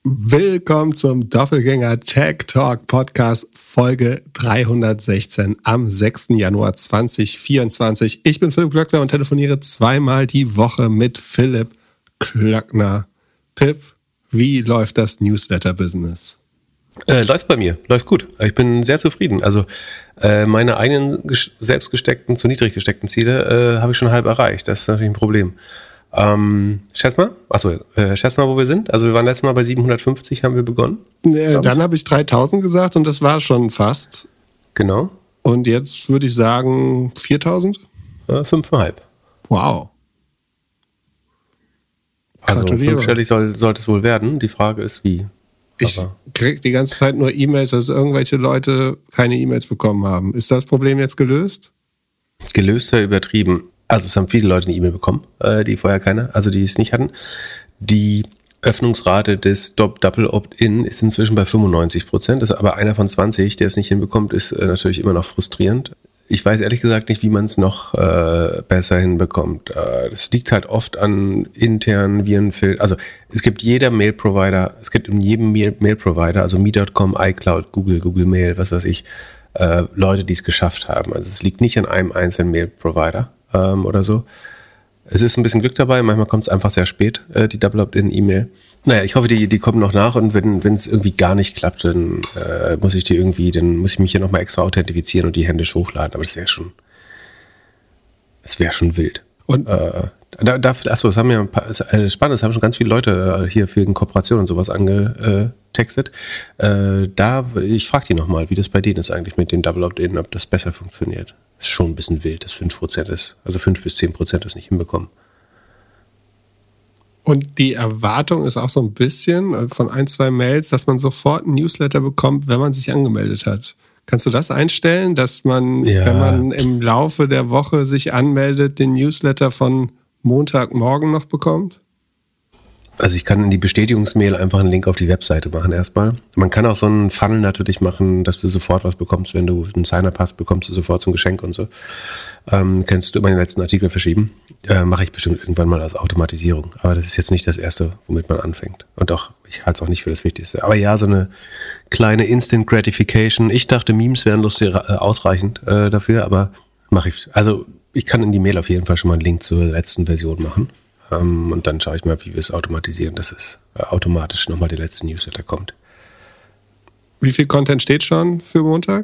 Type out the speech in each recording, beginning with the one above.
Willkommen zum Doppelgänger Tech Talk Podcast Folge 316 am 6. Januar 2024. Ich bin Philipp Klöckner und telefoniere zweimal die Woche mit Philipp Klöckner. Pip, wie läuft das Newsletter-Business? Läuft bei mir, läuft gut. Ich bin sehr zufrieden. Also meine eigenen selbst gesteckten, zu niedrig gesteckten Ziele habe ich schon halb erreicht. Das ist natürlich ein Problem. Schätz mal, wo wir sind. Also wir waren letztes Mal bei 750, haben wir begonnen. Dann habe ich 3000 gesagt und das war schon fast. Genau. Und jetzt würde ich sagen 4000? 5,5. Wow. Also fünfstellig sollte es wohl werden. Die Frage ist, wie. Ich kriege die ganze Zeit nur E-Mails, dass irgendwelche Leute keine E-Mails bekommen haben. Ist das Problem jetzt gelöst? Gelöst wäre übertrieben. Also es haben viele Leute eine E-Mail bekommen, die vorher die es nicht hatten. Die Öffnungsrate des Double Opt-in ist inzwischen bei 95%. Das ist aber einer von 20, der es nicht hinbekommt, ist natürlich immer noch frustrierend. Ich weiß ehrlich gesagt nicht, wie man es noch besser hinbekommt. Das liegt halt oft an internen Virenfiltern. Also es gibt in jedem Mail-Provider, also Me.com, iCloud, Google Mail, was weiß ich, Leute, die es geschafft haben. Also es liegt nicht an einem einzelnen Mail-Provider oder so. Es ist ein bisschen Glück dabei, manchmal kommt es einfach sehr spät, die Double Opt-in-E-Mail. Naja, ich hoffe, die kommen noch nach und wenn es irgendwie gar nicht klappt, dann muss ich mich hier nochmal extra authentifizieren und die händisch hochladen. Aber das wäre schon wild. Und das haben ja spannend, das haben schon ganz viele Leute hier für Kooperationen und sowas angetextet. Ich frage die nochmal, wie das bei denen ist eigentlich mit den Double Opt-in, ob das besser funktioniert. Ist schon ein bisschen wild, dass 5% ist, also 5 bis 10% das nicht hinbekommen. Und die Erwartung ist auch so ein bisschen von 1-2 Mails, dass man sofort einen Newsletter bekommt, wenn man sich angemeldet hat. Kannst du das einstellen, dass man, wenn man im Laufe der Woche sich anmeldet, den Newsletter von Montagmorgen noch bekommt? Also ich kann in die Bestätigungsmail einfach einen Link auf die Webseite machen erstmal. Man kann auch so einen Funnel natürlich machen, dass du sofort was bekommst, wenn du einen Sign-up hast, bekommst du sofort so ein Geschenk und so. Kannst du meinen letzten Artikel verschieben. Mache ich bestimmt irgendwann mal als Automatisierung. Aber das ist jetzt nicht das Erste, womit man anfängt. Und auch, ich halte es auch nicht für das Wichtigste. Aber ja, so eine kleine Instant Gratification. Ich dachte, Memes wären lustig ausreichend dafür, aber mache ich. Also ich kann in die Mail auf jeden Fall schon mal einen Link zur letzten Version machen. Und dann schaue ich mal, wie wir es automatisieren, dass es automatisch nochmal der letzte Newsletter kommt. Wie viel Content steht schon für Montag?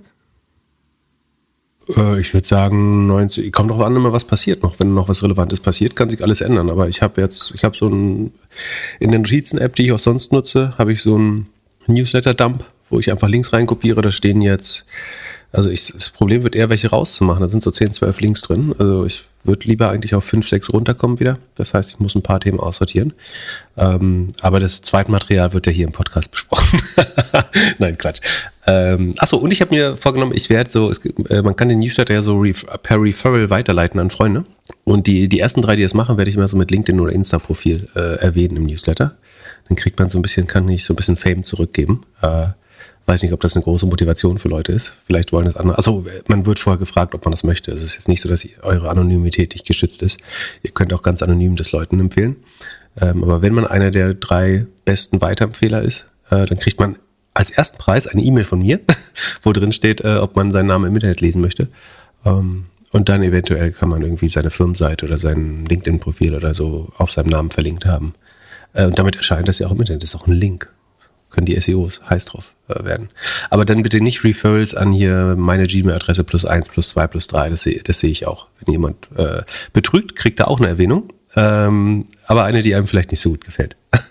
Ich würde sagen 90. Kommt drauf an, immer was passiert noch. Wenn noch was Relevantes passiert, kann sich alles ändern. Aber ich habe so in der Notizen-App, die ich auch sonst nutze, habe ich so einen Newsletter-Dump, wo ich einfach Links reinkopiere. Da stehen jetzt, das Problem wird eher, welche rauszumachen. Da sind so 10, 12 Links drin. Also ich würde lieber eigentlich auf 5, 6 runterkommen wieder. Das heißt, ich muss ein paar Themen aussortieren. Aber das Zweitmaterial wird ja hier im Podcast besprochen. Nein, Quatsch. Und ich habe mir vorgenommen, man kann den Newsletter ja so per Referral weiterleiten an Freunde. Und die ersten 3, die das machen, werde ich mal so mit LinkedIn oder Insta-Profil erwähnen im Newsletter. Dann kriegt man kann ich so ein bisschen Fame zurückgeben. Weiß nicht, ob das eine große Motivation für Leute ist. Vielleicht wollen das andere. Man wird vorher gefragt, ob man das möchte. Es ist jetzt nicht so, dass eure Anonymität nicht geschützt ist. Ihr könnt auch ganz anonym das Leuten empfehlen. Aber wenn man einer der 3 besten Weiterempfehler ist, dann kriegt man als ersten Preis eine E-Mail von mir, wo drin steht, ob man seinen Namen im Internet lesen möchte. Und dann eventuell kann man irgendwie seine Firmenseite oder sein LinkedIn-Profil oder so auf seinem Namen verlinkt haben. Und damit erscheint das ja auch im Internet. Das ist auch ein Link. Können die SEOs heiß drauf werden. Aber dann bitte nicht Referrals an hier meine Gmail-Adresse +1, +2, +3. Das sehe ich auch. Wenn jemand betrügt, kriegt er auch eine Erwähnung. Aber eine, die einem vielleicht nicht so gut gefällt.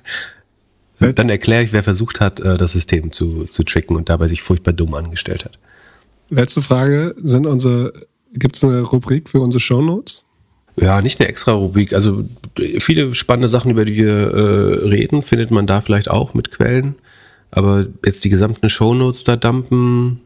Dann erkläre ich, wer versucht hat, das System zu tricken und dabei sich furchtbar dumm angestellt hat. Letzte Frage. Gibt es eine Rubrik für unsere Shownotes? Ja, nicht eine extra Rubrik. Also viele spannende Sachen, über die wir reden, findet man da vielleicht auch mit Quellen. Aber jetzt die gesamten Shownotes da dumpen,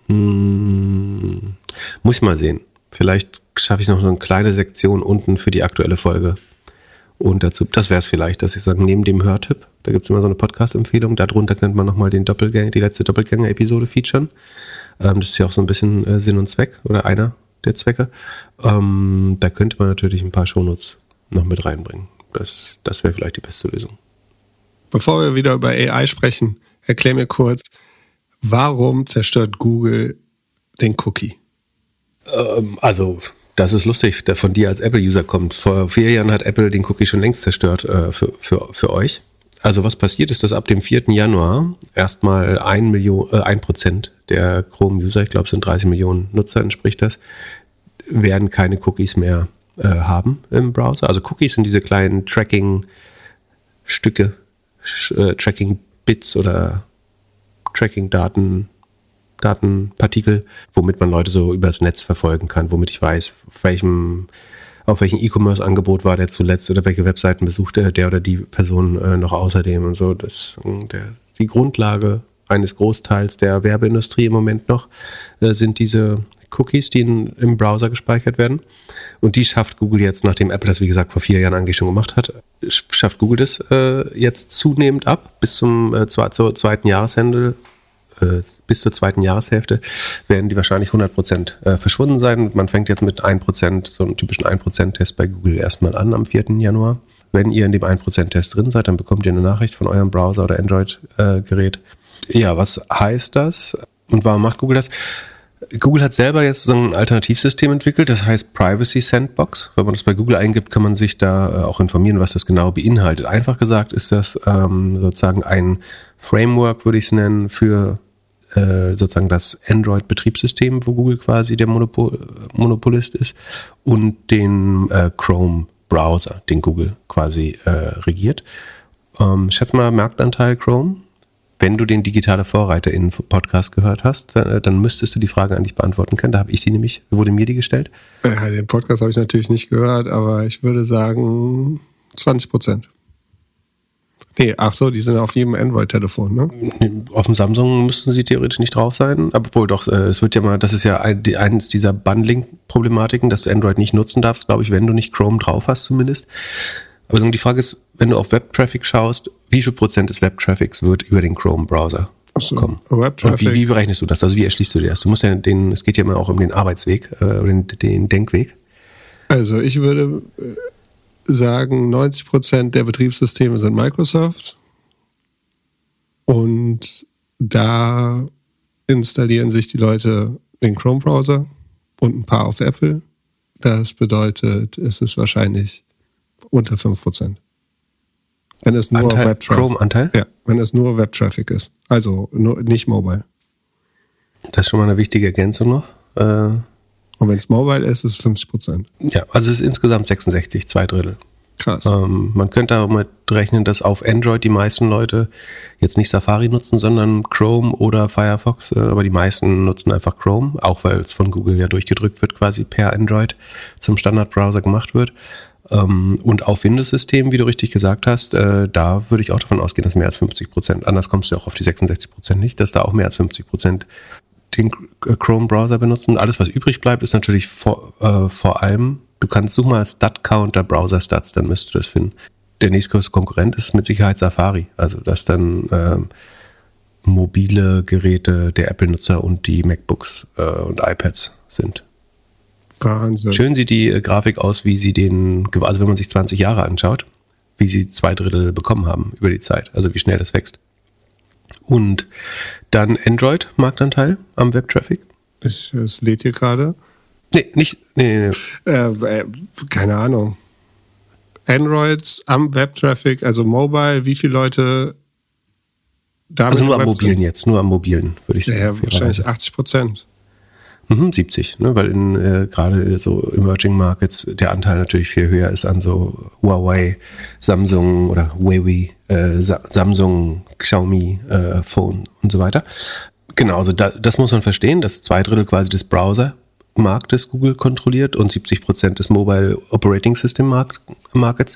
muss ich mal sehen. Vielleicht schaffe ich noch so eine kleine Sektion unten für die aktuelle Folge. Und dazu, das wäre es vielleicht, dass ich sage, neben dem Hörtipp, da gibt es immer so eine Podcast-Empfehlung, darunter könnte man nochmal die letzte Doppelgänger-Episode featuren. Das ist ja auch so ein bisschen Sinn und Zweck oder einer der Zwecke. Da könnte man natürlich ein paar Shownotes noch mit reinbringen. Das wäre vielleicht die beste Lösung. Bevor wir wieder über AI sprechen, erklär mir kurz, warum zerstört Google den Cookie? Also, das ist lustig, der von dir als Apple-User kommt. Vor 4 Jahren hat Apple den Cookie schon längst zerstört für euch. Also was passiert ist, dass ab dem 4. Januar erstmal 1% der Chrome-User, ich glaube es sind 30 Millionen Nutzer, entspricht das, werden keine Cookies mehr haben im Browser. Also Cookies sind diese kleinen Tracking-Stücke, Tracking-Bits oder Tracking-Datenpartikel, womit man Leute so übers Netz verfolgen kann, womit ich weiß, auf welchem E-Commerce-Angebot war der zuletzt oder welche Webseiten besuchte der oder die Person noch außerdem und so. Das die Grundlage eines Großteils der Werbeindustrie im Moment noch sind diese Cookies, die im Browser gespeichert werden. Und die schafft Google jetzt, nachdem Apple das, wie gesagt, vor 4 Jahren eigentlich schon gemacht hat, schafft Google das jetzt zunehmend ab. Bis zur zweiten Jahreshälfte werden die wahrscheinlich 100% verschwunden sein. Man fängt jetzt mit 1%, so einem typischen 1%-Test bei Google erstmal an am 4. Januar. Wenn ihr in dem 1%-Test drin seid, dann bekommt ihr eine Nachricht von eurem Browser oder Android-Gerät. Ja, was heißt das? Und warum macht Google das? Google hat selber jetzt so ein Alternativsystem entwickelt, das heißt Privacy Sandbox. Wenn man das bei Google eingibt, kann man sich da auch informieren, was das genau beinhaltet. Einfach gesagt ist das sozusagen ein Framework, würde ich es nennen, für sozusagen das Android-Betriebssystem, wo Google quasi der Monopolist ist, und den Chrome-Browser, den Google quasi regiert. Schätz mal Marktanteil Chrome. Wenn du den digitale Vorreiter-Podcast gehört hast, dann müsstest du die Frage eigentlich beantworten können. Da wurde mir die gestellt. Ja, den Podcast habe ich natürlich nicht gehört, aber ich würde sagen 20%. Nee, ach so, die sind auf jedem Android-Telefon, ne? Auf dem Samsung müssten sie theoretisch nicht drauf sein, obwohl doch, es wird ja mal, das ist ja eines dieser Bundling-Problematiken, dass du Android nicht nutzen darfst, glaube ich, wenn du nicht Chrome drauf hast zumindest. Aber die Frage ist, wenn du auf Web-Traffic schaust, wie viel Prozent des Web-Traffics wird über den Chrome-Browser kommen? Web-Traffic. Und wie berechnest du das? Also wie erschließt du dir das? Du musst ja es geht ja immer auch um den Arbeitsweg oder den Denkweg. Also ich würde sagen, 90% der Betriebssysteme sind Microsoft und da installieren sich die Leute den Chrome-Browser und ein paar auf Apple. Das bedeutet, es ist wahrscheinlich unter 5%. Wenn es nur Web-Traffic, Chrome-Anteil? Ja, wenn es nur Web-Traffic ist. Also nicht Mobile. Das ist schon mal eine wichtige Ergänzung noch. Und wenn es Mobile ist, ist es 50%. Ja, also es ist insgesamt 66, 2/3. Krass. Man könnte auch mit rechnen, dass auf Android die meisten Leute jetzt nicht Safari nutzen, sondern Chrome oder Firefox. Aber die meisten nutzen einfach Chrome, auch weil es von Google ja durchgedrückt wird, quasi per Android zum Standardbrowser gemacht wird. Und auf Windows-Systemen, wie du richtig gesagt hast, da würde ich auch davon ausgehen, dass mehr als 50%, anders kommst du auch auf die 66% nicht, dass da auch mehr als 50% den Chrome-Browser benutzen. Alles, was übrig bleibt, ist natürlich vor allem, du kannst suchen mal Stat-Counter, Browser-Stats, dann müsstest du das finden. Der nächstgrößte Konkurrent ist mit Sicherheit Safari, also dass dann mobile Geräte der Apple-Nutzer und die MacBooks und iPads sind. Wahnsinn. Schön sieht die Grafik aus, wie sie also wenn man sich 20 Jahre anschaut, wie sie 2/3 bekommen haben über die Zeit, also wie schnell das wächst. Und dann Android-Marktanteil am Web-Traffic? Es lädt hier gerade. Nee. Keine Ahnung. Android am Web-Traffic, also Mobile, wie viele Leute damit? Also nur am Mobilen jetzt, nur am Mobilen, würde ich sagen. Ja, wahrscheinlich 80%. 70, ne? Weil gerade so Emerging Markets der Anteil natürlich viel höher ist an so Huawei, Samsung oder Huawei, Samsung, Xiaomi, Phone und so weiter. Genau, also das muss man verstehen, dass 2/3 quasi des Browser-Marktes Google kontrolliert und 70% des Mobile Operating System Markts.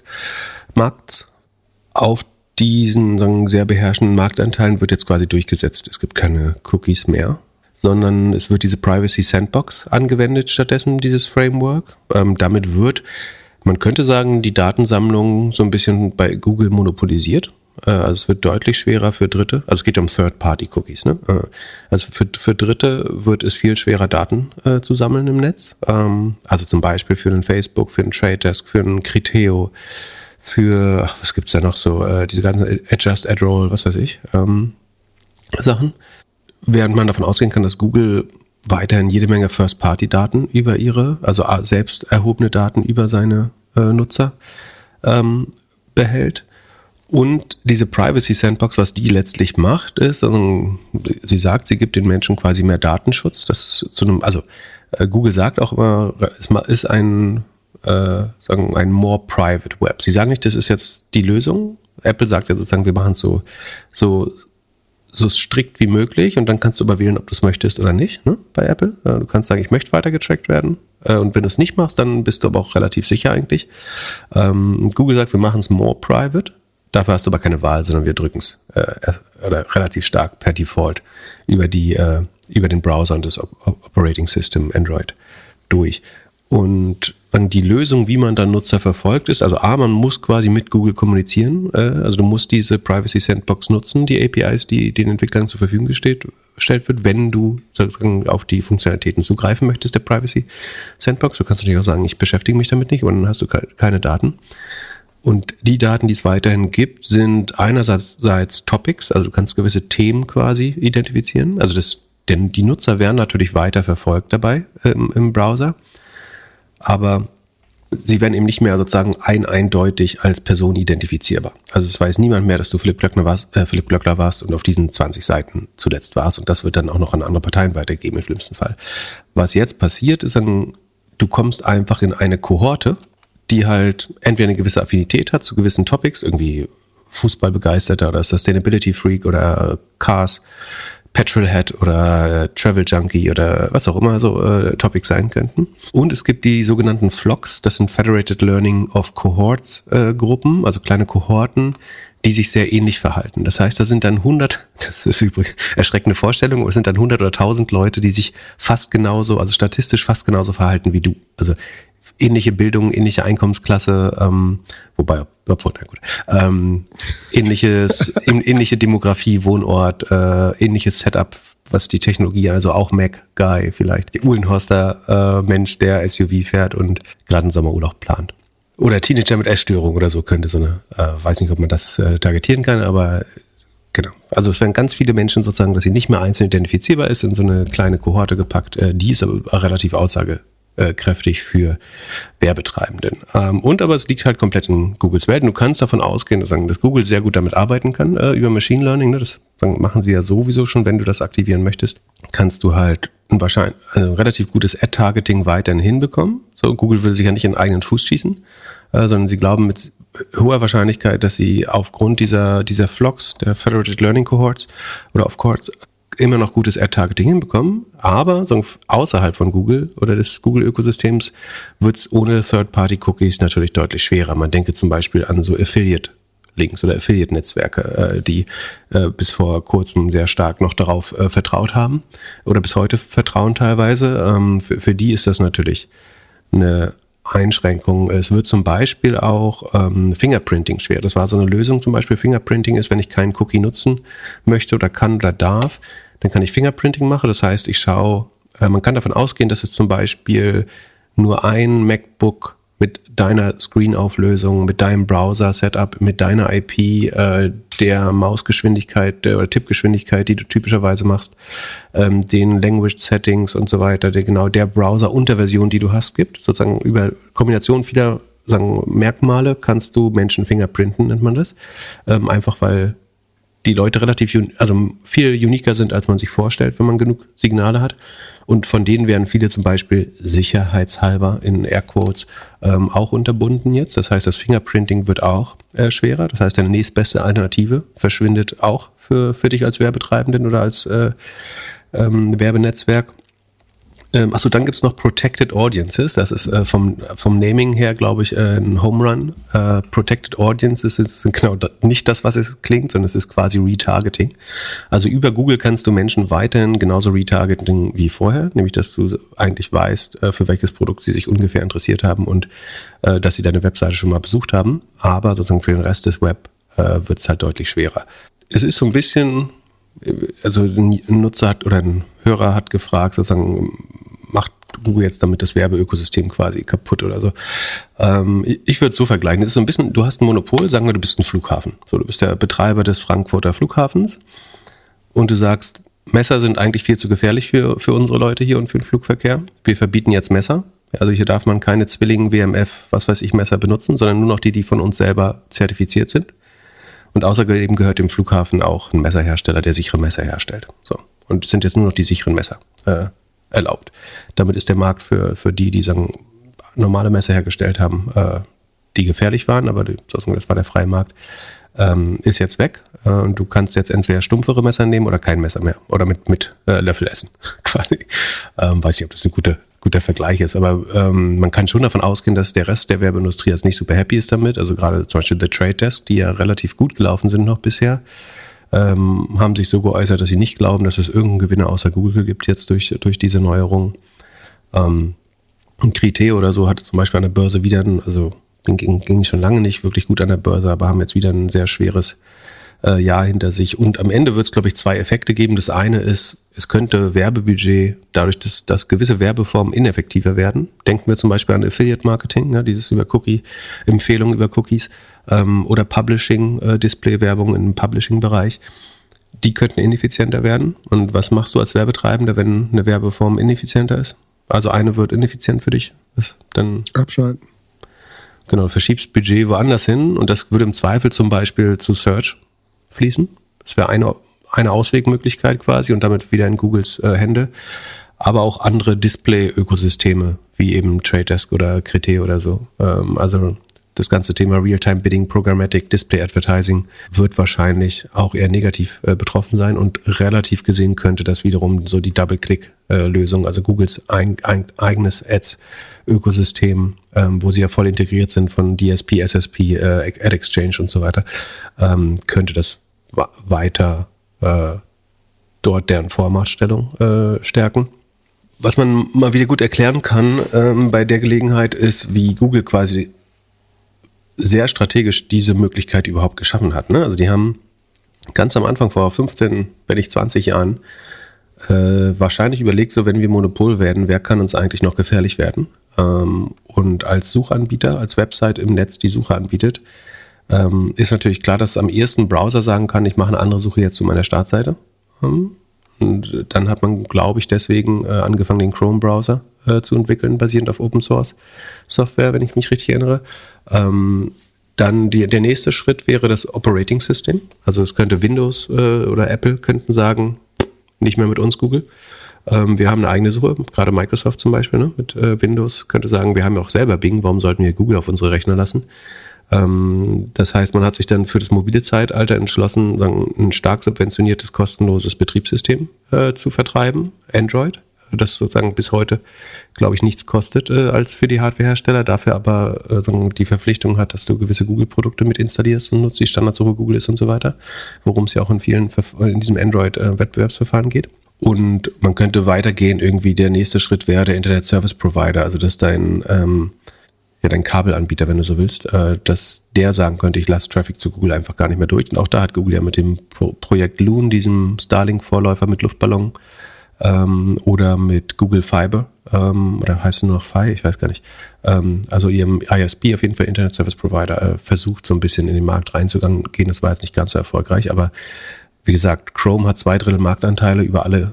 Auf diesen sehr beherrschenden Marktanteilen wird jetzt quasi durchgesetzt. Es gibt keine Cookies mehr, sondern es wird diese Privacy Sandbox angewendet stattdessen, dieses Framework. Damit wird, man könnte sagen, die Datensammlung so ein bisschen bei Google monopolisiert. Also es wird deutlich schwerer für Dritte. Also es geht um Third-Party-Cookies. Ne? Also für Dritte wird es viel schwerer, Daten zu sammeln im Netz. Also zum Beispiel für einen Facebook, für einen Trade Desk, für einen Criteo, für, was gibt's da noch so, diese ganzen Adjust, Adroll, was weiß ich, Sachen. Während man davon ausgehen kann, dass Google weiterhin jede Menge First-Party-Daten über also selbst erhobene Daten über seine Nutzer behält. Und diese Privacy Sandbox, was die letztlich macht, ist, also sie sagt, sie gibt den Menschen quasi mehr Datenschutz. Google sagt auch immer, es ist ein more private Web. Sie sagen nicht, das ist jetzt die Lösung. Apple sagt ja sozusagen, wir machen es so strikt wie möglich und dann kannst du aber wählen, ob du es möchtest oder nicht, ne, bei Apple. Du kannst sagen, ich möchte weiter getrackt werden und wenn du es nicht machst, dann bist du aber auch relativ sicher eigentlich. Google sagt, wir machen es more private, dafür hast du aber keine Wahl, sondern wir drücken es relativ stark per Default über den Browser und das Operating System Android durch. Und dann die Lösung, wie man dann Nutzer verfolgt, ist, also man muss quasi mit Google kommunizieren, also du musst diese Privacy Sandbox nutzen, die APIs, die den Entwicklern zur Verfügung gestellt wird, wenn du sozusagen auf die Funktionalitäten zugreifen möchtest der Privacy Sandbox. Du kannst natürlich auch sagen, ich beschäftige mich damit nicht und dann hast du keine Daten. Und die Daten, die es weiterhin gibt, sind einerseits Topics, also du kannst gewisse Themen quasi identifizieren, also denn die Nutzer werden natürlich weiter verfolgt dabei im Browser. Aber sie werden eben nicht mehr sozusagen eindeutig als Person identifizierbar. Also es weiß niemand mehr, dass du Philipp Glöckler warst und auf diesen 20 Seiten zuletzt warst. Und das wird dann auch noch an andere Parteien weitergegeben im schlimmsten Fall. Was jetzt passiert, ist dann, du kommst einfach in eine Kohorte, die halt entweder eine gewisse Affinität hat zu gewissen Topics, irgendwie Fußballbegeisterter oder Sustainability Freak oder Cars, Petrolhead oder Travel Junkie oder was auch immer so Topics sein könnten. Und es gibt die sogenannten FLOCs, das sind Federated Learning of Cohorts Gruppen, also kleine Kohorten, die sich sehr ähnlich verhalten. Das heißt, da sind dann 100, das ist übrigens eine erschreckende Vorstellung, aber es sind dann 100 oder 1000 Leute, die sich fast genauso, also statistisch fast genauso verhalten wie du. Also ähnliche Bildung, ähnliche Einkommensklasse, ähnliche Demografie, Wohnort, ähnliches Setup, was die Technologie, also auch Mac-Guy vielleicht, Uhlenhorster Mensch, der SUV fährt und gerade einen Sommerurlaub plant. Oder Teenager mit Essstörung oder so könnte so eine, weiß nicht, ob man das targetieren kann, aber genau. Also es werden ganz viele Menschen sozusagen, dass sie nicht mehr einzeln identifizierbar ist, in so eine kleine Kohorte gepackt, die ist aber relativ aussagekräftig für Werbetreibenden. Und aber es liegt halt komplett in Googles Welt. Und du kannst davon ausgehen, dass Google sehr gut damit arbeiten kann, über Machine Learning. Ne? Das machen sie ja sowieso schon, wenn du das aktivieren möchtest. Kannst du halt ein relativ gutes Ad-Targeting weiterhin hinbekommen. So, Google will sich ja nicht in den eigenen Fuß schießen, sondern sie glauben mit hoher Wahrscheinlichkeit, dass sie aufgrund dieser FLOCs, der Federated Learning Cohorts oder of Cohorts, immer noch gutes Ad-Targeting hinbekommen, aber außerhalb von Google oder des Google-Ökosystems wird es ohne Third-Party-Cookies natürlich deutlich schwerer. Man denke zum Beispiel an so Affiliate-Links oder Affiliate-Netzwerke, die bis vor kurzem sehr stark noch darauf vertraut haben oder bis heute vertrauen teilweise. Für die ist das natürlich eine Einschränkung. Es wird zum Beispiel auch Fingerprinting schwer. Das war so eine Lösung, zum Beispiel Fingerprinting ist, wenn ich keinen Cookie nutzen möchte oder kann oder darf, dann kann ich Fingerprinting machen. Das heißt, man kann davon ausgehen, dass es zum Beispiel nur ein MacBook mit deiner Screen-Auflösung, mit deinem Browser-Setup, mit deiner IP, der Mausgeschwindigkeit oder Tippgeschwindigkeit, die du typischerweise machst, den Language-Settings und so weiter, der Browser-Unterversion, die du hast, gibt. Sozusagen über Kombination vieler Merkmale kannst du Menschen fingerprinten, nennt man das. Einfach weil die Leute viel uniker sind, als man sich vorstellt, wenn man genug Signale hat. Und von denen werden viele zum Beispiel sicherheitshalber in Airquotes auch unterbunden jetzt. Das heißt, das Fingerprinting wird auch schwerer. Das heißt, deine nächstbeste Alternative verschwindet auch für dich als Werbetreibenden oder als Werbenetzwerk. Achso, dann gibt's noch Protected Audiences. Das ist vom Naming her, glaube ich, ein Home Run. Protected Audiences sind genau nicht das, was es klingt, sondern es ist quasi Retargeting. Also über Google kannst du Menschen weiterhin genauso retargeting wie vorher, nämlich dass du eigentlich weißt, für welches Produkt sie sich ungefähr interessiert haben und dass sie deine Webseite schon mal besucht haben. Aber sozusagen für den Rest des Web wird's halt deutlich schwerer. Es ist so ein bisschen, also ein Nutzer oder ein Hörer hat gefragt, sozusagen, Google jetzt damit das Werbeökosystem quasi kaputt oder so. Ich würde es so vergleichen. Es ist so ein bisschen, du hast ein Monopol, sagen wir, du bist ein Flughafen. So, du bist der Betreiber des Frankfurter Flughafens und du sagst, Messer sind eigentlich viel zu gefährlich für unsere Leute hier und für den Flugverkehr. Wir verbieten jetzt Messer. Also hier darf man keine Zwilling, WMF, was weiß ich, Messer benutzen, sondern nur noch die von uns selber zertifiziert sind. Und außerdem gehört dem Flughafen auch ein Messerhersteller, der sichere Messer herstellt. So. Und es sind jetzt nur noch die sicheren Messer erlaubt. Damit ist der Markt für die sagen, normale Messer hergestellt haben, die gefährlich waren, aber das war der freie Markt, ist jetzt weg. Und du kannst jetzt entweder stumpfere Messer nehmen oder kein Messer mehr. Oder mit Löffel essen, quasi. Weiß nicht, ob das ein guter Vergleich ist, aber man kann schon davon ausgehen, dass der Rest der Werbeindustrie jetzt nicht super happy ist damit. Also gerade zum Beispiel The Trade Desk, die ja relativ gut gelaufen sind noch bisher, haben sich so geäußert, dass sie nicht glauben, dass es irgendeinen Gewinner außer Google gibt jetzt durch diese Neuerung. Und Criteo oder so hatte zum Beispiel an der Börse wieder, also ging schon lange nicht wirklich gut an der Börse, aber haben jetzt wieder ein sehr schweres Jahr hinter sich. Und am Ende wird es, glaube ich, 2 Effekte geben. Das eine ist, es könnte Werbebudget dadurch, dass gewisse Werbeformen ineffektiver werden. Denken wir zum Beispiel an Affiliate-Marketing, ja, dieses über Empfehlungen über Cookies oder Publishing, Display-Werbung im Publishing-Bereich. Die könnten ineffizienter werden. Und was machst du als Werbetreibender, wenn eine Werbeform ineffizienter ist? Also eine wird ineffizient für dich. Dann abschalten. Genau, du verschiebst Budget woanders hin und das würde im Zweifel zum Beispiel zu Search fließen. Das wäre eine Auswegmöglichkeit quasi und damit wieder in Googles Hände. Aber auch andere Display-Ökosysteme, wie eben Trade Desk oder Criteo oder so. Also das ganze Thema Real-Time-Bidding, Programmatic, Display-Advertising wird wahrscheinlich auch eher negativ betroffen sein und relativ gesehen könnte das wiederum so die Double-Click-Lösung, also Googles eigenes Ads-Ökosystem, wo sie ja voll integriert sind von DSP, SSP, Ad Exchange und so weiter, könnte das weiter dort deren Vormachtstellung stärken. Was man mal wieder gut erklären kann bei der Gelegenheit ist, wie Google quasi sehr strategisch diese Möglichkeit überhaupt geschaffen hat. Ne? Also die haben ganz am Anfang vor 15, wenn nicht 20 Jahren wahrscheinlich überlegt, so wenn wir Monopol werden, wer kann uns eigentlich noch gefährlich werden? Und als Suchanbieter, als Website im Netz die Suche anbietet, ist natürlich klar, dass am ehesten Browser sagen kann, ich mache eine andere Suche jetzt zu meiner Startseite. Und dann hat man, glaube ich, deswegen angefangen, den Chrome-Browser zu entwickeln, basierend auf Open-Source-Software, wenn ich mich richtig erinnere. Dann der nächste Schritt wäre das Operating System. Also es könnte Windows oder Apple könnten sagen, nicht mehr mit uns, Google. Wir haben eine eigene Suche, gerade Microsoft zum Beispiel, ne, mit Windows könnte sagen, wir haben ja auch selber Bing, warum sollten wir Google auf unsere Rechner lassen? Das heißt, man hat sich dann für das mobile Zeitalter entschlossen, ein stark subventioniertes, kostenloses Betriebssystem zu vertreiben, Android, das sozusagen bis heute, glaube ich, nichts kostet als für die Hardwarehersteller, dafür aber die Verpflichtung hat, dass du gewisse Google-Produkte mit installierst und nutzt, die Standardsuche Google ist und so weiter, worum es ja auch in diesem Android-Wettbewerbsverfahren geht. Und man könnte weitergehen, irgendwie der nächste Schritt wäre der Internet Service Provider, also dass dein Kabelanbieter, wenn du so willst, dass der sagen könnte, ich lasse Traffic zu Google einfach gar nicht mehr durch. Und auch da hat Google ja mit dem Projekt Loon, diesem Starlink-Vorläufer mit Luftballon, oder mit Google Fiber, oder heißt es nur noch Fi, ich weiß gar nicht, also ihrem ISP, auf jeden Fall Internet Service Provider, versucht so ein bisschen in den Markt reinzugehen. Das war jetzt nicht ganz so erfolgreich, aber wie gesagt, Chrome hat 2/3 Marktanteile über alle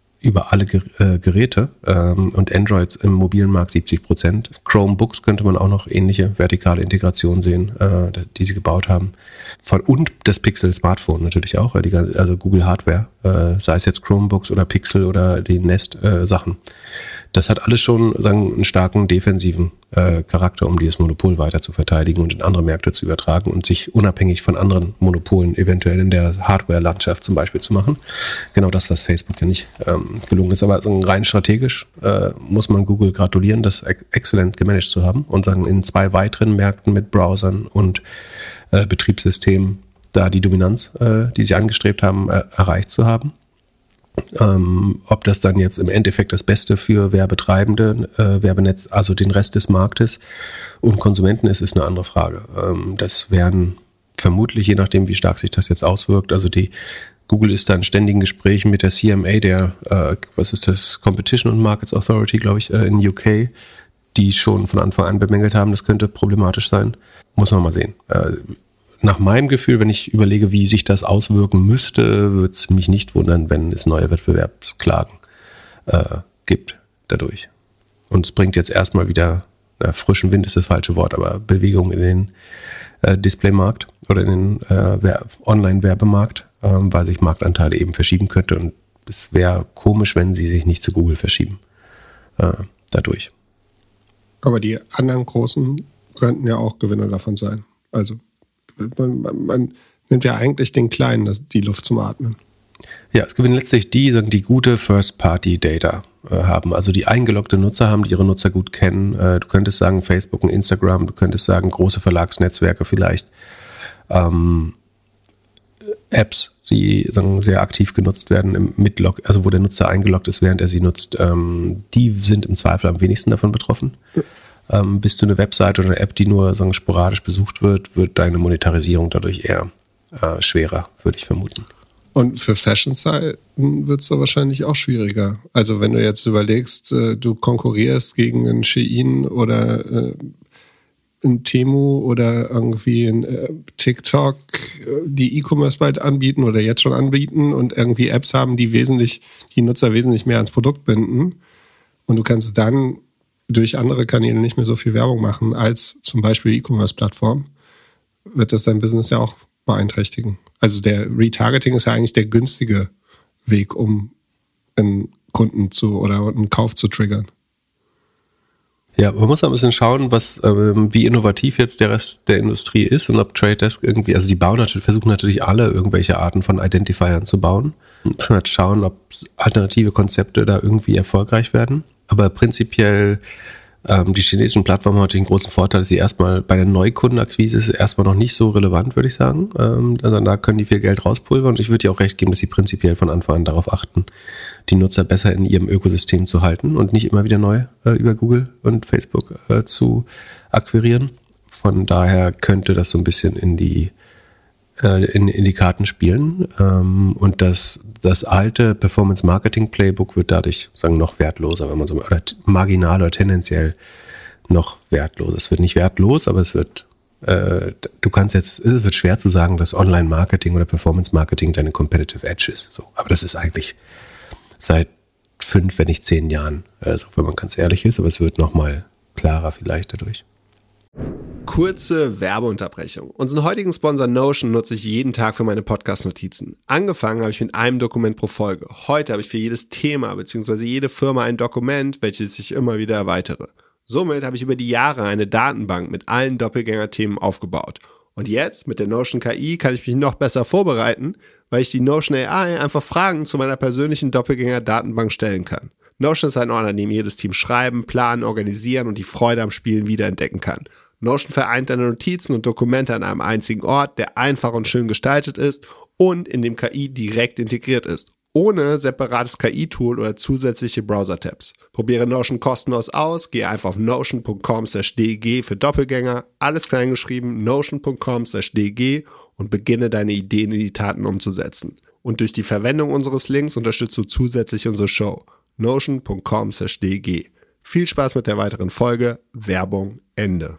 Geräte und Android im mobilen Markt 70%. Chromebooks könnte man auch noch ähnliche vertikale Integration sehen, die sie gebaut haben. Und das Pixel Smartphone natürlich auch, also Google Hardware, sei es jetzt Chromebooks oder Pixel oder die Nest Sachen. Das hat alles schon einen starken defensiven Charakter, um dieses Monopol weiter zu verteidigen und in andere Märkte zu übertragen und sich unabhängig von anderen Monopolen eventuell in der Hardware-Landschaft zum Beispiel zu machen. Genau das, was Facebook ja nicht gelungen ist. Aber rein strategisch muss man Google gratulieren, das exzellent gemanagt zu haben und in 2 weiteren Märkten mit Browsern und Betriebssystemen da die Dominanz, die sie angestrebt haben, erreicht zu haben. Ob das dann jetzt im Endeffekt das Beste für Werbetreibende, Werbenetz, also den Rest des Marktes und Konsumenten ist eine andere Frage. Das wären vermutlich, je nachdem wie stark sich das jetzt auswirkt, also die Google ist da in ständigen Gesprächen mit der CMA, der, Competition and Markets Authority, glaube ich, in UK, die schon von Anfang an bemängelt haben, das könnte problematisch sein. Muss man mal sehen. Nach meinem Gefühl, wenn ich überlege, wie sich das auswirken müsste, würde es mich nicht wundern, wenn es neue Wettbewerbsklagen gibt dadurch. Und es bringt jetzt erstmal wieder, frischen Wind ist das falsche Wort, aber Bewegung in den Displaymarkt oder in den Online-Werbemarkt, weil sich Marktanteile eben verschieben könnte. Und es wäre komisch, wenn sie sich nicht zu Google verschieben dadurch. Aber die anderen Großen könnten ja auch Gewinner davon sein. Also man nimmt ja eigentlich den Kleinen die Luft zum Atmen. Ja, es gewinnen letztlich die gute First-Party-Data haben, also die eingeloggte Nutzer haben, die ihre Nutzer gut kennen. Du könntest sagen Facebook und Instagram, du könntest sagen große Verlagsnetzwerke vielleicht. Apps, die sehr aktiv genutzt werden im Midlog, also wo der Nutzer eingeloggt ist, während er sie nutzt, die sind im Zweifel am wenigsten davon betroffen. Bist du eine Webseite oder eine App, die nur sporadisch besucht wird deine Monetarisierung dadurch eher schwerer, würde ich vermuten. Und für Fashion-Seiten wird es da wahrscheinlich auch schwieriger. Also wenn du jetzt überlegst, du konkurrierst gegen einen Shein oder ein Temu oder irgendwie ein TikTok, die E-Commerce bald anbieten oder jetzt schon anbieten und irgendwie Apps haben, die Nutzer wesentlich mehr ans Produkt binden. Und du kannst dann durch andere Kanäle nicht mehr so viel Werbung machen als zum Beispiel E-Commerce-Plattform, wird das dein Business ja auch beeinträchtigen. Also der Retargeting ist ja eigentlich der günstige Weg, um einen Kunden oder einen Kauf zu triggern. Ja, man muss ein bisschen schauen, wie innovativ jetzt der Rest der Industrie ist und ob Trade Desk irgendwie, also die versuchen natürlich alle irgendwelche Arten von Identifiern zu bauen. Man muss halt schauen, ob alternative Konzepte da irgendwie erfolgreich werden. Aber prinzipiell, die chinesischen Plattformen haben natürlich einen großen Vorteil, dass sie erstmal bei der Neukundenakquise ist erstmal noch nicht so relevant, würde ich sagen. Also da können die viel Geld rauspulvern und ich würde dir auch recht geben, dass sie prinzipiell von Anfang an darauf achten, die Nutzer besser in ihrem Ökosystem zu halten und nicht immer wieder neu über Google und Facebook zu akquirieren. Von daher könnte das so ein bisschen in die Karten spielen. Und das alte Performance-Marketing-Playbook wird dadurch noch wertloser, wenn man so oder marginal oder tendenziell noch wertlos. Es wird nicht wertlos, aber es wird es wird schwer zu sagen, dass Online-Marketing oder Performance-Marketing deine Competitive Edge ist. So, aber das ist eigentlich seit 5, wenn nicht 10 Jahren, also wenn man ganz ehrlich ist, aber es wird nochmal klarer vielleicht dadurch. Kurze Werbeunterbrechung. Unseren heutigen Sponsor Notion nutze ich jeden Tag für meine Podcast-Notizen. Angefangen habe ich mit einem Dokument pro Folge. Heute habe ich für jedes Thema bzw. jede Firma ein Dokument, welches ich immer wieder erweitere. Somit habe ich über die Jahre eine Datenbank mit allen Doppelgänger-Themen aufgebaut. Und jetzt mit der Notion KI kann ich mich noch besser vorbereiten, weil ich die Notion AI einfach Fragen zu meiner persönlichen Doppelgänger-Datenbank stellen kann. Notion ist ein Ort, an dem jedes Team schreiben, planen, organisieren und die Freude am Spielen wiederentdecken kann. Notion vereint deine Notizen und Dokumente an einem einzigen Ort, der einfach und schön gestaltet ist und in dem KI direkt integriert ist, ohne separates KI-Tool oder zusätzliche Browser-Tabs. Probiere Notion kostenlos aus, gehe einfach auf notion.com/dg für Doppelgänger, alles klein geschrieben, notion.com/dg und beginne deine Ideen in die Taten umzusetzen. Und durch die Verwendung unseres Links unterstützt du zusätzlich unsere Show. notion.com/dg. Viel Spaß mit der weiteren Folge. Werbung Ende.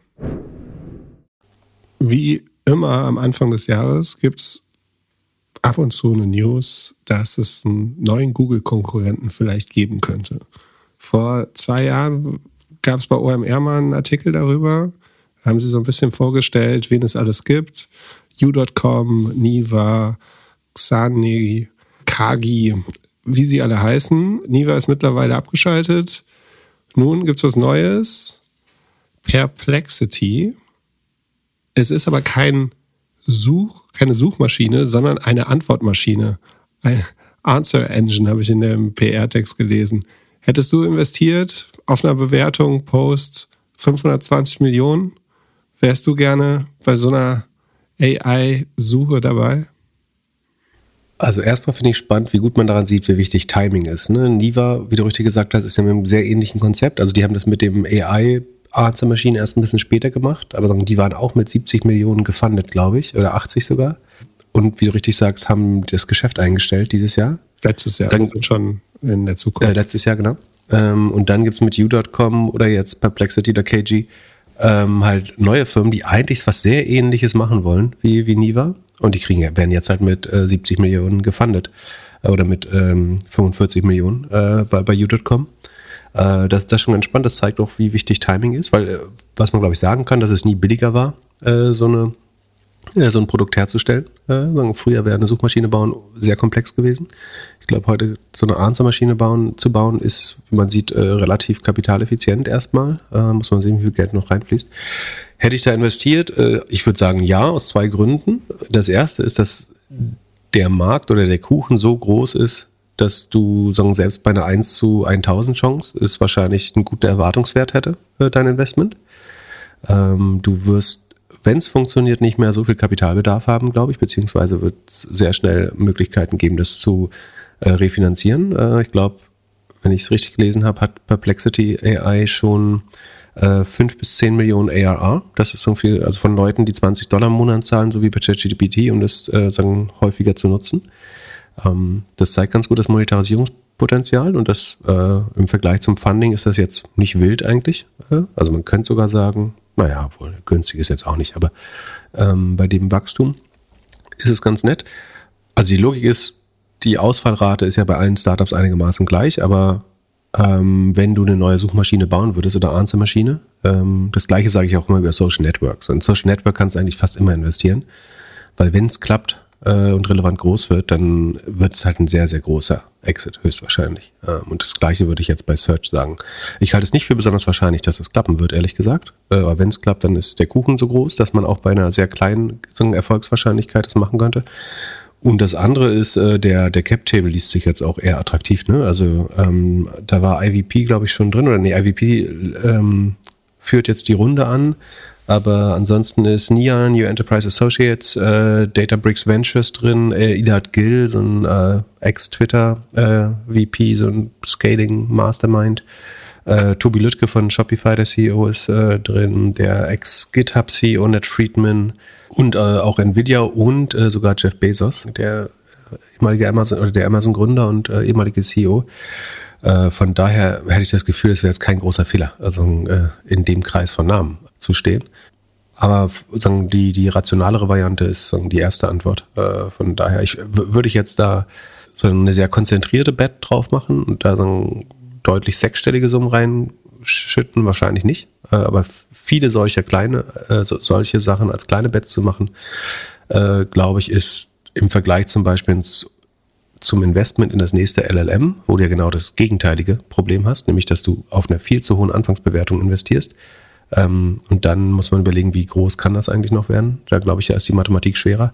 Wie immer am Anfang des Jahres gibt es ab und zu eine News, dass es einen neuen Google-Konkurrenten vielleicht geben könnte. Vor 2 Jahren gab es bei OMR mal einen Artikel darüber. Da haben sie so ein bisschen vorgestellt, wen es alles gibt. U.com, Niva, Xani, Kagi, wie sie alle heißen. Niva ist mittlerweile abgeschaltet. Nun gibt es was Neues. Perplexity. Es ist aber keine Suchmaschine, sondern eine Antwortmaschine. Ein Answer Engine habe ich in dem PR-Text gelesen. Hättest du investiert auf einer Bewertung, Post 520 Millionen? Wärst du gerne bei so einer AI-Suche dabei? Also erstmal finde ich spannend, wie gut man daran sieht, wie wichtig Timing ist. Ne? Niva, wie du richtig gesagt hast, ist ja mit einem sehr ähnlichen Konzept. Also die haben das mit dem AI-Answer-Maschinen erst ein bisschen später gemacht, aber die waren auch mit 70 Millionen gefundet, glaube ich, oder 80 sogar. und wie du richtig sagst, haben das Geschäft eingestellt dieses Jahr. Letztes Jahr, dann, sind schon in der Zukunft. Letztes Jahr, genau. Und dann gibt es mit U.com oder jetzt Perplexity oder KG halt neue Firmen, die eigentlich was sehr Ähnliches machen wollen wie Niva. Und die werden jetzt halt mit 70 Millionen gefundet oder mit 45 Millionen bei U.com. Das ist schon ganz spannend. Das zeigt auch, wie wichtig Timing ist, weil was man, glaube ich, sagen kann, dass es nie billiger war, so ein Produkt herzustellen. Früher wäre eine Suchmaschine bauen sehr komplex gewesen. Ich glaube, heute so eine Answer-Maschine zu bauen, ist, wie man sieht, relativ kapitaleffizient erstmal. Muss man sehen, wie viel Geld noch reinfließt. Hätte ich da investiert? Ich würde sagen, ja, aus 2 Gründen. Das erste ist, dass der Markt oder der Kuchen so groß ist, dass du selbst bei einer 1 zu 1000 Chance es wahrscheinlich einen guten Erwartungswert hätte, dein Investment. Du wirst, wenn es funktioniert, nicht mehr so viel Kapitalbedarf haben, glaube ich, beziehungsweise wird es sehr schnell Möglichkeiten geben, das zu refinanzieren. Ich glaube, wenn ich es richtig gelesen habe, hat Perplexity AI schon 5 bis 10 Millionen ARR. Das ist so viel, also von Leuten, die $20 im Monat zahlen, so wie bei ChatGPT, um das häufiger zu nutzen. Das zeigt ganz gut das Monetarisierungspotenzial und das im Vergleich zum Funding ist das jetzt nicht wild eigentlich. Also man könnte sogar sagen, naja, wohl günstig ist jetzt auch nicht, aber bei dem Wachstum ist es ganz nett. Also die Logik ist, die Ausfallrate ist ja bei allen Startups einigermaßen gleich, aber wenn du eine neue Suchmaschine bauen würdest oder Answer-Maschine, das Gleiche sage ich auch immer über Social Networks. In Social Network kannst du eigentlich fast immer investieren, weil wenn es klappt und relevant groß wird, dann wird es halt ein sehr, sehr großer Exit, höchstwahrscheinlich. Und das Gleiche würde ich jetzt bei Search sagen. Ich halte es nicht für besonders wahrscheinlich, dass es klappen wird, ehrlich gesagt. Aber wenn es klappt, dann ist der Kuchen so groß, dass man auch bei einer sehr kleinen Erfolgswahrscheinlichkeit das machen könnte. Und das andere ist, der Cap-Table liest sich jetzt auch eher attraktiv, ne? Also da war IVP, glaube ich, schon drin. Oder nee, IVP führt jetzt die Runde an. Aber ansonsten ist Neon, New Enterprise Associates, Databricks Ventures drin, Elad Gil, so ein Ex-Twitter-VP, so ein Scaling-Mastermind. Tobi Lüttke von Shopify, der CEO, ist drin, der Ex-GitHub-CEO Ned Friedman und auch Nvidia und sogar Jeff Bezos, der ehemalige Amazon oder der Amazon-Gründer und ehemalige CEO. Von daher hätte ich das Gefühl, es wäre jetzt kein großer Fehler, also in dem Kreis von Namen zu stehen. Aber die rationalere Variante ist die erste Antwort. Von daher würde ich jetzt da so eine sehr konzentrierte Bet drauf machen und da deutlich 6-stellige Summen reinschütten, wahrscheinlich nicht. Aber viele solche solche Sachen als kleine Bets zu machen, glaube ich, ist im Vergleich zum Beispiel zum Investment in das nächste LLM, wo du ja genau das gegenteilige Problem hast, nämlich dass du auf einer viel zu hohen Anfangsbewertung investierst. Und dann muss man überlegen, wie groß kann das eigentlich noch werden. Da glaube ich, ja, ist die Mathematik schwerer.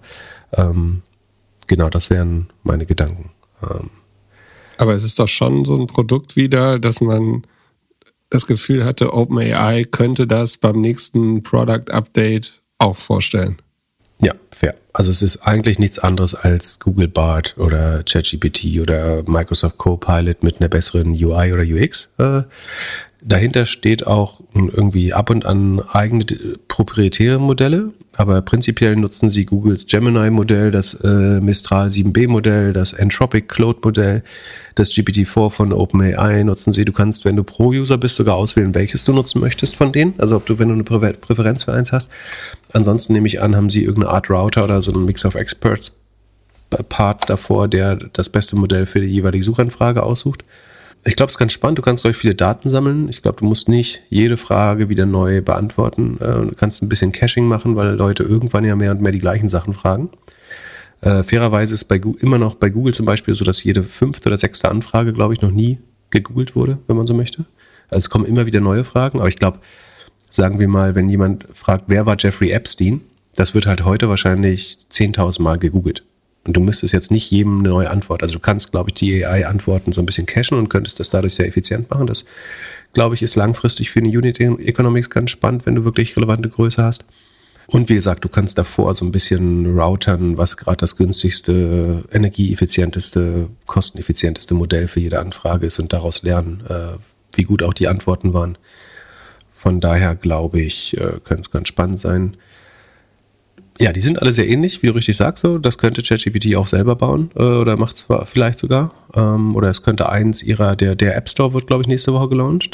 Genau, das wären meine Gedanken. Aber es ist doch schon so ein Produkt wieder, dass man das Gefühl hatte, OpenAI könnte das beim nächsten Product Update auch vorstellen. Ja, fair. Also es ist eigentlich nichts anderes als Google Bard oder ChatGPT oder Microsoft Copilot mit einer besseren UI oder UX. Dahinter steht auch irgendwie ab und an eigene proprietäre Modelle, aber prinzipiell nutzen sie Googles Gemini-Modell, das Mistral 7b-Modell, das Anthropic Claude-Modell, das GPT-4 von OpenAI nutzen sie. Du kannst, wenn du Pro-User bist, sogar auswählen, welches du nutzen möchtest von denen, also wenn du eine Präferenz für eins hast. Ansonsten nehme ich an, haben sie irgendeine Art Router oder so einen Mix of Experts Part davor, der das beste Modell für die jeweilige Suchanfrage aussucht. Ich glaube, es ist ganz spannend. Du kannst, glaube ich, viele Daten sammeln. Ich glaube, du musst nicht jede Frage wieder neu beantworten. Du kannst ein bisschen Caching machen, weil Leute irgendwann ja mehr und mehr die gleichen Sachen fragen. Fairerweise ist immer noch bei Google zum Beispiel so, dass jede 5. oder 6. Anfrage, glaube ich, noch nie gegoogelt wurde, wenn man so möchte. Also es kommen immer wieder neue Fragen. Aber ich glaube, sagen wir mal, wenn jemand fragt, wer war Jeffrey Epstein, das wird halt heute wahrscheinlich 10.000 Mal gegoogelt. Und du müsstest jetzt nicht jedem eine neue Antwort. Also du kannst, glaube ich, die AI-Antworten so ein bisschen cachen und könntest das dadurch sehr effizient machen. Das, glaube ich, ist langfristig für eine Unit Economics ganz spannend, wenn du wirklich relevante Größe hast. Und wie gesagt, du kannst davor so ein bisschen routern, was gerade das günstigste, energieeffizienteste, kosteneffizienteste Modell für jede Anfrage ist und daraus lernen, wie gut auch die Antworten waren. Von daher, glaube ich, könnte es ganz spannend sein. Ja, die sind alle sehr ähnlich, wie du richtig sagst. So. Das könnte ChatGPT auch selber bauen oder macht es vielleicht sogar. Oder es könnte eins ihrer, der App Store wird, glaube ich, nächste Woche gelauncht,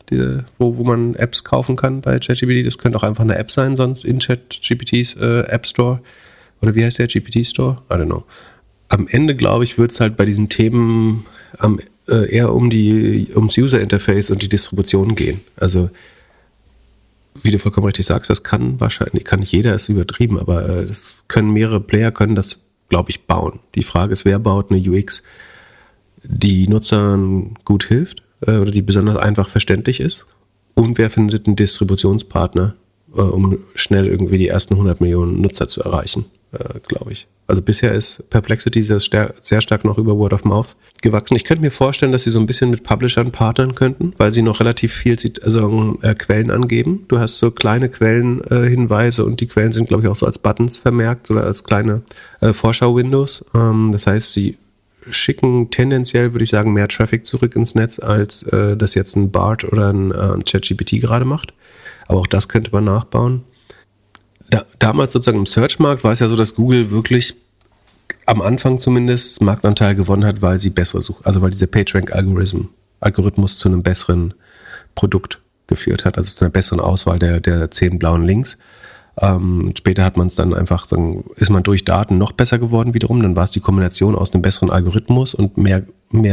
wo man Apps kaufen kann bei ChatGPT. Das könnte auch einfach eine App sein, sonst in ChatGPTs App Store. Oder wie heißt der? GPT Store? I don't know. Am Ende, glaube ich, wird es halt bei diesen Themen eher ums User Interface und die Distribution gehen. Also wie du vollkommen richtig sagst, das kann nicht jeder, ist übertrieben, aber das können mehrere Player, können das, glaube ich, bauen. Die Frage ist, wer baut eine UX, die Nutzern gut hilft oder die besonders einfach verständlich ist, und wer findet einen Distributionspartner, um schnell irgendwie die ersten 100 Millionen Nutzer zu erreichen, glaube ich. Also bisher ist Perplexity sehr stark noch über Word of Mouth gewachsen. Ich könnte mir vorstellen, dass sie so ein bisschen mit Publishern partnern könnten, weil sie noch relativ viel Quellen angeben. Du hast so kleine Quellenhinweise und die Quellen sind, glaube ich, auch so als Buttons vermerkt oder als kleine Vorschau-Windows. Das heißt, sie schicken tendenziell, würde ich sagen, mehr Traffic zurück ins Netz, als das jetzt ein BART oder ein ChatGPT gerade macht. Aber auch das könnte man nachbauen. Damals sozusagen im Search-Markt war es ja so, dass Google wirklich am Anfang zumindest Marktanteil gewonnen hat, weil sie bessere weil dieser PageRank-Algorithmus zu einem besseren Produkt geführt hat, also zu einer besseren Auswahl der 10 blauen Links. Später hat man es dann einfach, ist man durch Daten noch besser geworden wiederum, dann war es die Kombination aus einem besseren Algorithmus und mehr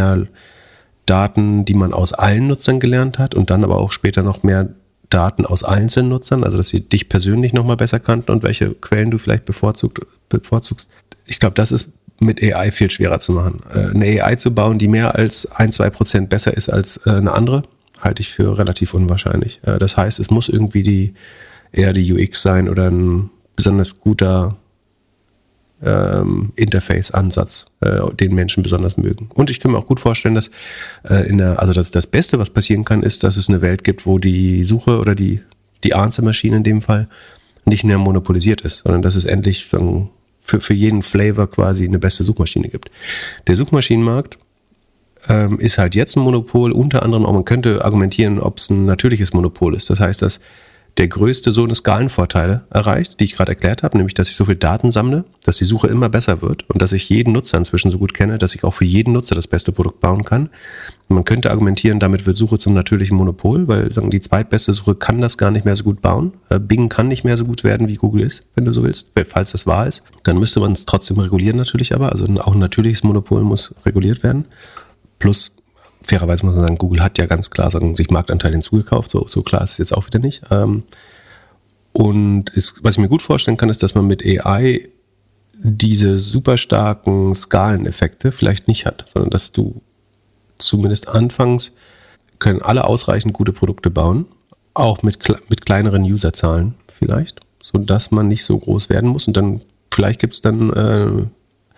Daten, die man aus allen Nutzern gelernt hat, und dann aber auch später noch mehr Daten aus einzelnen Nutzern, also dass sie dich persönlich nochmal besser kannten und welche Quellen du vielleicht bevorzugst. Ich glaube, das ist mit AI viel schwerer zu machen. Eine AI zu bauen, die mehr als 1-2% besser ist als eine andere, halte ich für relativ unwahrscheinlich. Das heißt, es muss irgendwie eher die UX sein oder ein besonders guter Interface-Ansatz, den Menschen besonders mögen. Und ich kann mir auch gut vorstellen, dass das Beste, was passieren kann, ist, dass es eine Welt gibt, wo die Suche oder die Answer-Maschine in dem Fall nicht mehr monopolisiert ist, sondern dass es endlich für jeden Flavor quasi eine beste Suchmaschine gibt. Der Suchmaschinenmarkt ist halt jetzt ein Monopol, unter anderem auch, man könnte argumentieren, ob es ein natürliches Monopol ist. Das heißt, dass der größte so eine Skalenvorteile erreicht, die ich gerade erklärt habe, nämlich, dass ich so viel Daten sammle, dass die Suche immer besser wird und dass ich jeden Nutzer inzwischen so gut kenne, dass ich auch für jeden Nutzer das beste Produkt bauen kann. Und man könnte argumentieren, damit wird Suche zum natürlichen Monopol, weil die zweitbeste Suche kann das gar nicht mehr so gut bauen. Bing kann nicht mehr so gut werden, wie Google ist, wenn du so willst, falls das wahr ist. Dann müsste man es trotzdem regulieren natürlich, aber also auch ein natürliches Monopol muss reguliert werden. Plus, fairerweise muss man sagen, Google hat ja ganz klar sich Marktanteil hinzugekauft, so klar ist es jetzt auch wieder nicht. Was ich mir gut vorstellen kann, ist, dass man mit AI diese super starken Skaleneffekte vielleicht nicht hat, sondern dass du zumindest anfangs können alle ausreichend gute Produkte bauen, auch mit kleineren Userzahlen vielleicht, sodass man nicht so groß werden muss, und dann vielleicht gibt es dann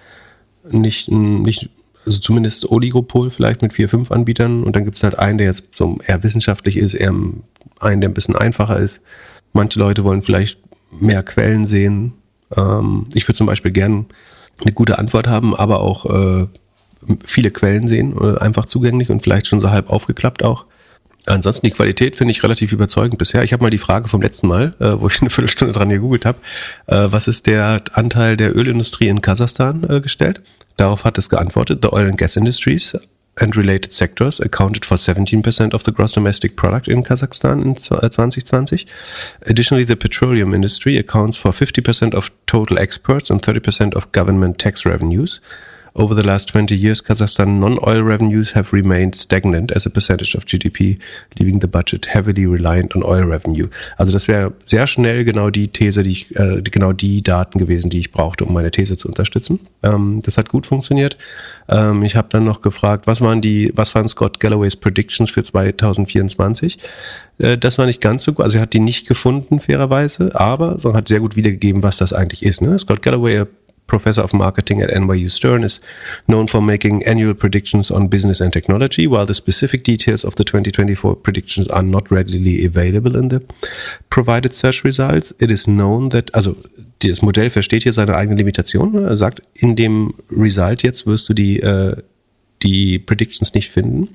also zumindest Oligopol vielleicht mit 4-5 Anbietern, und dann gibt es halt einen, der jetzt so eher wissenschaftlich ist, eher einen, der ein bisschen einfacher ist. Manche Leute wollen vielleicht mehr Quellen sehen. Ich würde zum Beispiel gern eine gute Antwort haben, aber auch viele Quellen sehen, einfach zugänglich und vielleicht schon so halb aufgeklappt auch. Ansonsten die Qualität finde ich relativ überzeugend bisher. Ich habe mal die Frage vom letzten Mal, wo ich eine Viertelstunde dran gegoogelt habe, was ist der Anteil der Ölindustrie in Kasachstan gestellt? Darauf hat es geantwortet: The oil and gas industries and related sectors accounted for 17% of the gross domestic product in Kazakhstan in 2020. Additionally, the petroleum industry accounts for 50% of total exports and 30% of government tax revenues. Over the last 20 years, Kazakhstan non-oil revenues have remained stagnant as a percentage of GDP, leaving the budget heavily reliant on oil revenue. Also das wäre sehr schnell genau die These, genau die Daten gewesen, die ich brauchte, um meine These zu unterstützen. Das hat gut funktioniert. Ich habe dann noch gefragt, was waren Scott Galloways Predictions für 2024? Das war nicht ganz so gut, also er hat die nicht gefunden, fairerweise, aber er hat sehr gut wiedergegeben, was das eigentlich ist. Ne? Scott Galloway, Professor of Marketing at NYU Stern, is known for making annual predictions on business and technology. While the specific details of the 2024 predictions are not readily available in the provided search results, it is known that, also das Modell versteht hier seine eigene Limitation. Er sagt, in dem Result jetzt wirst du die Predictions nicht finden.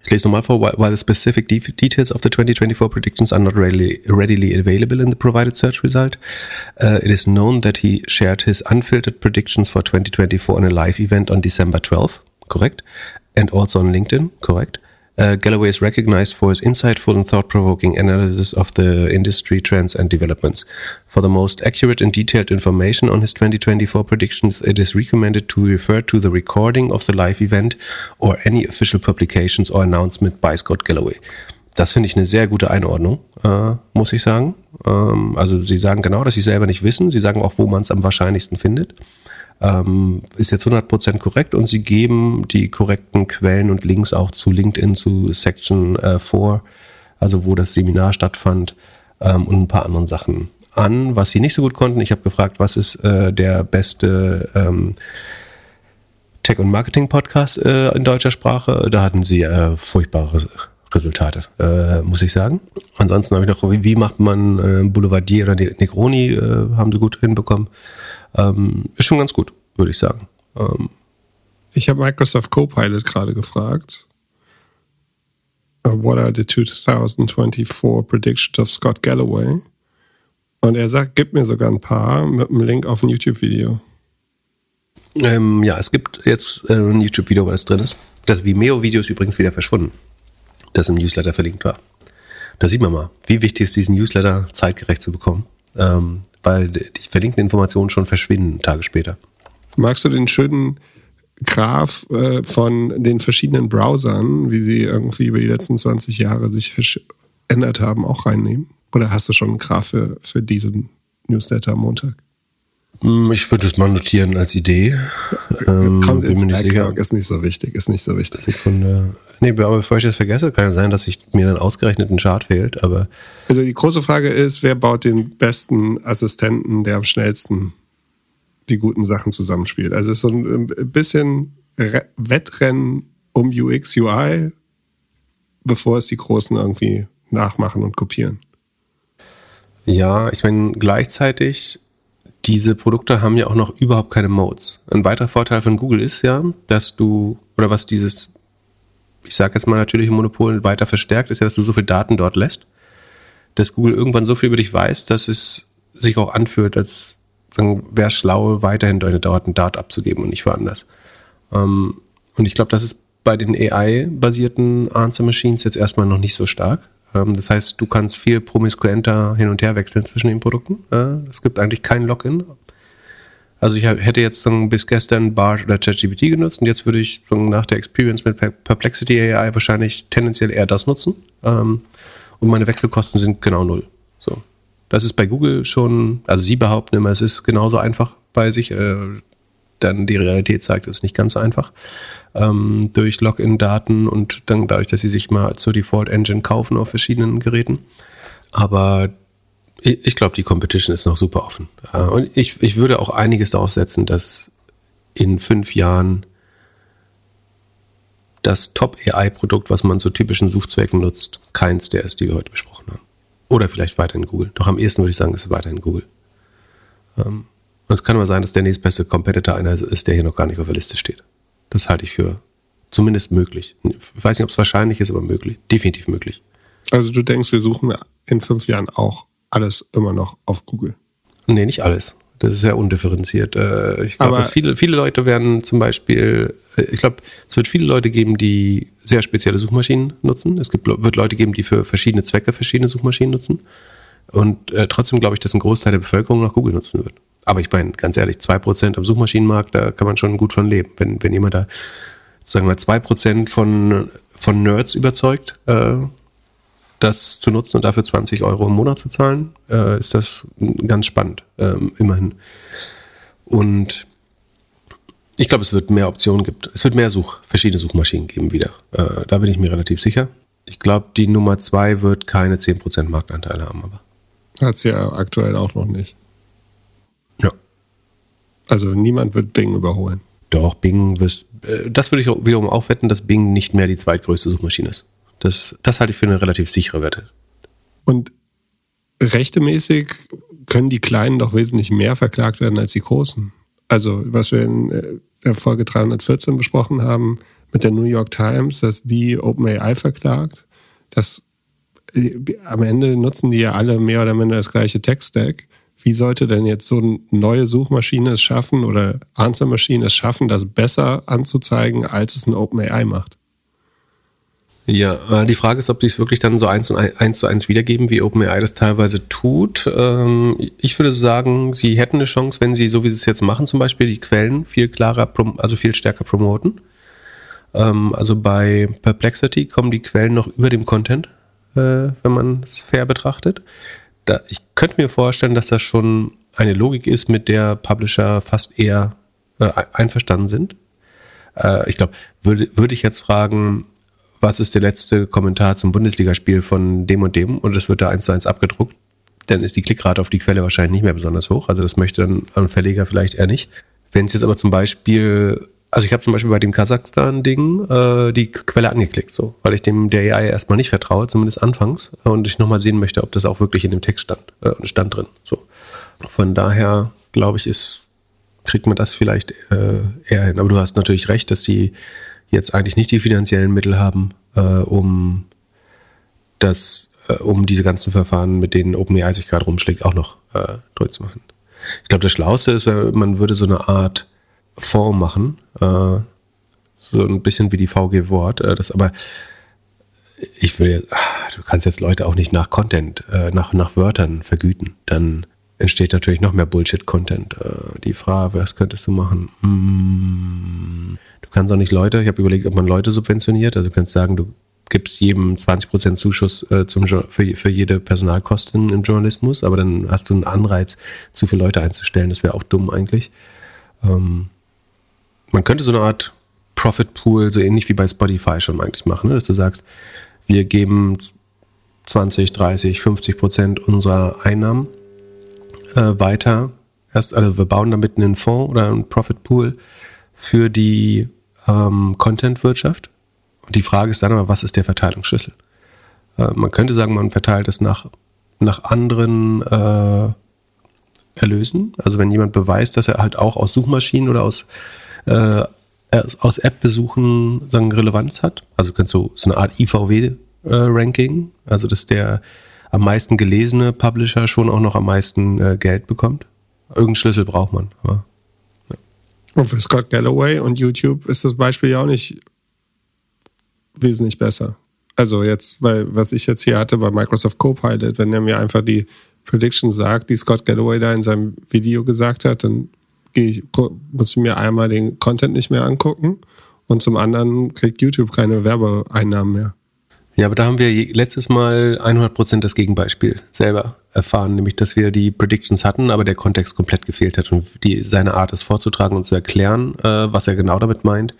Ich lese nochmal vor. While the specific details of the 2024 predictions are not readily available in the provided search result, it is known that he shared his unfiltered predictions for 2024 in a live event on December 12th, correct? And also on LinkedIn, correct? Galloway is recognized for his insightful and thought-provoking analysis of the industry trends and developments. For the most accurate and detailed information on his 2024 predictions, it is recommended to refer to the recording of the live event or any official publications or announcement by Scott Galloway. Das finde ich eine sehr gute Einordnung, muss ich sagen. Also sie sagen genau, dass sie selber nicht wissen. Sie sagen auch, wo man es am wahrscheinlichsten findet. Ist jetzt 100% korrekt und sie geben die korrekten Quellen und Links auch zu LinkedIn, zu Section 4, also wo das Seminar stattfand und ein paar anderen Sachen an. Was sie nicht so gut konnten, ich habe gefragt, was ist der beste Tech- und Marketing-Podcast in deutscher Sprache? Da hatten sie furchtbare Resultate, muss ich sagen. Ansonsten habe ich noch, wie macht man Boulevardier oder Negroni, haben sie gut hinbekommen. Ist schon ganz gut, würde ich sagen. Ich habe Microsoft Copilot gerade gefragt. What are the 2024 predictions of Scott Galloway? Und er sagt, gib mir sogar ein paar mit einem Link auf ein YouTube-Video. Ja, es gibt jetzt ein YouTube-Video, wo das drin ist. Das Vimeo-Video ist übrigens wieder verschwunden, das im Newsletter verlinkt war. Da sieht man mal, wie wichtig ist, diesen Newsletter zeitgerecht zu bekommen. Weil die verlinkten Informationen schon verschwinden Tage später. Magst du den schönen Graph von den verschiedenen Browsern, wie sie irgendwie über die letzten 20 Jahre sich verändert haben, auch reinnehmen? Oder hast du schon einen Graph für diesen Newsletter am Montag? Ich würde es mal notieren als Idee. Kommt ins Backlog, ist nicht so wichtig. Sekunde. Nee, aber bevor ich das vergesse, kann ja sein, dass mir dann ausgerechnet ein Chart fehlt. Aber also die große Frage ist, wer baut den besten Assistenten, der am schnellsten die guten Sachen zusammenspielt? Also es ist so ein bisschen Wettrennen um UX, UI, bevor es die Großen irgendwie nachmachen und kopieren. Ja, ich meine, gleichzeitig, diese Produkte haben ja auch noch überhaupt keine Modes. Ein weiterer Vorteil von Google ist ja, dass du, oder was dieses, ich sage jetzt mal natürliche Monopol weiter verstärkt, ist ja, dass du so viel Daten dort lässt, dass Google irgendwann so viel über dich weiß, dass es sich auch anfühlt, als wäre es schlau, weiterhin deine Daten abzugeben und nicht woanders. Und ich glaube, das ist bei den AI-basierten Answer Machines jetzt erstmal noch nicht so stark. Das heißt, du kannst viel promiskuenter hin und her wechseln zwischen den Produkten. Es gibt eigentlich kein Login. Also ich hätte jetzt bis gestern Bard oder ChatGPT genutzt und jetzt würde ich nach der Experience mit Perplexity AI wahrscheinlich tendenziell eher das nutzen. Und meine Wechselkosten sind genau 0. So. Das ist bei Google schon, also sie behaupten immer, es ist genauso einfach bei sich. Dann die Realität zeigt, es ist nicht ganz so einfach. Durch Login-Daten und dann dadurch, dass sie sich mal zur Default-Engine kaufen auf verschiedenen Geräten. Aber ich glaube, die Competition ist noch super offen. Und ich würde auch einiges darauf setzen, dass in 5 Jahren das Top-AI-Produkt, was man zu typischen Suchzwecken nutzt, keins der ist, die wir heute besprochen haben. Oder vielleicht weiterhin Google. Doch am ehesten würde ich sagen, es ist weiterhin Google. Und es kann aber sein, dass der nächstbeste Competitor einer ist, der hier noch gar nicht auf der Liste steht. Das halte ich für zumindest möglich. Ich weiß nicht, ob es wahrscheinlich ist, aber möglich. Definitiv möglich. Also du denkst, wir suchen in 5 Jahren auch alles immer noch auf Google? Nee, nicht alles. Das ist sehr undifferenziert. Ich glaube, dass viele Leute werden zum Beispiel, ich glaube, es wird viele Leute geben, die sehr spezielle Suchmaschinen nutzen. Wird Leute geben, die für verschiedene Zwecke verschiedene Suchmaschinen nutzen. Und trotzdem glaube ich, dass ein Großteil der Bevölkerung noch Google nutzen wird. Aber ich meine, ganz ehrlich, 2% am Suchmaschinenmarkt, da kann man schon gut von leben. Wenn jemand da, sagen wir 2% von Nerds überzeugt, das zu nutzen und dafür 20 € im Monat zu zahlen, ist das ganz spannend, immerhin. Und ich glaube, es wird mehr Optionen geben. Es wird mehr verschiedene Suchmaschinen geben wieder. Da bin ich mir relativ sicher. Ich glaube, die Nummer 2 wird keine 10% Marktanteile haben. Aber hat sie ja aktuell auch noch nicht. Ja. Also niemand wird Bing überholen. Doch, Bing das würde ich wiederum auch wetten, dass Bing nicht mehr die zweitgrößte Suchmaschine ist. Das halte ich für eine relativ sichere Wette. Und rechtemäßig können die Kleinen doch wesentlich mehr verklagt werden als die Großen. Also was wir in der Folge 314 besprochen haben, mit der New York Times, dass die OpenAI verklagt. Am Ende nutzen die ja alle mehr oder minder das gleiche Tech-Stack. Wie sollte denn jetzt so eine neue Suchmaschine es schaffen oder Answer Machine es schaffen, das besser anzuzeigen, als es ein OpenAI macht? Ja, die Frage ist, ob die es wirklich dann so eins zu eins wiedergeben, wie OpenAI das teilweise tut. Ich würde sagen, sie hätten eine Chance, wenn sie, so wie sie es jetzt machen, zum Beispiel die Quellen viel klarer, also viel stärker promoten. Also bei Perplexity kommen die Quellen noch über dem Content, wenn man es fair betrachtet. Ich könnte mir vorstellen, dass das schon eine Logik ist, mit der Publisher fast eher einverstanden sind. Ich glaube, würde ich jetzt fragen, was ist der letzte Kommentar zum Bundesligaspiel von dem und dem, und das wird da 1 zu 1 abgedruckt, dann ist die Klickrate auf die Quelle wahrscheinlich nicht mehr besonders hoch. Also das möchte dann ein Verleger vielleicht eher nicht. Wenn es jetzt aber zum Beispiel, also ich habe zum Beispiel bei dem Kasachstan-Ding die Quelle angeklickt, so, weil ich dem der AI erstmal nicht vertraue, zumindest anfangs, und ich nochmal sehen möchte, ob das auch wirklich in dem Text stand drin. So. Von daher, glaube ich, kriegt man das vielleicht eher hin. Aber du hast natürlich recht, dass sie jetzt eigentlich nicht die finanziellen Mittel haben, um diese ganzen Verfahren, mit denen OpenAI sich gerade rumschlägt, auch noch durchzumachen. Ich glaube, das Schlauste ist, man würde so eine Art Fonds machen, so ein bisschen wie die VG Wort, aber du kannst jetzt Leute auch nicht nach Content, nach Wörtern vergüten, dann entsteht natürlich noch mehr Bullshit-Content. Die Frage, was könntest du machen? Du kannst auch nicht ich habe überlegt, ob man Leute subventioniert, also du kannst sagen, du gibst jedem 20% Zuschuss für jede Personalkosten im Journalismus, aber dann hast du einen Anreiz, zu viele Leute einzustellen, das wäre auch dumm eigentlich. Man könnte so eine Art Profit Pool, so ähnlich wie bei Spotify schon eigentlich machen, ne? Dass du sagst, wir geben 20, 30, 50% unserer Einnahmen weiter. Also wir bauen damit einen Fonds oder einen Profit Pool für die Content-Wirtschaft. Und die Frage ist dann aber, was ist der Verteilungsschlüssel? Man könnte sagen, man verteilt es nach anderen Erlösen. Also wenn jemand beweist, dass er halt auch aus Suchmaschinen oder aus App-Besuchen sagen, Relevanz hat. Also du kannst so eine Art IVW-Ranking, also dass der am meisten gelesene Publisher schon auch noch am meisten Geld bekommt. Irgendeinen Schlüssel braucht man. Aber, ja. Und für Scott Galloway und YouTube ist das Beispiel ja auch nicht wesentlich besser. Also jetzt, weil was ich jetzt hier hatte bei Microsoft Copilot, wenn er mir einfach die Prediction sagt, die Scott Galloway da in seinem Video gesagt hat, dann muss ich mir einmal den Content nicht mehr angucken und zum anderen kriegt YouTube keine Werbeeinnahmen mehr. Ja, aber da haben wir letztes Mal 100% das Gegenbeispiel selber erfahren, nämlich, dass wir die Predictions hatten, aber der Kontext komplett gefehlt hat und seine Art, es vorzutragen und zu erklären, was er genau damit meint,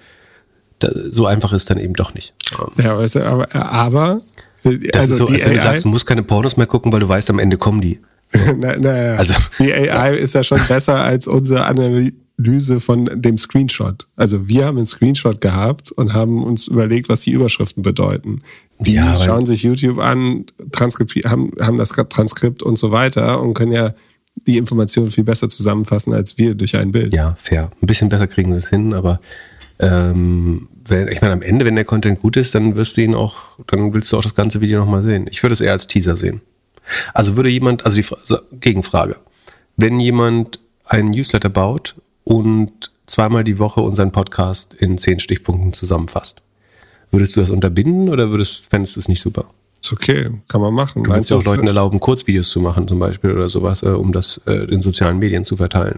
so einfach ist dann eben doch nicht. Ja, weißt du, aber das ist so, als wenn du sagst, du musst keine Pornos mehr gucken, weil du weißt, am Ende kommen die. Naja, also. Die AI ist ja schon besser als unsere Analyse von dem Screenshot. Also wir haben einen Screenshot gehabt und haben uns überlegt, was die Überschriften bedeuten. Die schauen sich YouTube an, haben das Transkript und so weiter und können ja die Informationen viel besser zusammenfassen als wir durch ein Bild. Ja, fair. Ein bisschen besser kriegen sie es hin, aber ich meine, am Ende, wenn der Content gut ist, dann willst du auch das ganze Video nochmal sehen. Ich würde es eher als Teaser sehen. Also würde jemand, Gegenfrage, wenn jemand einen Newsletter baut und zweimal die Woche unseren Podcast in 10 Stichpunkten zusammenfasst, würdest du das unterbinden oder fändest du es nicht super? Ist okay, kann man machen. Du kannst ja auch Leuten erlauben, Kurzvideos zu machen zum Beispiel oder sowas, um das in sozialen Medien zu verteilen.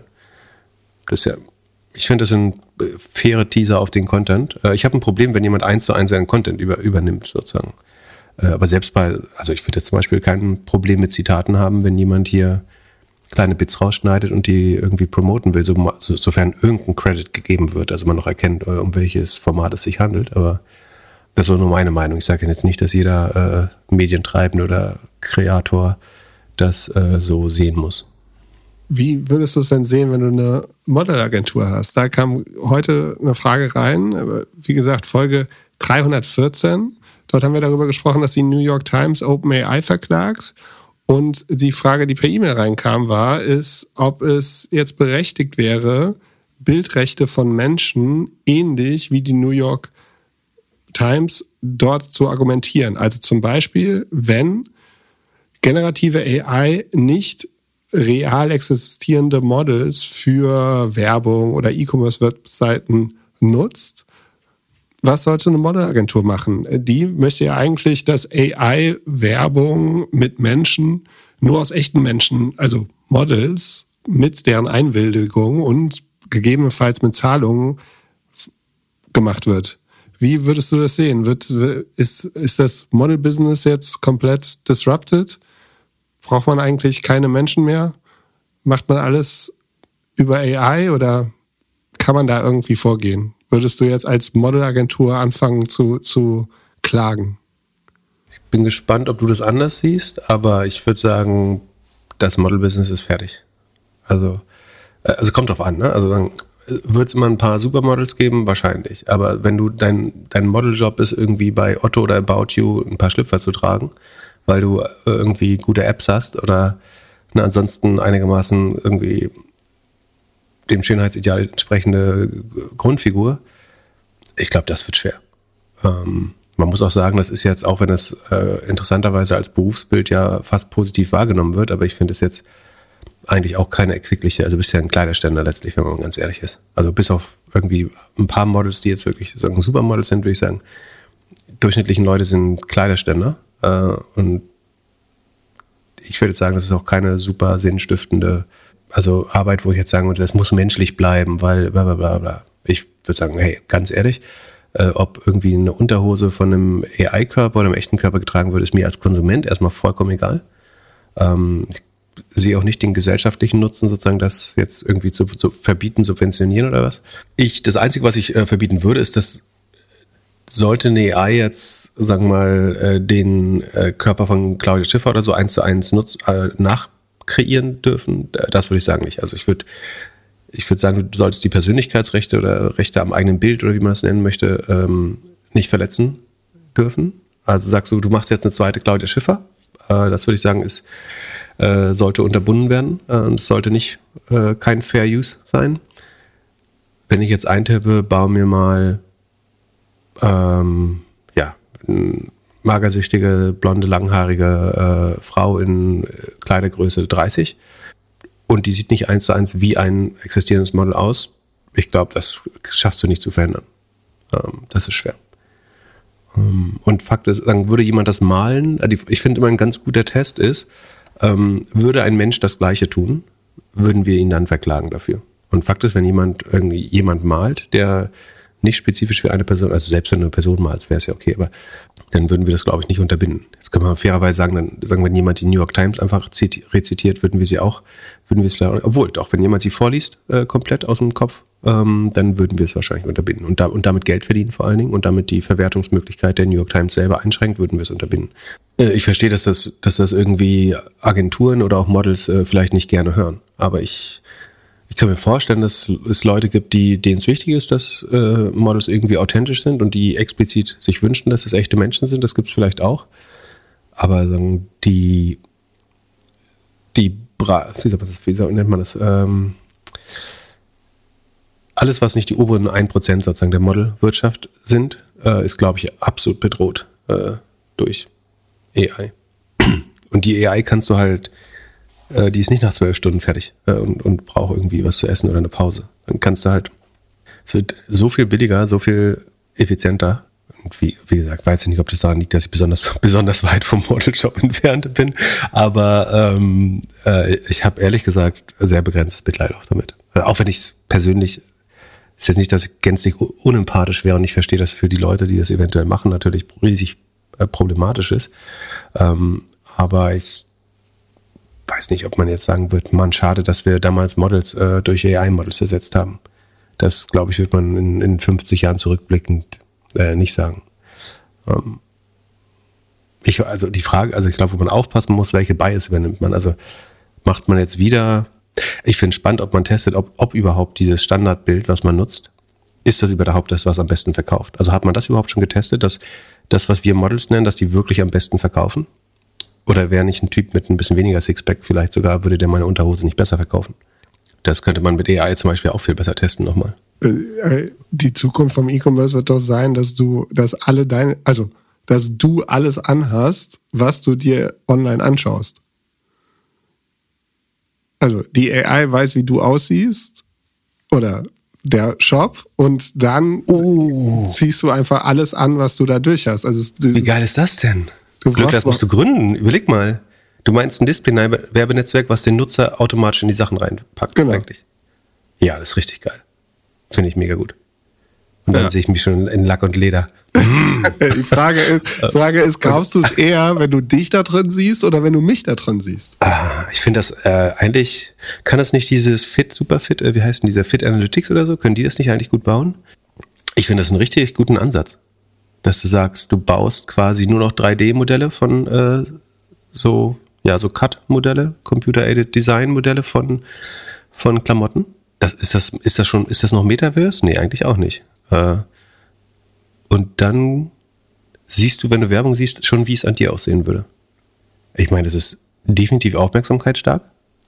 Ich finde, das sind faire Teaser auf den Content. Ich habe ein Problem, wenn jemand 1 zu 1 seinen Content übernimmt, sozusagen. Aber selbst ich würde jetzt zum Beispiel kein Problem mit Zitaten haben, wenn jemand hier kleine Bits rausschneidet und die irgendwie promoten will, sofern irgendein Credit gegeben wird, also man noch erkennt, um welches Format es sich handelt. Aber das ist nur meine Meinung. Ich sage jetzt nicht, dass jeder Medientreibende oder Kreator das so sehen muss. Wie würdest du es denn sehen, wenn du eine Modelagentur hast? Da kam heute eine Frage rein, wie gesagt, Folge 314. Dort haben wir darüber gesprochen, dass die New York Times OpenAI verklagt. Und die Frage, die per E-Mail reinkam, ist, ob es jetzt berechtigt wäre, Bildrechte von Menschen ähnlich wie die New York Times dort zu argumentieren. Also zum Beispiel, wenn generative AI nicht real existierende Models für Werbung oder E-Commerce-Webseiten nutzt, was sollte eine Modelagentur machen? Die möchte ja eigentlich, dass AI-Werbung mit Menschen, nur aus echten Menschen, also Models, mit deren Einwilligung und gegebenenfalls mit Zahlungen gemacht wird. Wie würdest du das sehen? Ist das Model-Business jetzt komplett disrupted? Braucht man eigentlich keine Menschen mehr? Macht man alles über AI oder kann man da irgendwie vorgehen? Würdest du jetzt als Modelagentur anfangen zu klagen? Ich bin gespannt, ob du das anders siehst, aber ich würde sagen, das Model-Business ist fertig. Also kommt drauf an, ne? Also dann wird es immer ein paar Supermodels geben? Wahrscheinlich. Aber wenn du dein Modeljob ist, irgendwie bei Otto oder About You ein paar Schlüpfer zu tragen, weil du irgendwie gute Apps hast oder ansonsten einigermaßen irgendwie dem Schönheitsideal entsprechende Grundfigur, ich glaube, das wird schwer. Man muss auch sagen, das ist jetzt, auch wenn es interessanterweise als Berufsbild ja fast positiv wahrgenommen wird, aber ich finde es jetzt eigentlich auch keine erquickliche, also bist ja ein Kleiderständer letztlich, wenn man ganz ehrlich ist. Also bis auf irgendwie ein paar Models, die jetzt wirklich sagen, Supermodels sind, würde ich sagen, durchschnittlichen Leute sind Kleiderständer. Und ich würde jetzt sagen, das ist auch keine super sinnstiftende Arbeit, wo ich jetzt sagen würde, das muss menschlich bleiben, weil bla bla bla bla. Ich würde sagen, hey, ganz ehrlich, ob irgendwie eine Unterhose von einem AI-Körper oder einem echten Körper getragen wird, ist mir als Konsument erstmal vollkommen egal. Ich sehe auch nicht den gesellschaftlichen Nutzen, sozusagen das jetzt irgendwie zu verbieten, subventionieren oder was. Das Einzige, was ich verbieten würde, ist, dass sollte eine AI jetzt, sagen wir mal, den Körper von Claudia Schiffer oder so 1:1 nachkreieren dürfen, das würde ich sagen nicht. Also ich würde sagen, du solltest die Persönlichkeitsrechte oder Rechte am eigenen Bild oder wie man das nennen möchte, nicht verletzen dürfen. Also sagst du machst jetzt eine zweite Claudia Schiffer. Das würde ich sagen, sollte unterbunden werden. Es sollte nicht kein Fair Use sein. Wenn ich jetzt eintippe, baue mir mal magersüchtige, blonde, langhaarige Frau in Kleidergröße 30 und die sieht nicht 1:1 wie ein existierendes Model aus. Ich glaube, das schaffst du nicht zu verändern. Das ist schwer. Und Fakt ist, dann würde jemand das malen, ich finde immer ein ganz guter Test ist, würde ein Mensch das Gleiche tun, würden wir ihn dann verklagen dafür. Und Fakt ist, wenn jemand malt, der nicht spezifisch für eine Person, also selbst wenn du eine Person malst, wäre es ja okay, aber dann würden wir das, glaube ich, nicht unterbinden. Jetzt können wir fairerweise sagen, wenn jemand die New York Times einfach rezitiert, würden wir es, obwohl, doch, wenn jemand sie vorliest, komplett aus dem Kopf, dann würden wir es wahrscheinlich unterbinden. Und damit Geld verdienen vor allen Dingen und damit die Verwertungsmöglichkeit der New York Times selber einschränkt, würden wir es unterbinden. Ich verstehe, dass das irgendwie Agenturen oder auch Models vielleicht nicht gerne hören, aber ich kann mir vorstellen, dass es Leute gibt, denen es wichtig ist, dass Models irgendwie authentisch sind und die explizit sich wünschen, dass es echte Menschen sind. Das gibt es vielleicht auch. Aber wie nennt man das? Alles, was nicht die oberen 1% sozusagen der Modelwirtschaft sind, ist, glaube ich, absolut bedroht durch AI. Und die AI kannst du halt die ist nicht nach 12 Stunden fertig und braucht irgendwie was zu essen oder eine Pause. Dann kannst du halt, es wird so viel billiger, so viel effizienter. Und wie gesagt, weiß ich nicht, ob das daran liegt, dass ich besonders weit vom Modeljob entfernt bin. Aber ich habe ehrlich gesagt sehr begrenztes Mitleid auch damit. Auch wenn ich es persönlich, ist jetzt nicht, dass ich gänzlich unempathisch wäre und ich verstehe, dass für die Leute, die das eventuell machen, natürlich riesig problematisch ist. Aber ich weiß nicht, ob man jetzt sagen wird, man, schade, dass wir damals Models durch AI-Models ersetzt haben. Das, glaube ich, wird man in 50 Jahren zurückblickend nicht sagen. Ich glaube, wo man aufpassen muss, welche Bias übernimmt man. Also macht man jetzt wieder, ich finde es spannend, ob man testet, ob überhaupt dieses Standardbild, was man nutzt, ist das überhaupt das, was am besten verkauft? Also hat man das überhaupt schon getestet, dass das, was wir Models nennen, dass die wirklich am besten verkaufen? Oder wäre nicht ein Typ mit ein bisschen weniger Sixpack vielleicht sogar, würde der meine Unterhose nicht besser verkaufen? Das könnte man mit AI zum Beispiel auch viel besser testen nochmal. Die Zukunft vom E-Commerce wird doch sein, dass du alles anhast, was du dir online anschaust. Also die AI weiß, wie du aussiehst oder der Shop und dann ziehst du einfach alles an, was du da durch hast. Also wie geil ist das denn? Glück, das musst du gründen. Überleg mal. Du meinst ein Display-Werbenetzwerk, was den Nutzer automatisch in die Sachen reinpackt. Genau. Eigentlich. Ja, das ist richtig geil. Finde ich mega gut. Und dann sehe ich mich schon in Lack und Leder. Die Frage ist, kaufst du es eher, wenn du dich da drin siehst oder wenn du mich da drin siehst? Ich finde das eigentlich, kann das nicht dieses Superfit, wie heißt denn dieser Fit Analytics oder so? Können die das nicht eigentlich gut bauen? Ich finde das einen richtig guten Ansatz. Dass du sagst, du baust quasi nur noch 3D-Modelle von so Cut-Modelle, Computer-Aided Design-Modelle von Klamotten. Ist das noch Metaverse? Nee, eigentlich auch nicht. Und dann siehst du, wenn du Werbung siehst, schon, wie es an dir aussehen würde. Ich meine, das ist definitiv aufmerksamkeitsstark.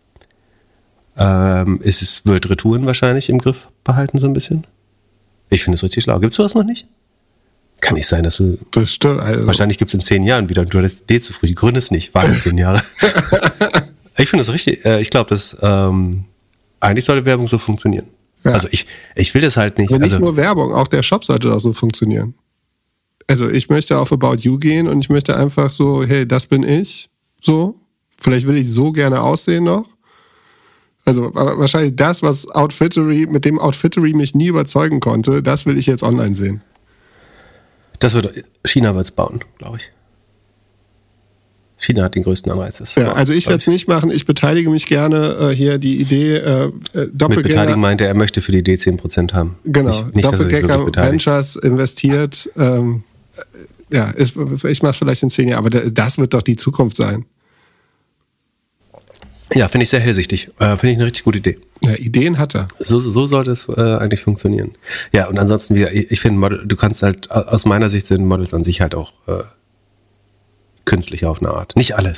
Wird Retouren wahrscheinlich im Griff behalten, so ein bisschen. Ich finde es richtig schlau. Gibt es sowas noch nicht? Kann nicht sein, dass du... Das stimmt. Also. Wahrscheinlich gibt es in 10 Jahren wieder und du hattest zu früh. Die Gründe ist nicht. Waren 10 Jahre. Ich finde das richtig... ich glaube, dass eigentlich sollte Werbung so funktionieren. Ja. Also ich will das halt nicht... Aber nicht nur Werbung, auch der Shop sollte auch so funktionieren. Also ich möchte auf About You gehen und ich möchte einfach so, hey, das bin ich. So. Vielleicht will ich so gerne aussehen noch. Also wahrscheinlich das, mit dem Outfittery mich nie überzeugen konnte, das will ich jetzt online sehen. China wird es bauen, glaube ich. China hat den größten Anreiz. Ja, also ich werde es nicht machen. Ich beteilige mich gerne hier die Idee Doppelgänger. Mit beteiligen meinte er möchte für die Idee 10% haben. Genau, nicht, Doppelgänger Ventures investiert. Ich mache es vielleicht in 10 Jahren, aber das wird doch die Zukunft sein. Ja, finde ich sehr hellsichtig. Finde ich eine richtig gute Idee. Ja, Ideen hat er. So sollte es eigentlich funktionieren. Ja, und ansonsten ich finde, du kannst halt, aus meiner Sicht sind Models an sich halt auch künstlich auf eine Art. Nicht alle.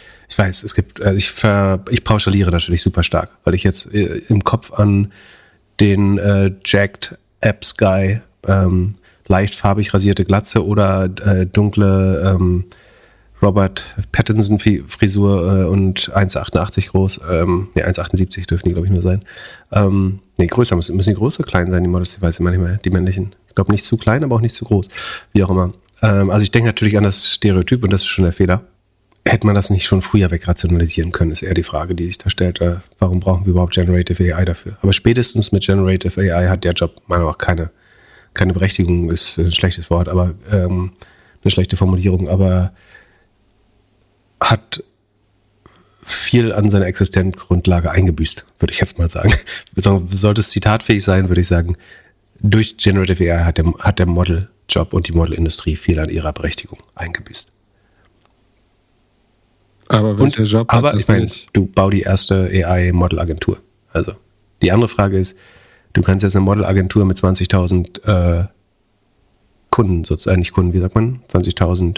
Ich pauschaliere natürlich super stark, weil ich jetzt im Kopf an den Jacked Apps Guy, leicht farbig rasierte Glatze oder dunkle Robert Pattinson Frisur und 1,88 groß, 1,78 dürfen die, glaube ich, nur sein. Größer, müssen die groß oder klein sein, die Models, ich weiß nicht manchmal, die männlichen. Ich glaube nicht zu klein, aber auch nicht zu groß, wie auch immer. Also ich denke natürlich an das Stereotyp und das ist schon der Fehler. Hätte man das nicht schon früher wegrationalisieren können, ist eher die Frage, die sich da stellt. Warum brauchen wir überhaupt Generative AI dafür? Aber spätestens mit Generative AI hat der Job meiner Meinung nach keine Berechtigung, ist ein schlechtes Wort, aber eine schlechte Formulierung, aber hat viel an seiner Existenzgrundlage eingebüßt, würde ich jetzt mal sagen. Sollte es zitatfähig sein, würde ich sagen, durch Generative AI hat der Modeljob und die Modelindustrie viel an ihrer Berechtigung eingebüßt. Aber welcher Job hat das ich meine, nicht? du bau die erste AI-Modelagentur. Also die andere Frage ist, du kannst jetzt eine Modelagentur mit 20.000 Kunden, sozusagen nicht Kunden, wie sagt man? 20.000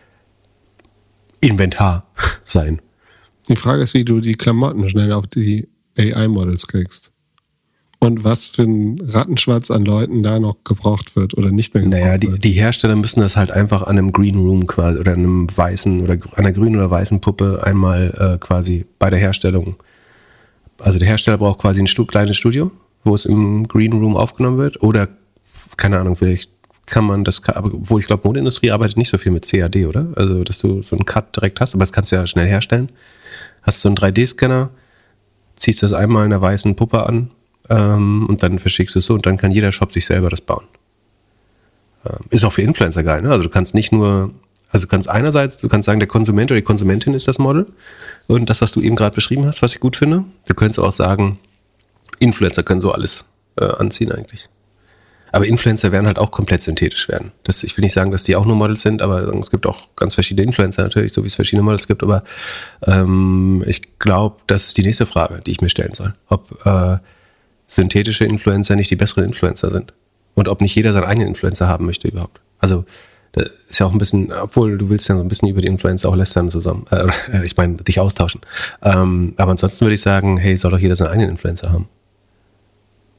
Inventar sein. Die Frage ist, wie du die Klamotten schnell auf die AI-Models kriegst. Und was für ein Rattenschwanz an Leuten da noch gebraucht wird oder nicht mehr gebraucht wird. Die Hersteller müssen das halt einfach an einem Green Room quasi oder einem weißen oder einer grünen oder weißen Puppe einmal quasi bei der Herstellung. Also der Hersteller braucht quasi ein kleines Studio, wo es im Green Room aufgenommen wird oder, keine Ahnung, vielleicht kann man das, obwohl ich glaube, Modeindustrie arbeitet nicht so viel mit CAD, oder? Also, dass du so einen Cut direkt hast, aber das kannst du ja schnell herstellen. Hast so einen 3D-Scanner, ziehst das einmal in einer weißen Puppe an und dann verschickst du es so und dann kann jeder Shop sich selber das bauen. Ist auch für Influencer geil, ne? Also du kannst nicht nur, du kannst sagen, der Konsument oder die Konsumentin ist das Model und das, was du eben gerade beschrieben hast, was ich gut finde. Du könntest auch sagen, Influencer können so alles anziehen eigentlich. Aber Influencer werden halt auch komplett synthetisch werden. Ich will nicht sagen, dass die auch nur Models sind, aber es gibt auch ganz verschiedene Influencer natürlich, so wie es verschiedene Models gibt. Aber ich glaube, das ist die nächste Frage, die ich mir stellen soll. Ob synthetische Influencer nicht die besseren Influencer sind. Und ob nicht jeder seinen eigenen Influencer haben möchte überhaupt. Also das ist ja auch ein bisschen, obwohl du willst ja so ein bisschen über die Influencer auch lästern zusammen. Ich meine, dich austauschen. Aber ansonsten würde ich sagen, hey, soll doch jeder seinen eigenen Influencer haben.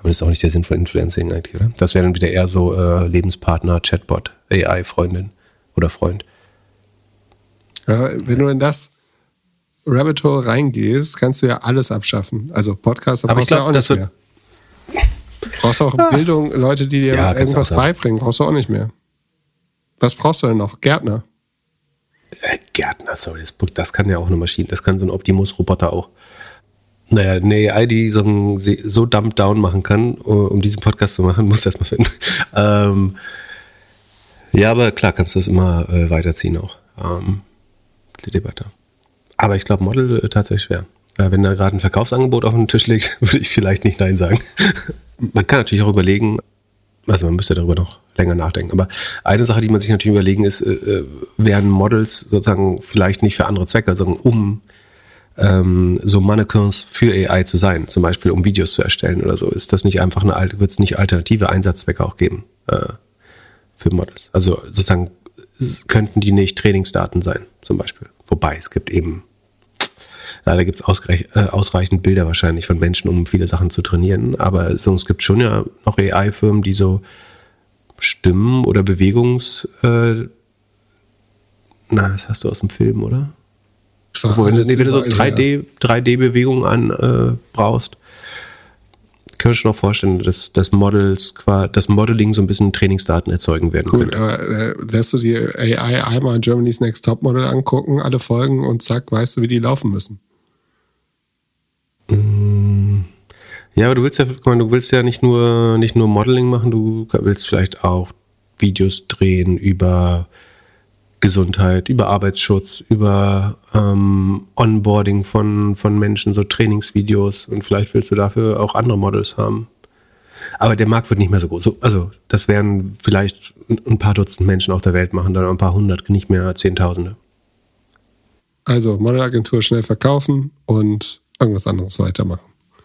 Aber das ist auch nicht der Sinn von Influencing eigentlich, oder? Das wäre dann wieder eher so Lebenspartner, Chatbot, AI-Freundin oder Freund. Ja, wenn du in das Rabbit Hole reingehst, kannst du ja alles abschaffen. Also Podcaster brauchst du ja auch nicht mehr. Brauchst du auch Bildung, Leute, die dir irgendwas beibringen, brauchst du auch nicht mehr. Was brauchst du denn noch? Gärtner? Gärtner, sorry, das kann ja auch eine Maschine, das kann so ein Optimus-Roboter auch. Naja, eine AI, die so dumbed down machen kann, um diesen Podcast zu machen, muss das mal finden. Ja, aber klar, kannst du das immer weiterziehen auch. Die Debatte. Aber ich glaube, Model tatsächlich schwer. Wenn da gerade ein Verkaufsangebot auf dem Tisch liegt, würde ich vielleicht nicht Nein sagen. Man kann natürlich auch überlegen, also man müsste darüber noch länger nachdenken. Aber eine Sache, die man sich natürlich überlegen ist, wären Models sozusagen vielleicht nicht für andere Zwecke, sondern um so Mannequins für AI zu sein, zum Beispiel um Videos zu erstellen oder so. Ist das nicht einfach wird es nicht alternative Einsatzzwecke auch geben für Models? Also sozusagen könnten die nicht Trainingsdaten sein, zum Beispiel. Wobei es gibt eben, leider gibt es ausreichend Bilder wahrscheinlich von Menschen, um viele Sachen zu trainieren, aber es gibt schon ja noch AI-Firmen, die so Stimmen oder das hast du aus dem Film, oder? Wenn du so 3D-Bewegungen brauchst, kann ich schon noch vorstellen, dass das Modeling so ein bisschen Trainingsdaten erzeugen werden könnte. Gut, aber lässt du die AI einmal Germany's Next Topmodel angucken, alle Folgen und zack, weißt du, wie die laufen müssen. Ja, aber du willst ja nicht nur Modeling machen, du willst vielleicht auch Videos drehen über Gesundheit, über Arbeitsschutz, über Onboarding von Menschen, so Trainingsvideos, und vielleicht willst du dafür auch andere Models haben. Aber der Markt wird nicht mehr so groß. Also das werden vielleicht ein paar Dutzend Menschen auf der Welt machen, dann ein paar hundert, nicht mehr Zehntausende. Also Modelagentur schnell verkaufen und irgendwas anderes weitermachen.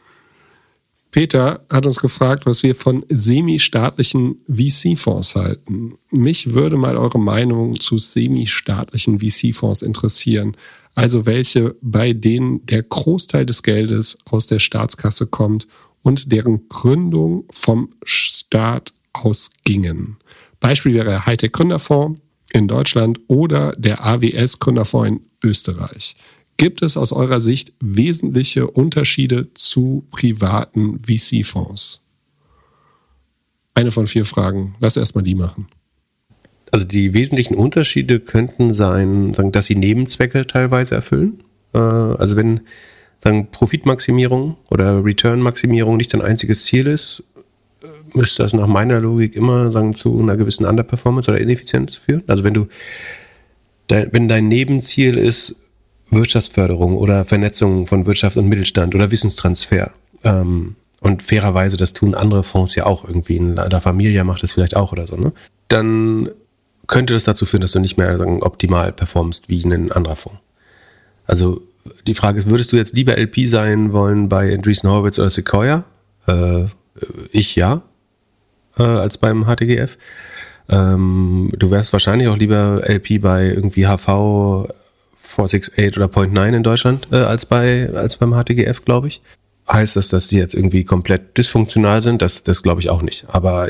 Peter hat uns gefragt, was wir von semi-staatlichen VC-Fonds halten. Mich würde mal eure Meinung zu semi-staatlichen VC-Fonds interessieren. Also welche, bei denen der Großteil des Geldes aus der Staatskasse kommt und deren Gründung vom Staat ausgingen. Beispiel wäre der Hightech-Gründerfonds in Deutschland oder der AWS-Gründerfonds in Österreich. Gibt es aus eurer Sicht wesentliche Unterschiede zu privaten VC-Fonds? Eine von 4 Fragen. Lass erstmal die machen. Also die wesentlichen Unterschiede könnten sein, dass sie Nebenzwecke teilweise erfüllen. Also wenn Profitmaximierung oder Return-Maximierung nicht dein einziges Ziel ist, müsste das nach meiner Logik immer zu einer gewissen Underperformance oder Ineffizienz führen. Also wenn dein Nebenziel ist, Wirtschaftsförderung oder Vernetzung von Wirtschaft und Mittelstand oder Wissenstransfer. Und fairerweise, das tun andere Fonds ja auch irgendwie. In der Familie macht das vielleicht auch oder so, ne? Dann könnte das dazu führen, dass du nicht mehr optimal performst wie ein anderer Fonds. Also die Frage ist, würdest du jetzt lieber LP sein wollen bei Andreessen Horowitz oder Sequoia? Ich ja, als beim HTGF. Du wärst wahrscheinlich auch lieber LP bei irgendwie HV 468 oder Point 9 in Deutschland als beim HTGF, glaube ich. Heißt das, dass die jetzt irgendwie komplett dysfunktional sind? Das glaube ich auch nicht. Aber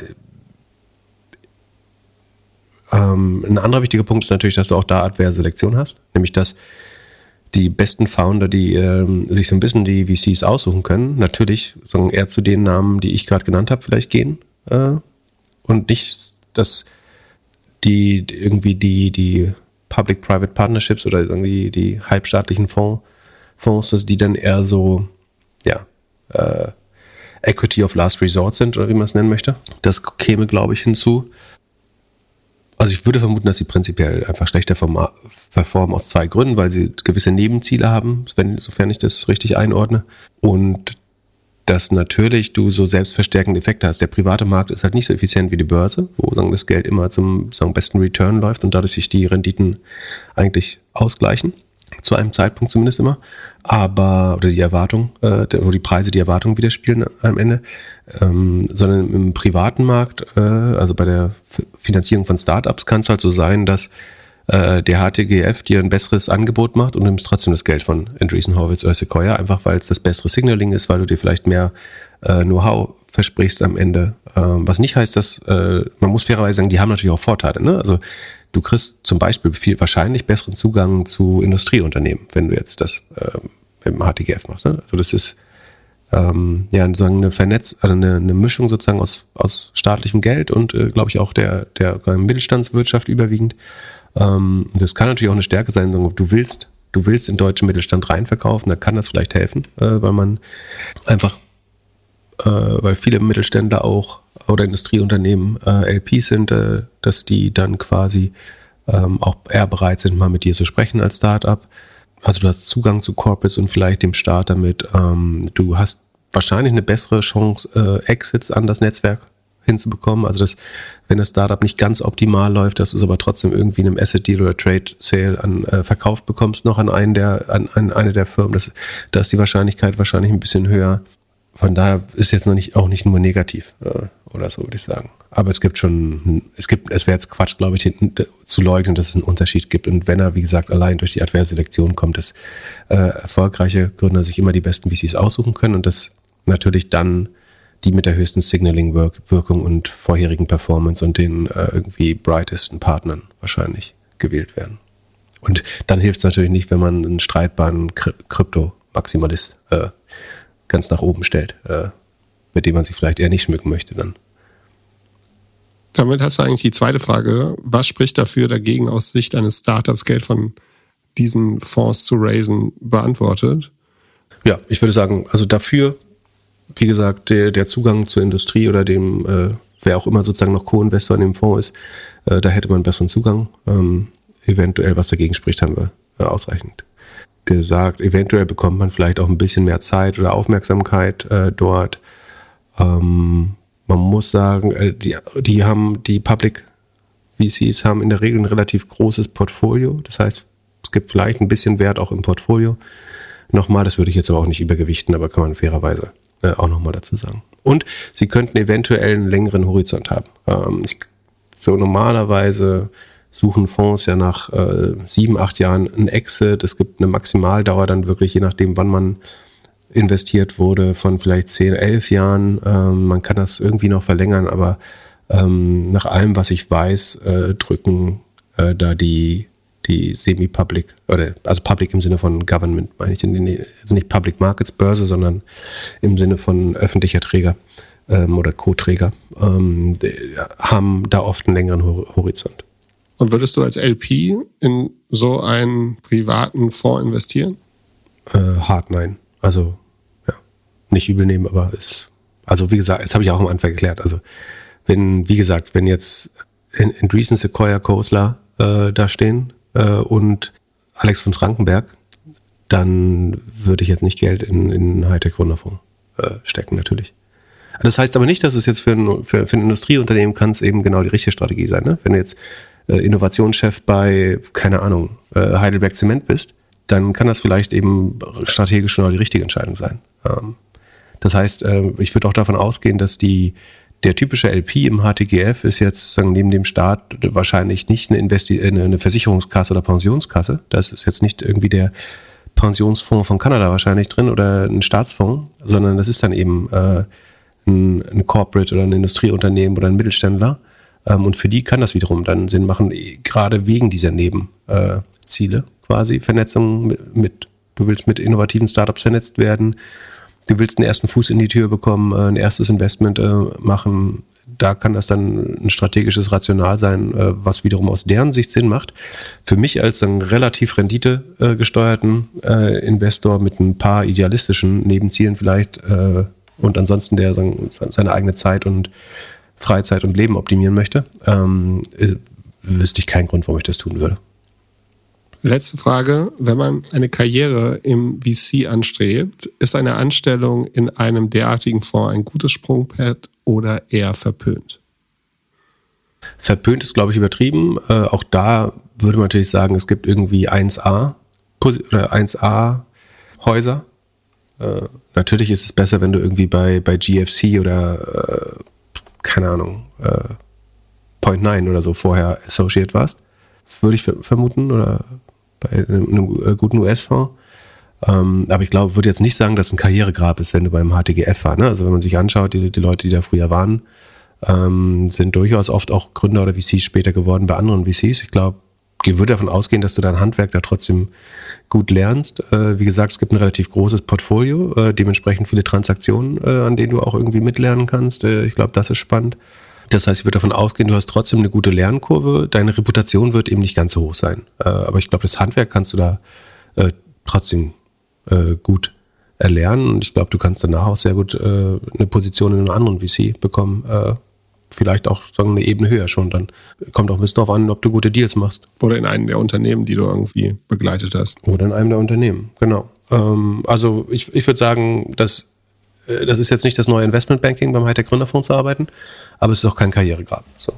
ein anderer wichtiger Punkt ist natürlich, dass du auch da adverse Selektion hast. Nämlich, dass die besten Founder, die sich so ein bisschen die VCs aussuchen können, natürlich eher zu den Namen, die ich gerade genannt habe, vielleicht gehen. Und nicht, dass die irgendwie die Public-Private Partnerships oder irgendwie die halbstaatlichen Fonds, dass die dann eher so, Equity of Last Resort sind, oder wie man es nennen möchte. Das käme, glaube ich, hinzu. Also ich würde vermuten, dass sie prinzipiell einfach schlechter performen aus 2 Gründen, weil sie gewisse Nebenziele haben, sofern ich das richtig einordne. Und dass natürlich du so selbstverstärkende Effekte hast. Der private Markt ist halt nicht so effizient wie die Börse, wo das Geld immer zum besten Return läuft und dadurch sich die Renditen eigentlich ausgleichen. Zu einem Zeitpunkt zumindest immer. Oder die Erwartung, wo die Preise die Erwartung widerspiegeln am Ende. Sondern im privaten Markt, also bei der Finanzierung von Startups, kann es halt so sein, dass der HTGF dir ein besseres Angebot macht und du nimmst trotzdem das Geld von Andreessen Horowitz oder Sequoia, einfach weil es das bessere Signaling ist, weil du dir vielleicht mehr Know-how versprichst am Ende. Was nicht heißt, dass, man muss fairerweise sagen, die haben natürlich auch Vorteile. Ne? Also du kriegst zum Beispiel viel wahrscheinlich besseren Zugang zu Industrieunternehmen, wenn du jetzt das mit dem HTGF machst. Ne? Also das ist sozusagen eine Mischung sozusagen aus staatlichem Geld und glaube ich auch der Mittelstandswirtschaft überwiegend. Das kann natürlich auch eine Stärke sein, du willst in deutschen Mittelstand reinverkaufen, da kann das vielleicht helfen, weil man einfach, weil viele Mittelständler auch oder Industrieunternehmen LPs sind, dass die dann quasi auch eher bereit sind, mal mit dir zu sprechen als Startup. Also du hast Zugang zu Corporates und vielleicht dem Staat damit. Du hast wahrscheinlich eine bessere Chance, Exits an das Netzwerk hinzubekommen. Also wenn das Startup nicht ganz optimal läuft, dass du es aber trotzdem irgendwie in einem Asset Deal oder Trade Sale verkauft bekommst noch an eine der Firmen. Da ist die Wahrscheinlichkeit wahrscheinlich ein bisschen höher. Von daher ist jetzt auch nicht nur negativ oder so, würde ich sagen. Aber es wäre jetzt Quatsch, glaube ich, zu leugnen, dass es einen Unterschied gibt. Und wenn er, wie gesagt, allein durch die Adverselektion kommt, dass erfolgreiche Gründer sich immer die besten VCs aussuchen können und dass natürlich dann die mit der höchsten Signaling-Wirkung und vorherigen Performance und den irgendwie brightesten Partnern wahrscheinlich gewählt werden. Und dann hilft es natürlich nicht, wenn man einen streitbaren Krypto-Maximalist ganz nach oben stellt, mit dem man sich vielleicht eher nicht schmücken möchte dann. Damit hast du eigentlich die zweite Frage. Was spricht dagegen aus Sicht eines Startups Geld von diesen Fonds zu raisen, beantwortet? Ja, ich würde sagen, also dafür, wie gesagt, der Zugang zur Industrie oder dem, wer auch immer sozusagen noch Co-Investor in dem Fonds ist, da hätte man einen besseren Zugang. Eventuell, was dagegen spricht, haben wir ausreichend gesagt. Eventuell bekommt man vielleicht auch ein bisschen mehr Zeit oder Aufmerksamkeit dort. Man muss sagen, die Public VCs haben in der Regel ein relativ großes Portfolio. Das heißt, es gibt vielleicht ein bisschen Wert auch im Portfolio. Nochmal, das würde ich jetzt aber auch nicht übergewichten, aber kann man fairerweise auch nochmal dazu sagen. Und sie könnten eventuell einen längeren Horizont haben. Normalerweise suchen Fonds ja nach 7-8 Jahren ein Exit. Es gibt eine Maximaldauer dann wirklich, je nachdem, wann man investiert wurde, von vielleicht 10-11 Jahren. Man kann das irgendwie noch verlängern, aber nach allem, was ich weiß, drücken da die Semi-Public, also Public im Sinne von Government, meine ich, also nicht Public Markets Börse, sondern im Sinne von öffentlicher Träger oder Co-Träger, haben da oft einen längeren Horizont. Und würdest du als LP in so einen privaten Fonds investieren? Hart nein. Also, ja, nicht übel nehmen, aber also wie gesagt, das habe ich auch am Anfang erklärt. Also, wenn jetzt Andreessen, Sequoia, Khosla da stehen und Alex von Frankenberg, dann würde ich jetzt nicht Geld in einen Hightech-Gründerfonds stecken, natürlich. Das heißt aber nicht, dass es jetzt für ein Industrieunternehmen kann es eben genau die richtige Strategie sein. Ne? Wenn du jetzt Innovationschef bei, keine Ahnung, Heidelberg Zement bist, dann kann das vielleicht eben strategisch genau die richtige Entscheidung sein. Das heißt, ich würde auch davon ausgehen, dass der typische LP im HTGF ist jetzt sagen, neben dem Staat wahrscheinlich nicht eine Versicherungskasse oder Pensionskasse. Das ist jetzt nicht irgendwie der Pensionsfonds von Kanada wahrscheinlich drin oder ein Staatsfonds, sondern das ist dann eben ein Corporate oder ein Industrieunternehmen oder ein Mittelständler. Und für die kann das wiederum dann Sinn machen, gerade wegen dieser Nebenziele quasi. Vernetzung du willst mit innovativen Startups vernetzt werden, du willst einen ersten Fuß in die Tür bekommen, ein erstes Investment machen. Da kann das dann ein strategisches Rational sein, was wiederum aus deren Sicht Sinn macht. Für mich als einen relativ renditegesteuerten Investor mit ein paar idealistischen Nebenzielen vielleicht und ansonsten der seine eigene Zeit und Freizeit und Leben optimieren möchte, wüsste ich keinen Grund, warum ich das tun würde. Letzte Frage. Wenn man eine Karriere im VC anstrebt, ist eine Anstellung in einem derartigen Fonds ein gutes Sprungbrett oder eher verpönt? Verpönt ist, glaube ich, übertrieben. Auch da würde man natürlich sagen, es gibt irgendwie 1A oder 1A Häuser. Natürlich ist es besser, wenn du irgendwie bei GFC oder keine Ahnung, Point9 oder so vorher Associate warst, würde ich vermuten, oder bei einem guten US-Fonds. Aber ich glaube, würde jetzt nicht sagen, dass es ein Karrieregrab ist, wenn du beim HTGF warst. Ne? Also wenn man sich anschaut, die Leute, die da früher waren, sind durchaus oft auch Gründer oder VCs später geworden bei anderen VCs. Ich glaube, ich würde davon ausgehen, dass du dein Handwerk da trotzdem gut lernst. Wie gesagt, es gibt ein relativ großes Portfolio, dementsprechend viele Transaktionen, an denen du auch irgendwie mitlernen kannst. Ich glaube, das ist spannend. Das heißt, ich würde davon ausgehen, du hast trotzdem eine gute Lernkurve. Deine Reputation wird eben nicht ganz so hoch sein. Aber ich glaube, das Handwerk kannst du da trotzdem gut erlernen. Und ich glaube, du kannst danach auch sehr gut eine Position in einem anderen VC bekommen. Vielleicht auch sagen eine Ebene höher schon. Dann kommt auch ein bisschen darauf an, ob du gute Deals machst. Oder in einem der Unternehmen, die du irgendwie begleitet hast. Oder in einem der Unternehmen, genau. Also ich würde sagen, das ist jetzt nicht das neue Investmentbanking, beim Hightech Gründerfonds zu arbeiten, aber es ist auch kein Karrieregrab. So.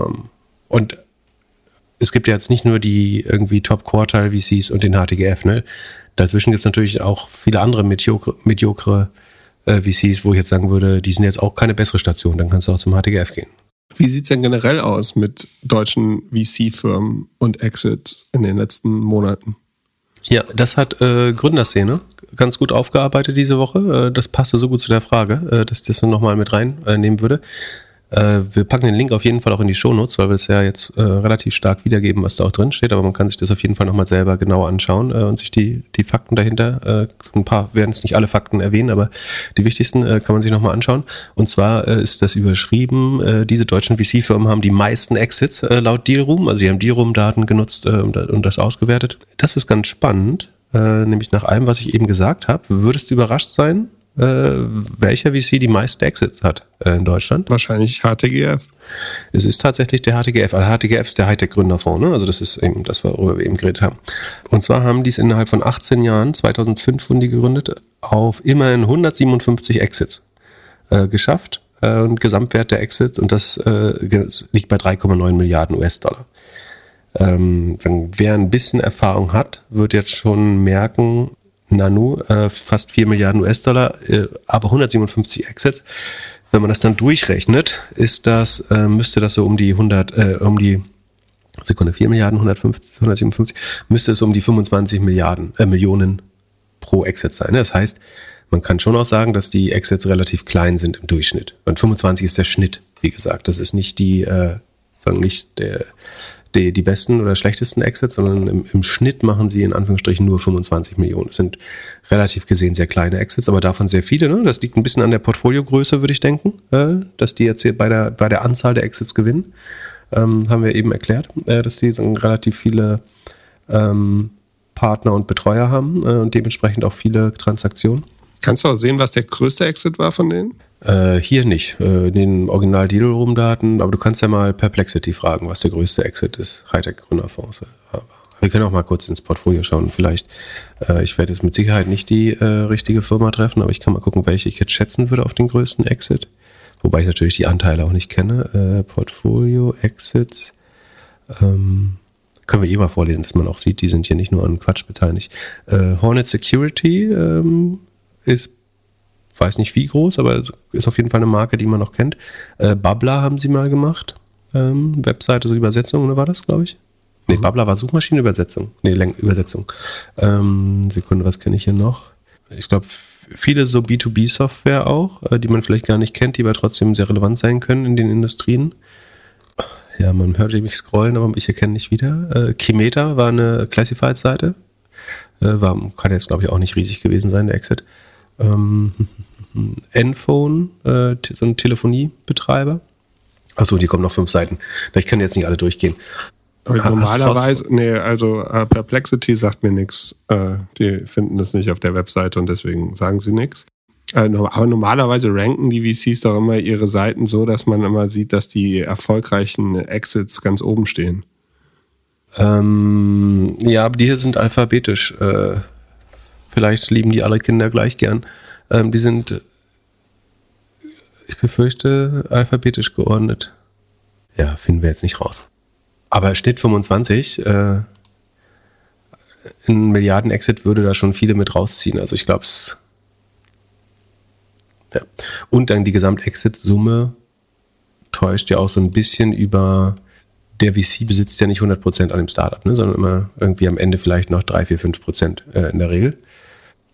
Und es gibt ja jetzt nicht nur die irgendwie Top-Quartile-VCs und den HTGF. Ne? Dazwischen gibt es natürlich auch viele andere mediokre VCs, wo ich jetzt sagen würde, die sind jetzt auch keine bessere Station, dann kannst du auch zum HTGF gehen. Wie sieht es denn generell aus mit deutschen VC-Firmen und Exit in den letzten Monaten? Ja, das hat Gründerszene ganz gut aufgearbeitet diese Woche. Das passte so gut zu der Frage, dass ich das dann nochmal mit reinnehmen würde. Wir packen den Link auf jeden Fall auch in die Shownotes, weil wir es ja jetzt relativ stark wiedergeben, was da auch drin steht, aber man kann sich das auf jeden Fall nochmal selber genau anschauen und sich die Fakten dahinter, ein paar werden es nicht alle Fakten erwähnen, aber die wichtigsten kann man sich nochmal anschauen. Und zwar ist das überschrieben, diese deutschen VC-Firmen haben die meisten Exits laut Dealroom, also sie haben Dealroom-Daten genutzt und das ausgewertet. Das ist ganz spannend, nämlich nach allem, was ich eben gesagt habe, würdest du überrascht sein, welcher VC die meisten Exits hat in Deutschland? Wahrscheinlich HTGF. Es ist tatsächlich der HTGF. Also HTGF ist der Hightech Gründerfonds, ne? Also das ist eben das, worüber wir eben geredet haben. Und zwar haben die es innerhalb von 18 Jahren, 2005 wurden die gegründet, auf immerhin 157 Exits geschafft. Und Gesamtwert der Exits, und das liegt bei 3,9 Milliarden US-Dollar. Wer ein bisschen Erfahrung hat, wird jetzt schon merken, Nanu, fast 4 Milliarden US-Dollar, aber 157 Exits. Wenn man das dann durchrechnet, müsste das so um die 4 Milliarden, 157, müsste es um die 25 Millionen pro Exit sein. Das heißt, man kann schon auch sagen, dass die Exits relativ klein sind im Durchschnitt. Und 25 ist der Schnitt, wie gesagt. Das ist nicht die besten oder schlechtesten Exits, sondern im Schnitt machen sie in Anführungsstrichen nur 25 Millionen. Das sind relativ gesehen sehr kleine Exits, aber davon sehr viele. Ne? Das liegt ein bisschen an der Portfoliogröße, würde ich denken, dass die jetzt hier bei der Anzahl der Exits gewinnen. Haben wir eben erklärt, dass die relativ viele Partner und Betreuer haben und dementsprechend auch viele Transaktionen. Kannst du auch sehen, was der größte Exit war von denen? Hier nicht, den Original-Deal-Room-Daten, aber du kannst ja mal Perplexity fragen, was der größte Exit ist, Hightech-Gründerfonds. Wir können auch mal kurz ins Portfolio schauen, vielleicht, ich werde jetzt mit Sicherheit nicht die richtige Firma treffen, aber ich kann mal gucken, welche ich jetzt schätzen würde auf den größten Exit, wobei ich natürlich die Anteile auch nicht kenne. Portfolio, Exits, können wir eh mal vorlesen, dass man auch sieht, die sind hier nicht nur an Quatsch beteiligt. Hornet Security ist, weiß nicht wie groß, aber ist auf jeden Fall eine Marke, die man noch kennt. Babbler haben sie mal gemacht. Webseite, so Übersetzung, oder war das, glaube ich? Nee, Babbler war Suchmaschinenübersetzung. Nee, Übersetzung. Sekunde, was kenne ich hier noch? Ich glaube, viele so B2B-Software auch, die man vielleicht gar nicht kennt, die aber trotzdem sehr relevant sein können in den Industrien. Ja, man hört mich scrollen, aber ich erkenne nicht wieder. Kimeter war eine Classified-Seite. Kann jetzt, glaube ich, auch nicht riesig gewesen sein, der Exit. Enphone, so ein Telefoniebetreiber. Achso, die kommen noch 5 Seiten. Ich kann jetzt nicht alle durchgehen. Normalerweise, Perplexity sagt mir nichts. Die finden das nicht auf der Webseite und deswegen sagen sie nichts. Aber normalerweise ranken die VCs doch immer ihre Seiten so, dass man immer sieht, dass die erfolgreichen Exits ganz oben stehen. Ja, aber die hier sind alphabetisch. Vielleicht lieben die alle Kinder gleich gern. Die sind, ich befürchte, alphabetisch geordnet. Ja, finden wir jetzt nicht raus. Aber Schnitt 25, ein Milliarden-Exit würde da schon viele mit rausziehen. Also ich glaube es. Ja. Und dann die Gesamt-Exit-Summe täuscht ja auch so ein bisschen über. Der VC besitzt ja nicht 100% an dem Startup, ne, sondern immer irgendwie am Ende vielleicht noch 3, 4, 5% in der Regel.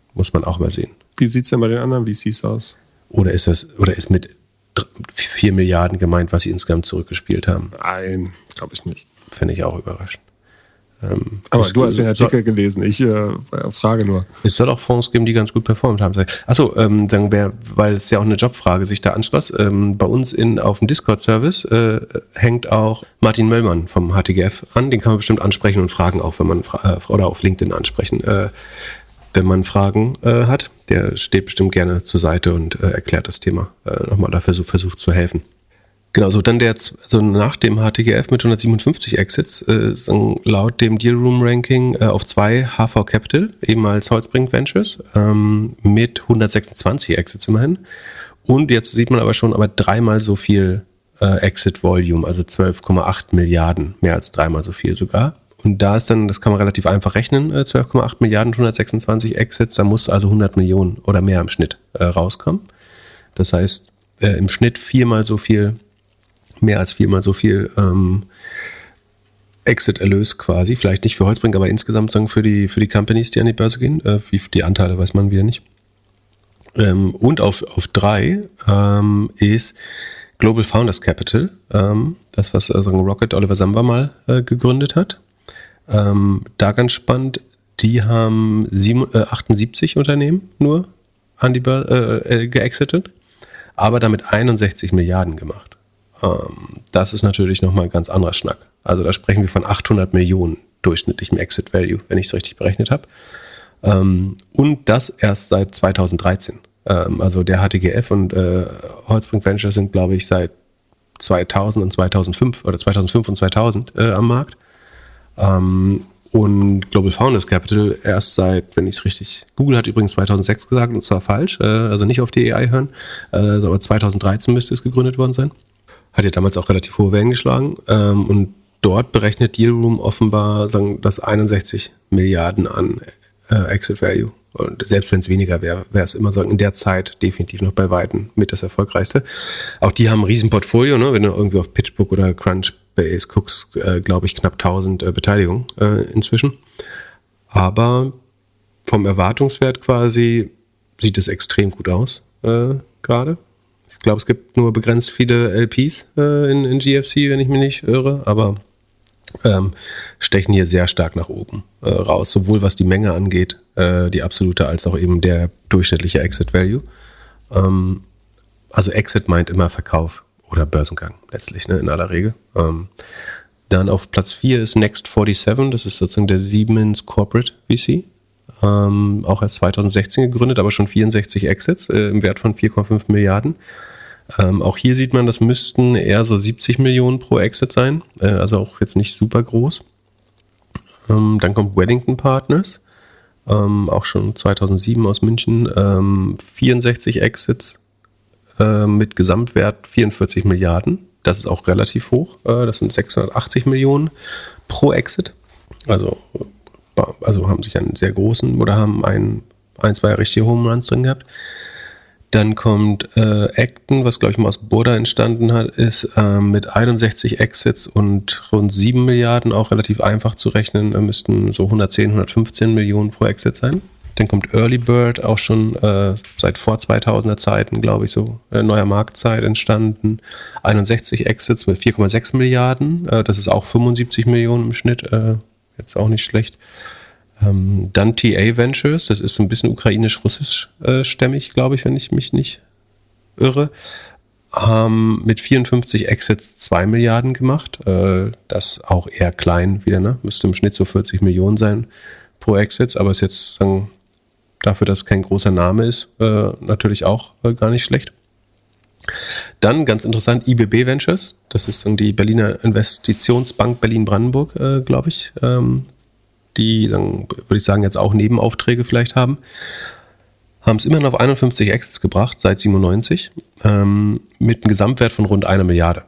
Muss man auch mal sehen. Wie sieht es denn bei den anderen VCs aus? Oder ist mit 4 Milliarden gemeint, was sie insgesamt zurückgespielt haben? Nein, glaube ich nicht. Finde ich auch überraschend. Aber du hast den Artikel gelesen, ich frage nur. Es soll auch Fonds geben, die ganz gut performt haben. Achso, weil es ja auch eine Jobfrage sich da anschloss. Bei uns auf dem Discord-Service hängt auch Martin Möllmann vom HTGF an. Den kann man bestimmt ansprechen und fragen auch, wenn man oder auf LinkedIn ansprechen, wenn man Fragen hat. Der steht bestimmt gerne zur Seite und erklärt das Thema nochmal, dafür versucht zu helfen. Genau, so dann nach dem HTGF mit 157 Exits, laut dem Deal Room Ranking auf 2 HV Capital, ehemals Holzbrink Ventures, mit 126 Exits immerhin. Und jetzt sieht man aber schon dreimal so viel Exit Volume, also 12,8 Milliarden, mehr als dreimal so viel sogar. Und da ist dann, das kann man relativ einfach rechnen, 12,8 Milliarden, 126 Exits, da muss also 100 Millionen oder mehr im Schnitt rauskommen. Das heißt, im Schnitt mehr als viermal so viel Exit-Erlös quasi. Vielleicht nicht für Holzbrink, aber insgesamt sagen für die Companies, die an die Börse gehen. Wie die Anteile weiß man wieder nicht. Und auf 3 ist Global Founders Capital. Das, was Rocket Oliver Samba mal gegründet hat. Da ganz spannend, die haben 78 Unternehmen nur an die Börse geexitet, aber damit 61 Milliarden gemacht. Das ist natürlich nochmal ein ganz anderer Schnack. Also da sprechen wir von 800 Millionen durchschnittlichem Exit Value, wenn ich es richtig berechnet habe. Und das erst seit 2013. Also der HTGF und Holzbrink Ventures sind, glaube ich, seit 2000 und 2005 oder 2005 und 2000 am Markt. Und Global Founders Capital erst seit, wenn ich es richtig, Google hat übrigens 2006 gesagt, und zwar falsch, also nicht auf die AI hören, aber 2013 müsste es gegründet worden sein. Hat ja damals auch relativ hohe Wellen geschlagen. Und dort berechnet Dealroom offenbar das 61 Milliarden an Exit Value. Und selbst wenn es weniger wäre, wäre es immer in der Zeit definitiv noch bei Weitem mit das erfolgreichste. Auch die haben ein Riesenportfolio, ne? Wenn du irgendwie auf PitchBook oder Crunchbase guckst, glaube ich, knapp 1000 Beteiligungen inzwischen. Aber vom Erwartungswert quasi sieht es extrem gut aus gerade. Ich glaube, es gibt nur begrenzt viele LPs in GFC, wenn ich mich nicht irre, aber stechen hier sehr stark nach oben raus, sowohl was die Menge angeht, die absolute, als auch eben der durchschnittliche Exit Value. Also Exit meint immer Verkauf oder Börsengang letztlich, ne, in aller Regel. Dann auf Platz 4 ist Next47, das ist sozusagen der Siemens Corporate VC. Auch erst 2016 gegründet, aber schon 64 Exits im Wert von 4,5 Milliarden. Auch hier sieht man, das müssten eher so 70 Millionen pro Exit sein, also auch jetzt nicht super groß. Dann kommt Wellington Partners, auch schon 2007 aus München, 64 Exits mit Gesamtwert 44 Milliarden. Das ist auch relativ hoch, das sind 680 Millionen pro Exit. Also haben sich einen sehr großen oder haben ein, zwei richtige Home Runs drin gehabt. Dann kommt Acton, was glaube ich mal aus Burda entstanden hat, ist mit 61 Exits und rund 7 Milliarden, auch relativ einfach zu rechnen, müssten so 110, 115 Millionen pro Exit sein. Dann kommt Early Bird, auch schon seit vor 2000er Zeiten, glaube ich, so neuer Marktzeit entstanden. 61 Exits mit 4,6 Milliarden, das ist auch 75 Millionen im Schnitt, jetzt auch nicht schlecht. Dann TA Ventures, das ist ein bisschen ukrainisch-russisch stämmig, glaube ich, wenn ich mich nicht irre, haben mit 54 Exits 2 Milliarden gemacht. Das auch eher klein wieder, ne? Müsste im Schnitt so 40 Millionen sein pro Exits, aber ist jetzt dafür, dass es kein großer Name ist, natürlich auch gar nicht schlecht. Dann ganz interessant, IBB Ventures, das ist die Berliner Investitionsbank Berlin-Brandenburg, glaube ich, die, würde ich sagen, jetzt auch Nebenaufträge vielleicht haben es immerhin auf 51 Exits gebracht, seit 97, mit einem Gesamtwert von rund 1 Milliarde.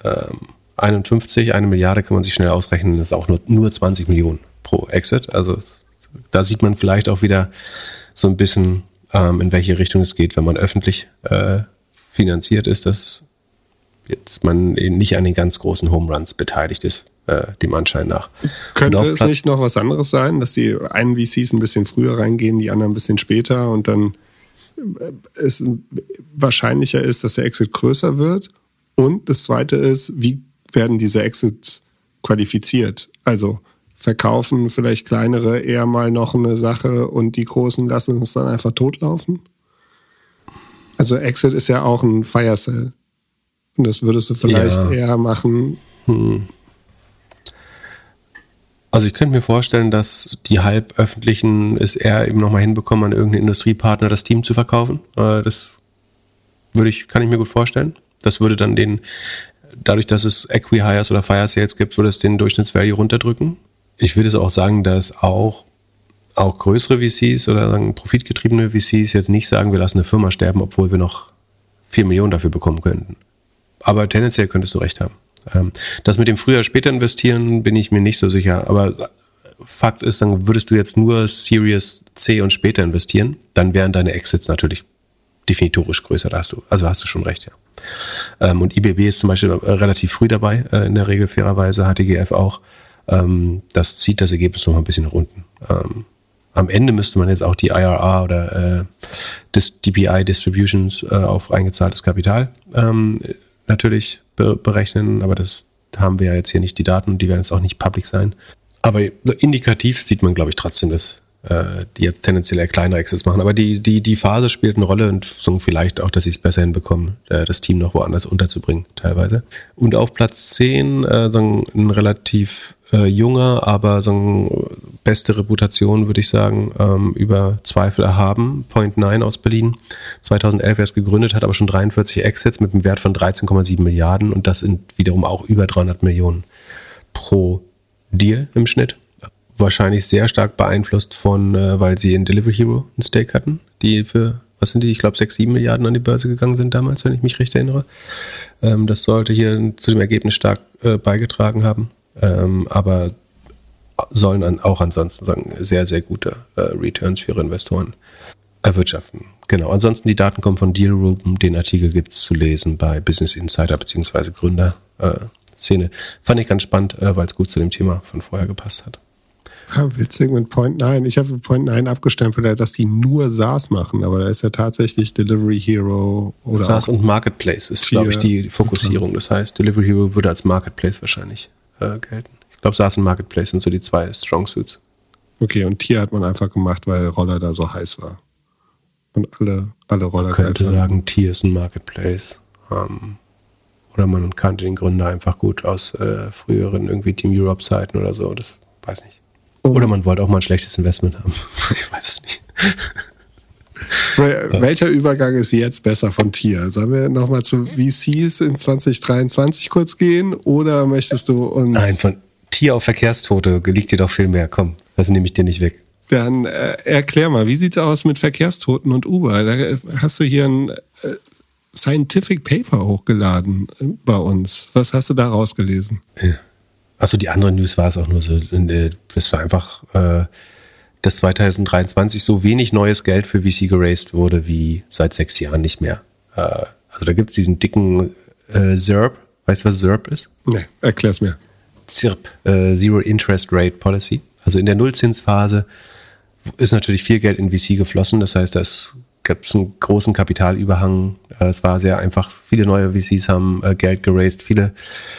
51, 1 Milliarde kann man sich schnell ausrechnen, das ist auch nur 20 Millionen pro Exit. Also da sieht man vielleicht auch wieder so ein bisschen, in welche Richtung es geht, wenn man öffentlich finanziert ist, dass jetzt man nicht an den ganz großen Home Runs beteiligt ist, dem Anschein nach. Könnte es nicht noch was anderes sein, dass die einen VCs ein bisschen früher reingehen, die anderen ein bisschen später und dann es wahrscheinlicher ist, dass der Exit größer wird? Und das Zweite ist, wie werden diese Exits qualifiziert? Also verkaufen vielleicht kleinere eher mal noch eine Sache und die Großen lassen es dann einfach totlaufen? Also Exit ist ja auch ein Fire Sale. Und das würdest du vielleicht eher machen. Also ich könnte mir vorstellen, dass die halböffentlichen es eher eben nochmal hinbekommen, an irgendeinen Industriepartner das Team zu verkaufen. Das kann ich mir gut vorstellen. Das würde dann dadurch, dass es Acqui-Hires oder Fire Sales gibt, würde es den Durchschnittsvalue runterdrücken. Ich würde es auch sagen, dass auch größere VCs oder sagen profitgetriebene VCs jetzt nicht sagen, wir lassen eine Firma sterben, obwohl wir noch 4 Millionen dafür bekommen könnten. Aber tendenziell könntest du recht haben. Das mit dem früher, später investieren, bin ich mir nicht so sicher. Aber Fakt ist, dann würdest du jetzt nur Series C und später investieren, dann wären deine Exits natürlich definitorisch größer. Hast du schon recht, ja. Und IBB ist zum Beispiel relativ früh dabei, in der Regel fairerweise, HTGF auch. Das zieht das Ergebnis noch mal ein bisschen nach unten. Am Ende müsste man jetzt auch die IRR oder DPI Distributions auf eingezahltes Kapital natürlich berechnen, aber das haben wir ja jetzt hier nicht, die Daten, die werden jetzt auch nicht public sein. Aber indikativ sieht man, glaube ich, trotzdem, dass die jetzt tendenziell eher kleinere Exits machen. Aber die Phase spielt eine Rolle und so vielleicht auch, dass sie es besser hinbekommen, das Team noch woanders unterzubringen, teilweise. Und auf Platz 10 ein relativ junger, aber beste Reputation, würde ich sagen, über Zweifel erhaben. Point9 aus Berlin, 2011 erst gegründet, hat aber schon 43 Exits mit einem Wert von 13,7 Milliarden und das sind wiederum auch über 300 Millionen pro Deal im Schnitt. Wahrscheinlich sehr stark beeinflusst weil sie in Delivery Hero ein Stake hatten, die für, was sind die, ich glaube 6-7 Milliarden an die Börse gegangen sind damals, wenn ich mich recht erinnere. Das sollte hier zu dem Ergebnis stark beigetragen haben. Aber sollen dann auch ansonsten sagen, sehr, sehr gute Returns für ihre Investoren erwirtschaften. Genau, ansonsten die Daten kommen von Dealroom, den Artikel gibt es zu lesen bei Business Insider bzw. Gründer-Szene. Fand ich ganz spannend, weil es gut zu dem Thema von vorher gepasst hat. Witzig mit Point9. Ich habe Point9 abgestempelt, dass die nur SaaS machen, aber da ist ja tatsächlich Delivery Hero oder SaaS und Marketplace ist, glaube ich, die Fokussierung. Das heißt, Delivery Hero würde als Marketplace wahrscheinlich gelten. Ich glaube, SaaS und Marketplace sind so die zwei Strong Suits. Okay, und Tier hat man einfach gemacht, weil Roller da so heiß war. Und alle Roller man könnte sagen, Tier ist ein Marketplace. Oder man kannte den Gründer einfach gut aus früheren irgendwie Team Europe Zeiten oder so. Das weiß nicht. Oder man wollte auch mal ein schlechtes Investment haben. Ich weiß es nicht. Welcher Übergang ist jetzt besser von Tier? Sollen wir nochmal zu VCs in 2023 kurz gehen? Oder möchtest du uns... Nein, von Tier auf Verkehrstote liegt dir doch viel mehr. Komm, das nehme ich dir nicht weg. Dann erklär mal, wie sieht's aus mit Verkehrstoten und Uber? Da hast du hier ein Scientific Paper hochgeladen bei uns. Was hast du da rausgelesen? Ja. Achso, die andere News war es auch nur so, das war einfach, dass 2023 so wenig neues Geld für VC geraced wurde wie seit 6 Jahren nicht mehr. Also da gibt es diesen dicken ZIRP. Weißt du, was ZIRP ist? Nee, erklär's mir. ZIRP, Zero Interest Rate Policy. Also in der Nullzinsphase ist natürlich viel Geld in VC geflossen. Das heißt, es gab einen großen Kapitalüberhang. Es war sehr einfach. Viele neue VCs haben Geld geraced. Viele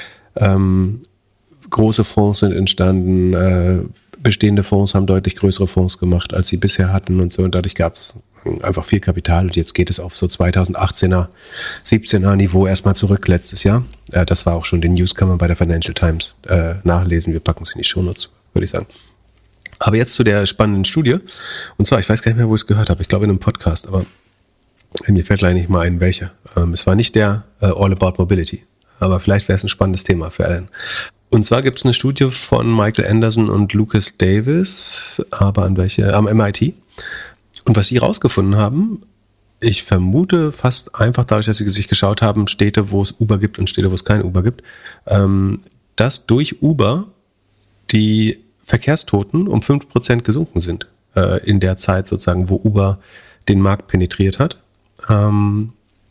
große Fonds sind entstanden, bestehende Fonds haben deutlich größere Fonds gemacht, als sie bisher hatten und so. Und dadurch gab es einfach viel Kapital. Und jetzt geht es auf so 2018er, 17er Niveau erstmal zurück letztes Jahr. Das war auch schon, den News kann man bei der Financial Times nachlesen. Wir packen es in die Shownotes, würde ich sagen. Aber jetzt zu der spannenden Studie. Und zwar, ich weiß gar nicht mehr, wo ich es gehört habe. Ich glaube in einem Podcast, aber mir fällt leider nicht mal ein, welcher. Es war nicht der All About Mobility. Aber vielleicht wäre es ein spannendes Thema für Alan. Und zwar gibt es eine Studie von Michael Anderson und Lucas Davis, aber am MIT. Und was sie rausgefunden haben, ich vermute fast einfach dadurch, dass sie sich geschaut haben, Städte, wo es Uber gibt und Städte, wo es kein Uber gibt, dass durch Uber die Verkehrstoten um 5% gesunken sind in der Zeit sozusagen, wo Uber den Markt penetriert hat.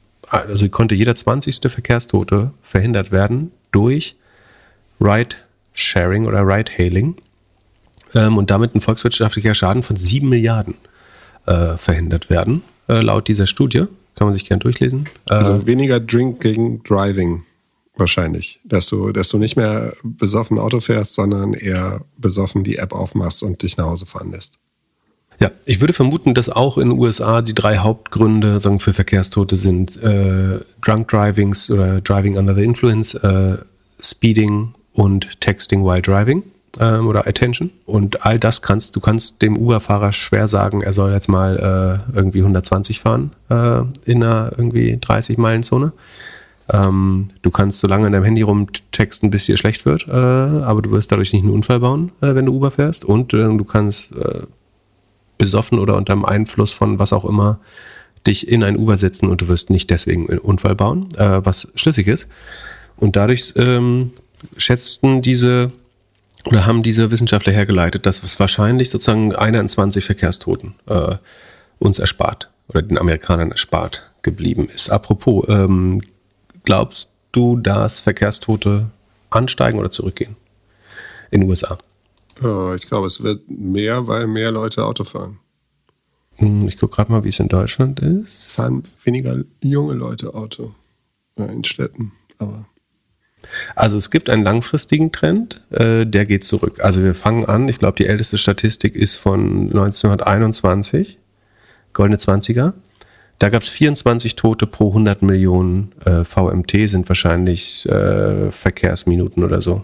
Also konnte jeder 20. Verkehrstote verhindert werden durch Ride-Sharing oder Ride-Hailing und damit ein volkswirtschaftlicher Schaden von 7 Milliarden verhindert werden, laut dieser Studie. Kann man sich gern durchlesen. Also weniger Drinking, Driving wahrscheinlich. Dass du nicht mehr besoffen Auto fährst, sondern eher besoffen die App aufmachst und dich nach Hause fahren lässt. Ja, ich würde vermuten, dass auch in den USA die 3 Hauptgründe für Verkehrstote sind Drunk Drivings oder Driving Under the Influence, Speeding und Texting while driving oder Attention. Und all das du kannst dem Uber-Fahrer schwer sagen, er soll jetzt mal irgendwie 120 fahren in einer irgendwie 30-Meilen-Zone. Du kannst so lange in deinem Handy rumtexten, bis dir schlecht wird, aber du wirst dadurch nicht einen Unfall bauen, wenn du Uber fährst. Und du kannst besoffen oder unter dem Einfluss von was auch immer dich in ein Uber setzen und du wirst nicht deswegen einen Unfall bauen, was schlüssig ist. Und dadurch haben diese Wissenschaftler hergeleitet, dass es wahrscheinlich sozusagen einer in 20 Verkehrstoten uns erspart oder den Amerikanern erspart geblieben ist. Apropos, glaubst du, dass Verkehrstote ansteigen oder zurückgehen in den USA? Oh, ich glaube, es wird mehr, weil mehr Leute Auto fahren. Ich gucke gerade mal, wie es in Deutschland ist. Fahren weniger junge Leute Auto in Städten, aber... Also es gibt einen langfristigen Trend, der geht zurück. Also wir fangen an, ich glaube, die älteste Statistik ist von 1921, goldene 20er. Da gab es 24 Tote pro 100 Millionen VMT, sind wahrscheinlich Verkehrsminuten oder so.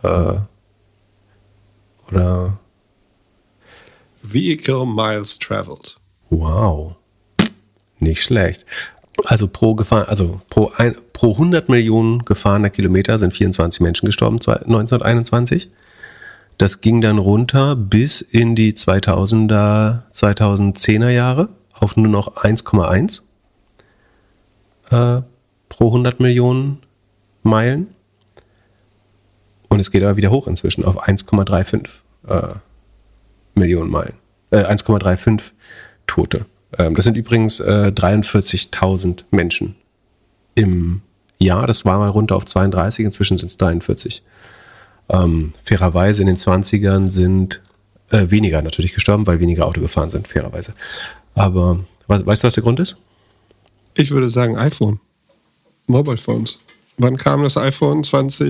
Oder Vehicle Miles Traveled. Wow, nicht schlecht. Also pro 100 Millionen gefahrener Kilometer sind 24 Menschen gestorben 1921. Das ging dann runter bis in die 2010er Jahre auf nur noch 1,1 pro 100 Millionen Meilen. Und es geht aber wieder hoch inzwischen auf 1,35 Millionen Meilen. 1,35 Tote. Das sind übrigens 43.000 Menschen im Jahr. Das war mal runter auf 32, inzwischen sind es 43. Fairerweise in den 20ern sind weniger natürlich gestorben, weil weniger Auto gefahren sind, fairerweise. Aber weißt du, was der Grund ist? Ich würde sagen iPhone. Mobile Phones. Wann kam das iPhone?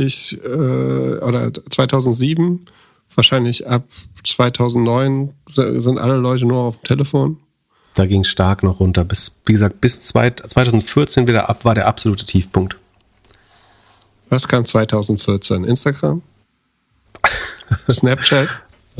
2007? Wahrscheinlich ab 2009 sind alle Leute nur auf dem Telefon. Da ging es stark noch runter. Bis 2014 war der absolute Tiefpunkt. Was kam 2014? Instagram? Snapchat?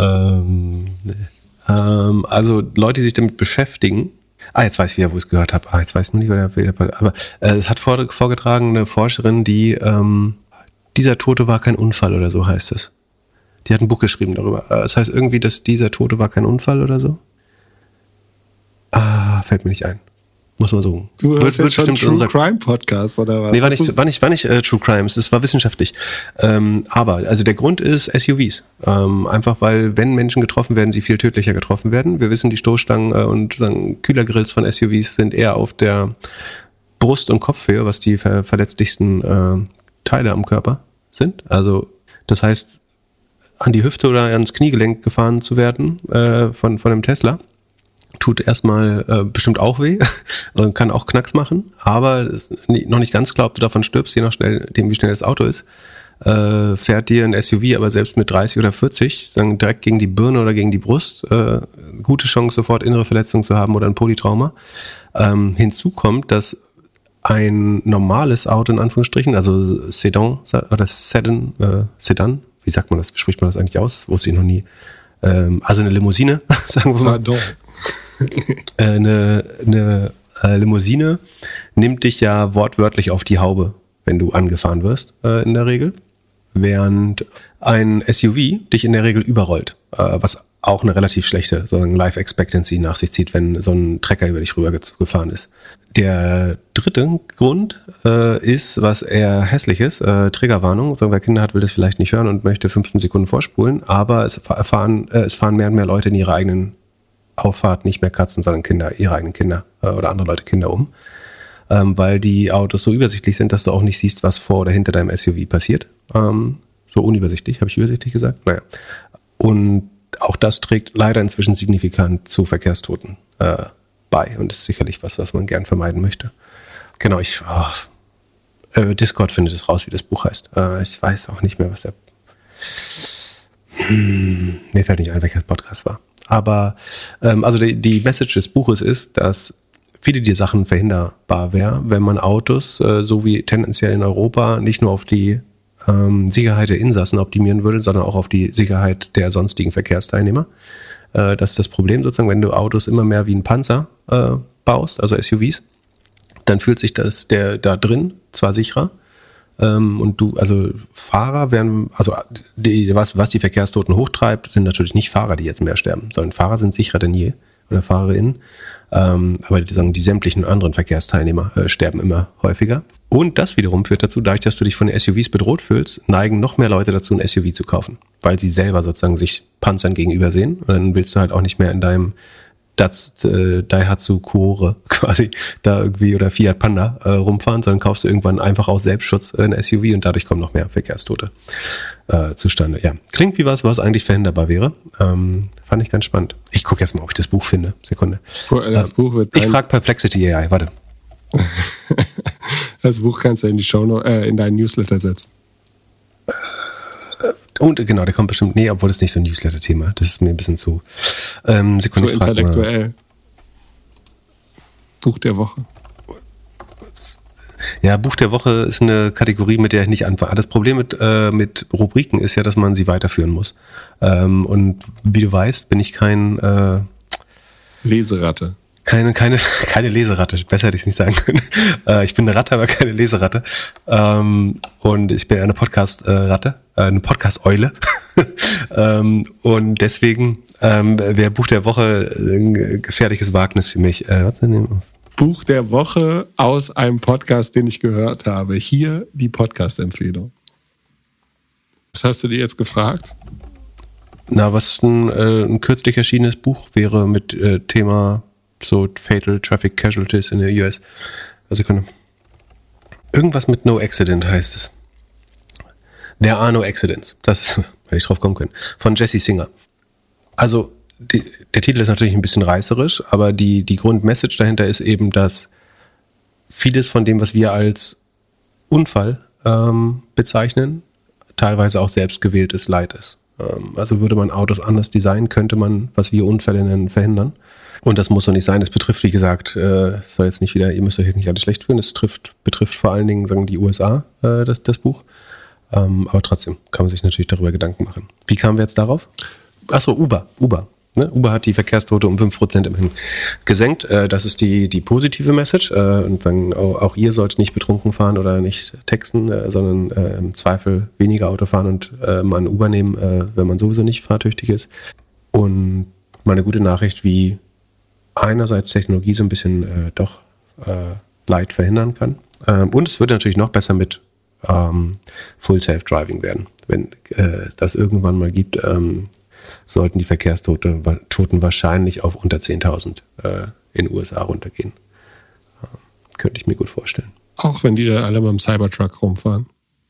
Also Leute, die sich damit beschäftigen. Jetzt weiß ich wieder, wo ich es gehört habe. Jetzt weiß ich nur nicht, aber es hat vorgetragen eine Forscherin, die dieser Tote war kein Unfall oder so heißt es. Die hat ein Buch geschrieben darüber. Das heißt irgendwie, dass dieser Tote war kein Unfall oder so. Fällt mir nicht ein. Muss man suchen. Du hörst jetzt schon True Crime Podcast oder was? Nee, war nicht True Crimes. Es war wissenschaftlich. Aber, also der Grund ist SUVs. Einfach weil, wenn Menschen getroffen werden, sie viel tödlicher getroffen werden. Wir wissen, die Stoßstangen und Kühlergrills von SUVs sind eher auf der Brust- und Kopfhöhe, was die verletzlichsten Teile am Körper sind. Also, das heißt, an die Hüfte oder ans Kniegelenk gefahren zu werden von einem Tesla, tut erstmal bestimmt auch weh und kann auch Knacks machen, aber es ist noch nicht ganz klar, ob du davon stirbst, je nachdem wie schnell das Auto ist. Fährt dir ein SUV aber selbst mit 30 oder 40 dann direkt gegen die Birne oder gegen die Brust, gute Chance sofort innere Verletzungen zu haben oder ein Polytrauma. Hinzu kommt, dass ein normales Auto in Anführungsstrichen, also Sedan, wie sagt man das, wie spricht man das eigentlich aus? Wusste ich noch nie. Also eine Limousine, sagen wir mal. Eine Limousine nimmt dich ja wortwörtlich auf die Haube, wenn du angefahren wirst, in der Regel. Während ein SUV dich in der Regel überrollt, was auch eine relativ schlechte Life Expectancy nach sich zieht, wenn so ein Trecker über dich rüber gefahren ist. Der dritte Grund ist, was eher hässlich ist, Triggerwarnung. Wer Kinder hat, will das vielleicht nicht hören und möchte 15 Sekunden vorspulen, aber es fahren mehr und mehr Leute in ihrer eigenen Auffahrt nicht mehr Katzen, sondern ihre eigenen Kinder oder andere Leute Kinder um. Weil die Autos so übersichtlich sind, dass du auch nicht siehst, was vor oder hinter deinem SUV passiert. so unübersichtlich, habe ich übersichtlich gesagt? Naja. Und auch das trägt leider inzwischen signifikant zu Verkehrstoten bei und ist sicherlich was man gern vermeiden möchte. Genau, Discord findet es raus, wie das Buch heißt. Ich weiß auch nicht mehr, was der... Mir fällt nicht ein, welcher Podcast war. Aber also die Message des Buches ist, dass viele der Sachen verhinderbar wären, wenn man Autos, so wie tendenziell in Europa, nicht nur auf die Sicherheit der Insassen optimieren würde, sondern auch auf die Sicherheit der sonstigen Verkehrsteilnehmer. Das ist das Problem sozusagen, wenn du Autos immer mehr wie ein Panzer baust, also SUVs, dann fühlt sich der da drin zwar sicherer, und Fahrer werden, also was die Verkehrstoten hochtreibt, sind natürlich nicht Fahrer, die jetzt mehr sterben, sondern Fahrer sind sicherer denn je oder Fahrerinnen. Aber die sämtlichen anderen Verkehrsteilnehmer sterben immer häufiger. Und das wiederum führt dazu, dadurch, dass du dich von den SUVs bedroht fühlst, neigen noch mehr Leute dazu, ein SUV zu kaufen, weil sie selber sozusagen sich Panzern gegenüber sehen. Und dann willst du halt auch nicht mehr in deinem Daihatsu Kuore quasi da irgendwie oder Fiat Panda rumfahren, sondern kaufst du irgendwann einfach aus Selbstschutz ein SUV und dadurch kommen noch mehr Verkehrstote zustande. Ja, klingt wie was eigentlich verhinderbar wäre. Fand ich ganz spannend. Ich gucke erst mal, ob ich das Buch finde. Sekunde. Das Buch wird ich frage Perplexity AI, warte. Das Buch kannst du in die in deinen Newsletter setzen. Und genau, der kommt bestimmt, obwohl das nicht so ein Newsletter-Thema, das ist mir ein bisschen zu Sekunde. So intellektuell. Buch der Woche. Ja, Buch der Woche ist eine Kategorie, mit der ich nicht anfange. Das Problem mit Rubriken ist ja, dass man sie weiterführen muss. Und wie du weißt, bin ich kein Leseratte. Keine Leseratte, besser hätte ich es nicht sagen können. Ich bin eine Ratte, aber keine Leseratte. Und ich bin eine Podcast-Ratte, eine Podcast-Eule. Und deswegen wäre Buch der Woche ein gefährliches Wagnis für mich. Buch der Woche aus einem Podcast, den ich gehört habe. Hier die Podcast-Empfehlung. Was hast du dir jetzt gefragt? Na, was ein kürzlich erschienenes Buch wäre mit Thema so Fatal Traffic Casualties in der US. Also irgendwas mit No Accident heißt es. There are no accidents. Das ist, hätte ich drauf kommen können. Von Jesse Singer. Also der Titel ist natürlich ein bisschen reißerisch, aber die Grundmessage dahinter ist eben, dass vieles von dem, was wir als Unfall bezeichnen, teilweise auch selbstgewähltes Leid ist. Also würde man Autos anders designen, könnte man, was wir Unfälle nennen, verhindern. Und das muss so nicht sein. Das betrifft, wie gesagt, soll jetzt nicht wieder, ihr müsst euch jetzt nicht alles schlecht fühlen. Es betrifft vor allen Dingen, sagen die USA, das Buch. Aber trotzdem kann man sich natürlich darüber Gedanken machen. Wie kamen wir jetzt darauf? Achso, Uber. Ne? Uber hat die Verkehrstote um 5% immerhin gesenkt. Das ist die positive Message. Und sagen, auch ihr sollt nicht betrunken fahren oder nicht texten, sondern im Zweifel weniger Auto fahren und mal ein Uber nehmen, wenn man sowieso nicht fahrtüchtig ist. Und mal eine gute Nachricht, wie einerseits Technologie so ein bisschen Leid verhindern kann. Und es wird natürlich noch besser mit Full Self-Driving werden. Wenn das irgendwann mal gibt, sollten die Verkehrstoten wahrscheinlich auf unter 10.000 in den USA runtergehen. Könnte ich mir gut vorstellen. Auch wenn die dann alle beim Cybertruck rumfahren?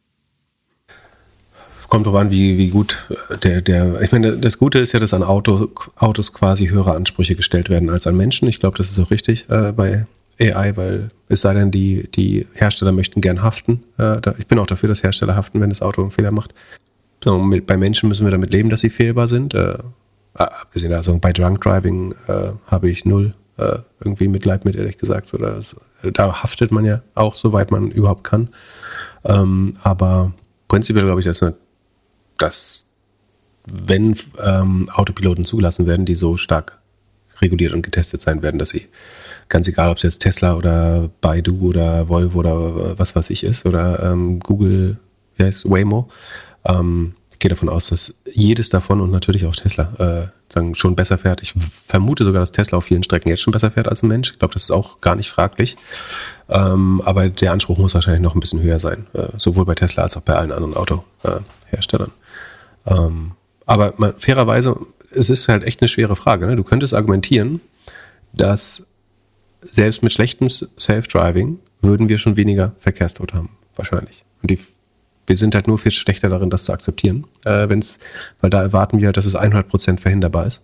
Kommt drauf an, wie gut ich meine, das Gute ist ja, dass an Autos quasi höhere Ansprüche gestellt werden als an Menschen. Ich glaube, das ist auch richtig bei AI, weil es sei denn, die Hersteller möchten gern haften. Ich bin auch dafür, dass Hersteller haften, wenn das Auto einen Fehler macht. So, bei Menschen müssen wir damit leben, dass sie fehlbar sind. Abgesehen davon, bei Drunk Driving habe ich null irgendwie Mitleid mit, ehrlich gesagt. Da haftet man ja auch, soweit man überhaupt kann. Aber prinzipiell glaube ich, dass wenn Autopiloten zugelassen werden, die so stark reguliert und getestet sein werden, dass sie, ganz egal, ob es jetzt Tesla oder Baidu oder Volvo oder was weiß ich ist oder Google, wie heißt Waymo, ich gehe davon aus, dass jedes davon und natürlich auch Tesla schon besser fährt. Ich vermute sogar, dass Tesla auf vielen Strecken jetzt schon besser fährt als ein Mensch. Ich glaube, das ist auch gar nicht fraglich. Aber der Anspruch muss wahrscheinlich noch ein bisschen höher sein. Sowohl bei Tesla als auch bei allen anderen Autoherstellern. Aber fairerweise, es ist halt echt eine schwere Frage. Ne? Du könntest argumentieren, dass selbst mit schlechtem Self-Driving würden wir schon weniger Verkehrstote haben. Wahrscheinlich. Und die Wir sind halt nur viel schlechter darin, das zu akzeptieren, weil da erwarten wir halt, dass es 100% verhinderbar ist.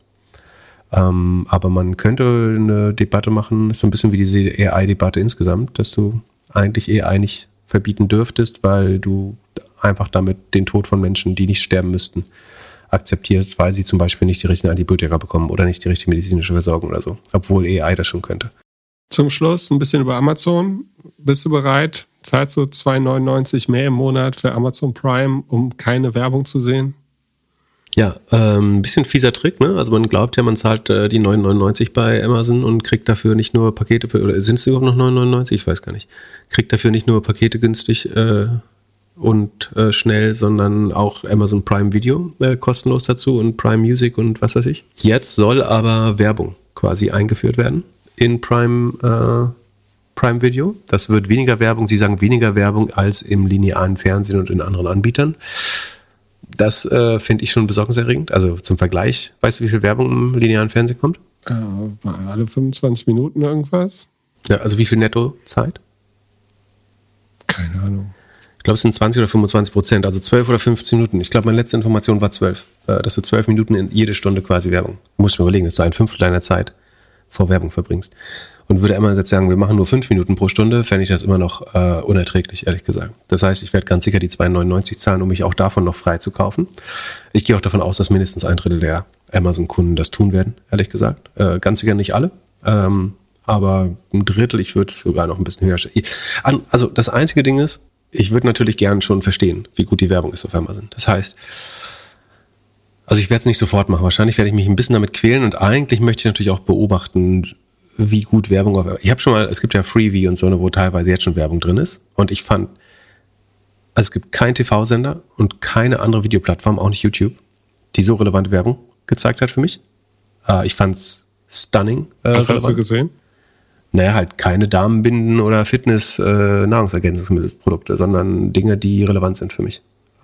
Aber man könnte eine Debatte machen, ist so ein bisschen wie diese AI-Debatte insgesamt, dass du eigentlich AI nicht verbieten dürftest, weil du einfach damit den Tod von Menschen, die nicht sterben müssten, akzeptierst, weil sie zum Beispiel nicht die richtigen Antibiotika bekommen oder nicht die richtige medizinische Versorgung oder so, obwohl AI das schon könnte. Zum Schluss ein bisschen über Amazon. Bist du bereit? Zahlst du 2,99 mehr im Monat für Amazon Prime, um keine Werbung zu sehen? Ja, ein bisschen fieser Trick, ne? Also man glaubt ja, man zahlt die 9,99 bei Amazon und kriegt dafür nicht nur Pakete, oder sind es überhaupt noch 9,99? Ich weiß gar nicht. Kriegt dafür nicht nur Pakete günstig und schnell, sondern auch Amazon Prime Video kostenlos dazu und Prime Music und was weiß ich. Jetzt soll aber Werbung quasi eingeführt werden in Prime Video. Das wird weniger Werbung, sie sagen weniger Werbung als im linearen Fernsehen und in anderen Anbietern. Das finde ich schon besorgniserregend. Also zum Vergleich, weißt du, wie viel Werbung im linearen Fernsehen kommt? Alle 25 Minuten irgendwas? Ja, also wie viel Nettozeit? Keine Ahnung. Ich glaube, es sind 20 oder 25%, also 12 oder 15 Minuten. Ich glaube, meine letzte Information war 12. Dass du 12 Minuten in jede Stunde quasi Werbung. Du musst mir überlegen, dass du ein Fünftel deiner Zeit vor Werbung verbringst. Und würde immer jetzt sagen, wir machen nur 5 Minuten pro Stunde, fände ich das immer noch unerträglich, ehrlich gesagt. Das heißt, ich werde ganz sicher die 2,99 zahlen, um mich auch davon noch frei zu kaufen. Ich gehe auch davon aus, dass mindestens 1/3 der Amazon-Kunden das tun werden, ehrlich gesagt. Ganz sicher nicht alle, aber 1/3, ich würde es sogar noch ein bisschen höher stellen. Also das einzige Ding ist, ich würde natürlich gern schon verstehen, wie gut die Werbung ist auf Amazon. Das heißt, also ich werde es nicht sofort machen. Wahrscheinlich werde ich mich ein bisschen damit quälen und eigentlich möchte ich natürlich auch beobachten, wie gut Werbung auf. Ich habe schon mal, es gibt ja Freevee und so, wo teilweise jetzt schon Werbung drin ist. Und ich fand, also es gibt keinen TV-Sender und keine andere Videoplattform, auch nicht YouTube, die so relevante Werbung gezeigt hat für mich. Ich fand's stunning. Was hast du gesehen? Naja, halt keine Damenbinden oder Fitness, Nahrungsergänzungsmittelprodukte, sondern Dinge, die relevant sind für mich.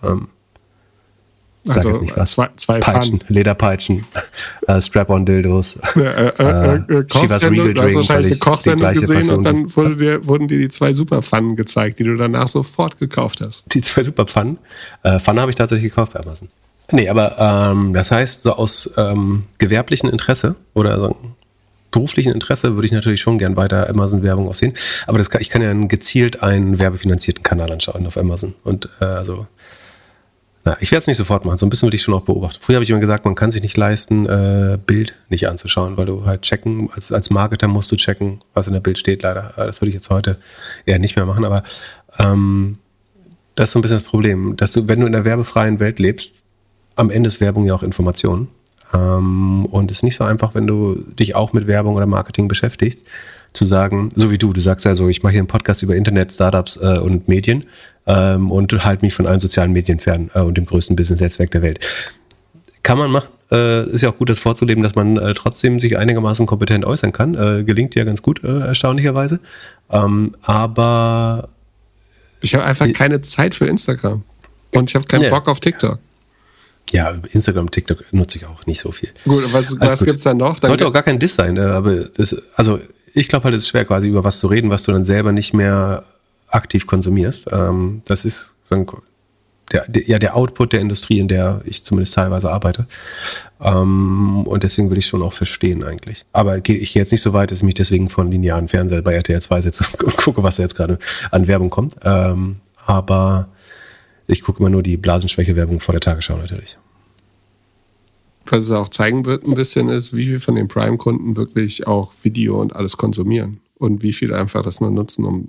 Sag jetzt nicht was. Zwei Peitschen, Pfannen. Lederpeitschen, Strap-on-Dildos. Chivas Regal Drink, du hast wahrscheinlich eine Kochsendung gesehen Passion und dann wurden dir die 2 Superpfannen gezeigt, die du danach sofort gekauft hast. Die 2 Superpfannen. Pfanne habe ich tatsächlich gekauft bei Amazon. Nee, aber das heißt, so aus gewerblichem Interesse oder so beruflichen Interesse würde ich natürlich schon gern weiter Amazon-Werbung aussehen. Aber ich kann ja gezielt einen werbefinanzierten Kanal anschauen auf Amazon. Und ich werde es nicht sofort machen, so ein bisschen würde ich schon auch beobachten. Früher habe ich immer gesagt, man kann sich nicht leisten, Bild nicht anzuschauen, weil du halt checken, als Marketer musst du checken, was in der Bild steht, leider. Das würde ich jetzt heute eher nicht mehr machen, aber das ist so ein bisschen das Problem, dass du, wenn du in der werbefreien Welt lebst, am Ende ist Werbung ja auch Information. Und es ist nicht so einfach, wenn du dich auch mit Werbung oder Marketing beschäftigst, zu sagen, so wie du sagst ja so, ich mache hier einen Podcast über Internet, Startups und Medien und halte mich von allen sozialen Medien fern und dem größten Business-Netzwerk der Welt. Kann man machen. Ist ja auch gut, das vorzuleben, dass man trotzdem sich einigermaßen kompetent äußern kann. Gelingt ja ganz gut, erstaunlicherweise. Aber ich habe einfach keine Zeit für Instagram. Und ich habe keinen Bock auf TikTok. Ja, Instagram, TikTok nutze ich auch nicht so viel. Gut, was gibt's da noch? Sollte auch gar kein Diss sein, aber ich glaube halt, es ist schwer quasi über was zu reden, was du dann selber nicht mehr aktiv konsumierst. Das ist der Output der Industrie, in der ich zumindest teilweise arbeite. Und deswegen würde ich schon auch verstehen eigentlich. Aber ich gehe jetzt nicht so weit, dass ich mich deswegen von linearen Fernseher bei RTL 2 setze und gucke, was da jetzt gerade an Werbung kommt. Aber ich gucke immer nur die Blasenschwäche-Werbung vor der Tagesschau natürlich. Was es auch zeigen wird ein bisschen ist, wie viel von den Prime-Kunden wirklich auch Video und alles konsumieren. Und wie viele einfach das nur nutzen, um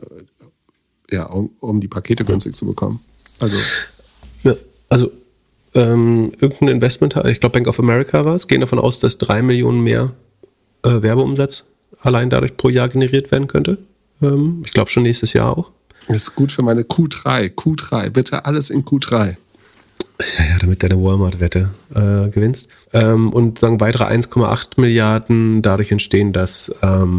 die Pakete günstig zu bekommen. Irgendein Investment, ich glaube Bank of America war es, gehen davon aus, dass 3 Millionen mehr Werbeumsatz allein dadurch pro Jahr generiert werden könnte. Ich glaube schon nächstes Jahr auch. Das ist gut für meine Q3. Bitte alles in Q3. Ja, damit deine Walmart-Wette gewinnst. Und sagen weitere 1,8 Milliarden dadurch entstehen, dass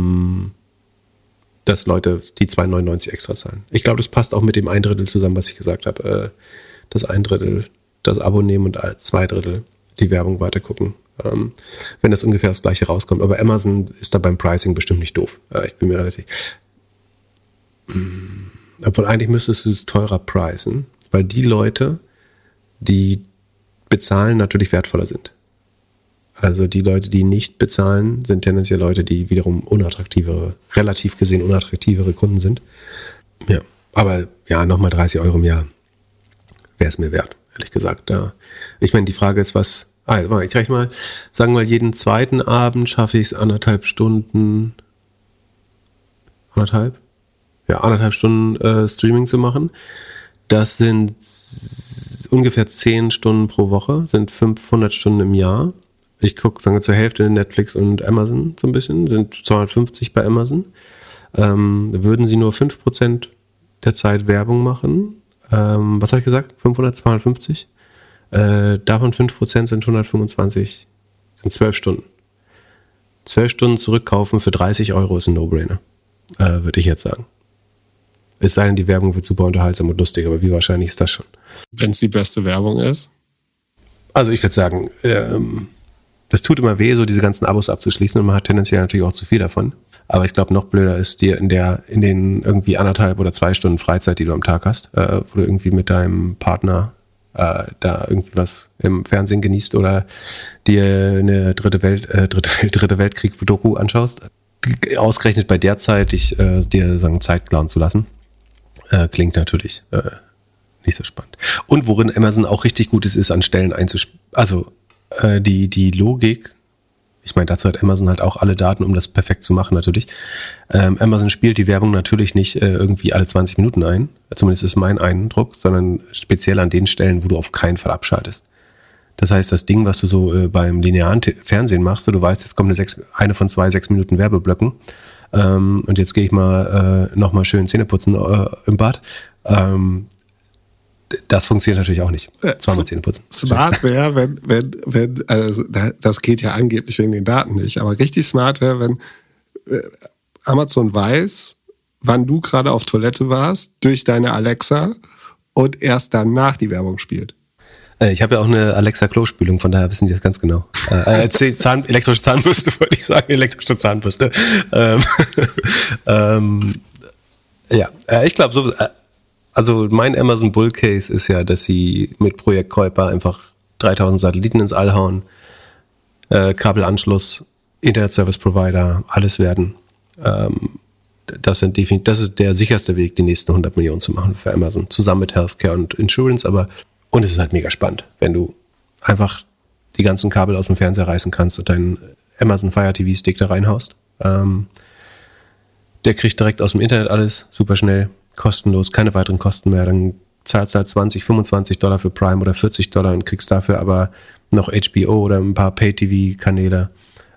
Leute die 2,99 extra zahlen. Ich glaube, das passt auch mit dem 1/3 zusammen, was ich gesagt habe. Das 1/3 das Abo nehmen und 2/3 die Werbung weitergucken. Wenn das ungefähr das Gleiche rauskommt. Aber Amazon ist da beim Pricing bestimmt nicht doof. Ich bin mir relativ... Obwohl eigentlich müsstest du es teurer pricen, weil die Leute, die bezahlen, natürlich wertvoller sind. Also die Leute, die nicht bezahlen, sind tendenziell Leute, die wiederum relativ gesehen unattraktivere Kunden sind. Ja, aber ja, nochmal 30 Euro im Jahr wäre es mir wert, ehrlich gesagt. Ich meine, die Frage ist, ich rechne mal, sagen wir mal, jeden zweiten Abend schaffe ich es 1,5 Stunden, 1,5 Stunden Streaming zu machen. Das sind ungefähr 10 Stunden pro Woche, sind 500 Stunden im Jahr. Ich gucke, sagen wir, zur Hälfte Netflix und Amazon so ein bisschen, sind 250 bei Amazon. Würden sie nur 5% der Zeit Werbung machen, was habe ich gesagt? 500, 250? Davon 5% sind 125, sind 12 Stunden. 12 Stunden zurückkaufen für 30 Euro ist ein No-Brainer, würde ich jetzt sagen. Es sei denn, die Werbung wird super unterhaltsam und lustig, aber wie wahrscheinlich ist das schon? Wenn es die beste Werbung ist? Also ich würde sagen, das tut immer weh, so diese ganzen Abos abzuschließen und man hat tendenziell natürlich auch zu viel davon. Aber ich glaube, noch blöder ist dir in den irgendwie 1,5 oder 2 Stunden Freizeit, die du am Tag hast, wo du irgendwie mit deinem Partner da irgendwie was im Fernsehen genießt oder dir eine Dritte Weltkrieg-Doku anschaust, ausgerechnet bei der Zeit dir sagen, Zeit klauen zu lassen, klingt natürlich nicht so spannend. Und worin Amazon auch richtig gut ist an Stellen einzuspielen. Also die Logik, ich meine, dazu hat Amazon halt auch alle Daten, um das perfekt zu machen natürlich. Amazon spielt die Werbung natürlich nicht irgendwie alle 20 Minuten ein, zumindest ist mein Eindruck, sondern speziell an den Stellen, wo du auf keinen Fall abschaltest. Das heißt, das Ding, was du so beim linearen Fernsehen machst, du weißt, jetzt kommt eine von 2 6-Minuten Werbeblöcken und jetzt gehe ich mal nochmal schön Zähne putzen im Bad. Das funktioniert natürlich auch nicht. Zweimal Zähne putzen. Smart wäre, wenn also das geht ja angeblich wegen den Daten nicht, aber richtig smart wäre, wenn Amazon weiß, wann du gerade auf Toilette warst, durch deine Alexa und erst danach die Werbung spielt. Ich habe ja auch eine Alexa-Klospülung, von daher wissen die das ganz genau. Elektrische Zahnbürste, wollte ich sagen, elektrische Zahnbürste. Ich glaube, so. Also mein Amazon Bull Case ist ja, dass sie mit Projekt Kuiper einfach 3000 Satelliten ins All hauen, Kabelanschluss, Internet Service Provider, alles werden. Das ist der sicherste Weg, die nächsten 100 Millionen zu machen für Amazon, zusammen mit Healthcare und Insurance, und es ist halt mega spannend, wenn du einfach die ganzen Kabel aus dem Fernseher reißen kannst und deinen Amazon Fire TV Stick da reinhaust. Der kriegt direkt aus dem Internet alles, super schnell, kostenlos, keine weiteren Kosten mehr. Dann zahlst du halt $20, $25 für Prime oder $40 und kriegst dafür aber noch HBO oder ein paar Pay-TV-Kanäle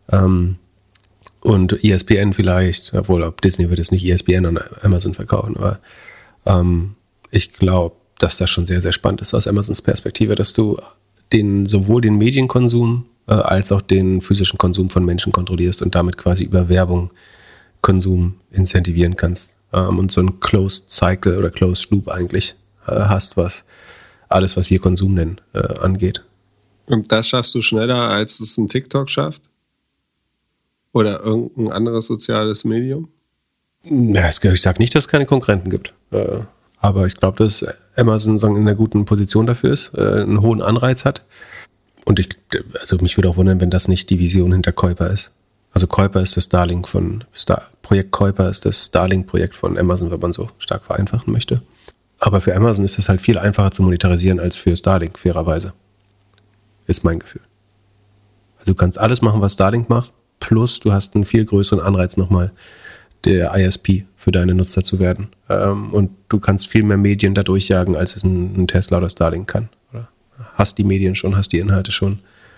und ESPN vielleicht, obwohl ob Disney wird es nicht ESPN an Amazon verkaufen, aber ich glaube, dass das schon sehr, sehr spannend ist aus Amazons Perspektive, dass du sowohl den Medienkonsum als auch den physischen Konsum von Menschen kontrollierst und damit quasi über Werbung Konsum incentivieren kannst und so ein Closed Cycle oder Closed Loop eigentlich hast, was alles, was wir Konsum nennen, angeht. Und das schaffst du schneller, als es ein TikTok schafft? Oder irgendein anderes soziales Medium? Ja, ich sage nicht, dass es keine Konkurrenten gibt. Aber ich glaube, dass Amazon in einer guten Position dafür ist, einen hohen Anreiz hat. Und mich würde auch wundern, wenn das nicht die Vision hinter Kuiper ist. Also Kuiper ist das Projekt Kuiper ist das Starlink-Projekt von Amazon, wenn man so stark vereinfachen möchte. Aber für Amazon ist das halt viel einfacher zu monetarisieren als für Starlink, fairerweise. Ist mein Gefühl. Also du kannst alles machen, was Starlink macht, plus du hast einen viel größeren Anreiz nochmal, der ISP für deine Nutzer zu werden. Und du kannst viel mehr Medien da durchjagen, als es ein Tesla oder Starlink kann. Oder hast die Medien schon, hast die Inhalte schon.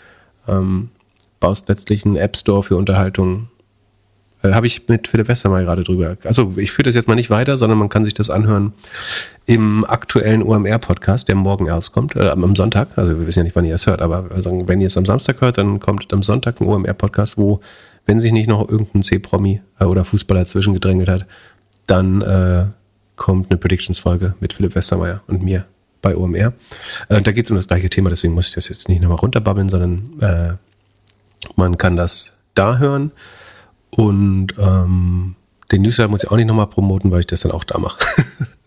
Baust letztlich einen App Store für Unterhaltung. Habe ich mit Philipp Westermeier gerade drüber. Also ich führe das jetzt mal nicht weiter, sondern man kann sich das anhören im aktuellen OMR-Podcast, der morgen rauskommt, am Sonntag. Also wir wissen ja nicht, wann ihr es hört, aber wenn ihr es am Samstag hört, dann kommt am Sonntag ein OMR-Podcast, wo, wenn sich nicht noch irgendein C-Promi oder Fußballer zwischengedrängelt hat, dann kommt eine Predictions-Folge mit Philipp Westermeier und mir bei OMR. Da geht es um das gleiche Thema, deswegen muss ich das jetzt nicht nochmal runterbabbeln, sondern man kann das da hören. Und den Newsletter muss ich auch nicht nochmal promoten, weil ich das dann auch da mache.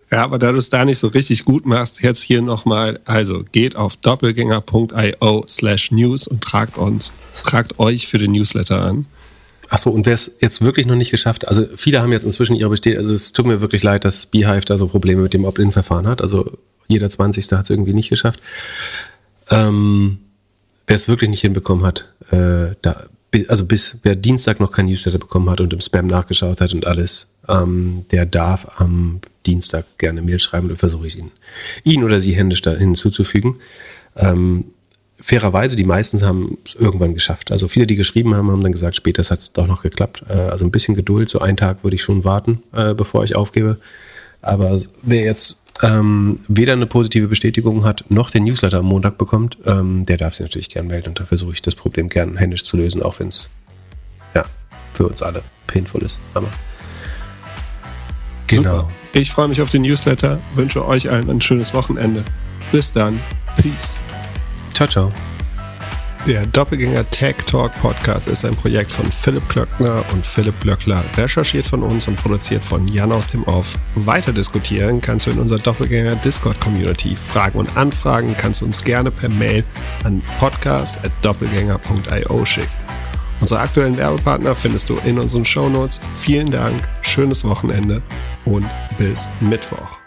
Ja, aber da du es da nicht so richtig gut machst, jetzt hier nochmal, also geht auf doppelgänger.io/news und tragt euch für den Newsletter an. Achso, und wer es jetzt wirklich noch nicht geschafft hat, also viele haben jetzt inzwischen ihre Bestätigung, also es tut mir wirklich leid, dass Beehive da so Probleme mit dem Opt-in-Verfahren hat, also jeder 20. hat es irgendwie nicht geschafft. Wer es wirklich nicht hinbekommen hat, bis wer Dienstag noch kein Newsletter bekommen hat und im Spam nachgeschaut hat und alles, der darf am Dienstag gerne Mail schreiben, dann versuche ich ihn oder sie händisch da hinzuzufügen. Fairerweise, die meisten haben es irgendwann geschafft. Also viele, die geschrieben haben, haben dann gesagt, später hat es doch noch geklappt. Also ein bisschen Geduld, so einen Tag würde ich schon warten, bevor ich aufgebe. Aber wer jetzt weder eine positive Bestätigung hat, noch den Newsletter am Montag bekommt, der darf sich natürlich gern melden. Und da versuche ich das Problem gern händisch zu lösen, auch wenn es für uns alle painful ist. Aber genau. Super. Ich freue mich auf den Newsletter, wünsche euch allen ein schönes Wochenende. Bis dann. Peace. Ciao, ciao. Der Doppelgänger Tech Talk Podcast ist ein Projekt von Philipp Klöckner und Philipp Glöckler, recherchiert von uns und produziert von Jan aus dem Off. Weiter diskutieren kannst du in unserer Doppelgänger Discord Community. Fragen und Anfragen kannst du uns gerne per Mail an podcast@doppelgänger.io schicken. Unsere aktuellen Werbepartner findest du in unseren Shownotes. Vielen Dank, schönes Wochenende und bis Mittwoch.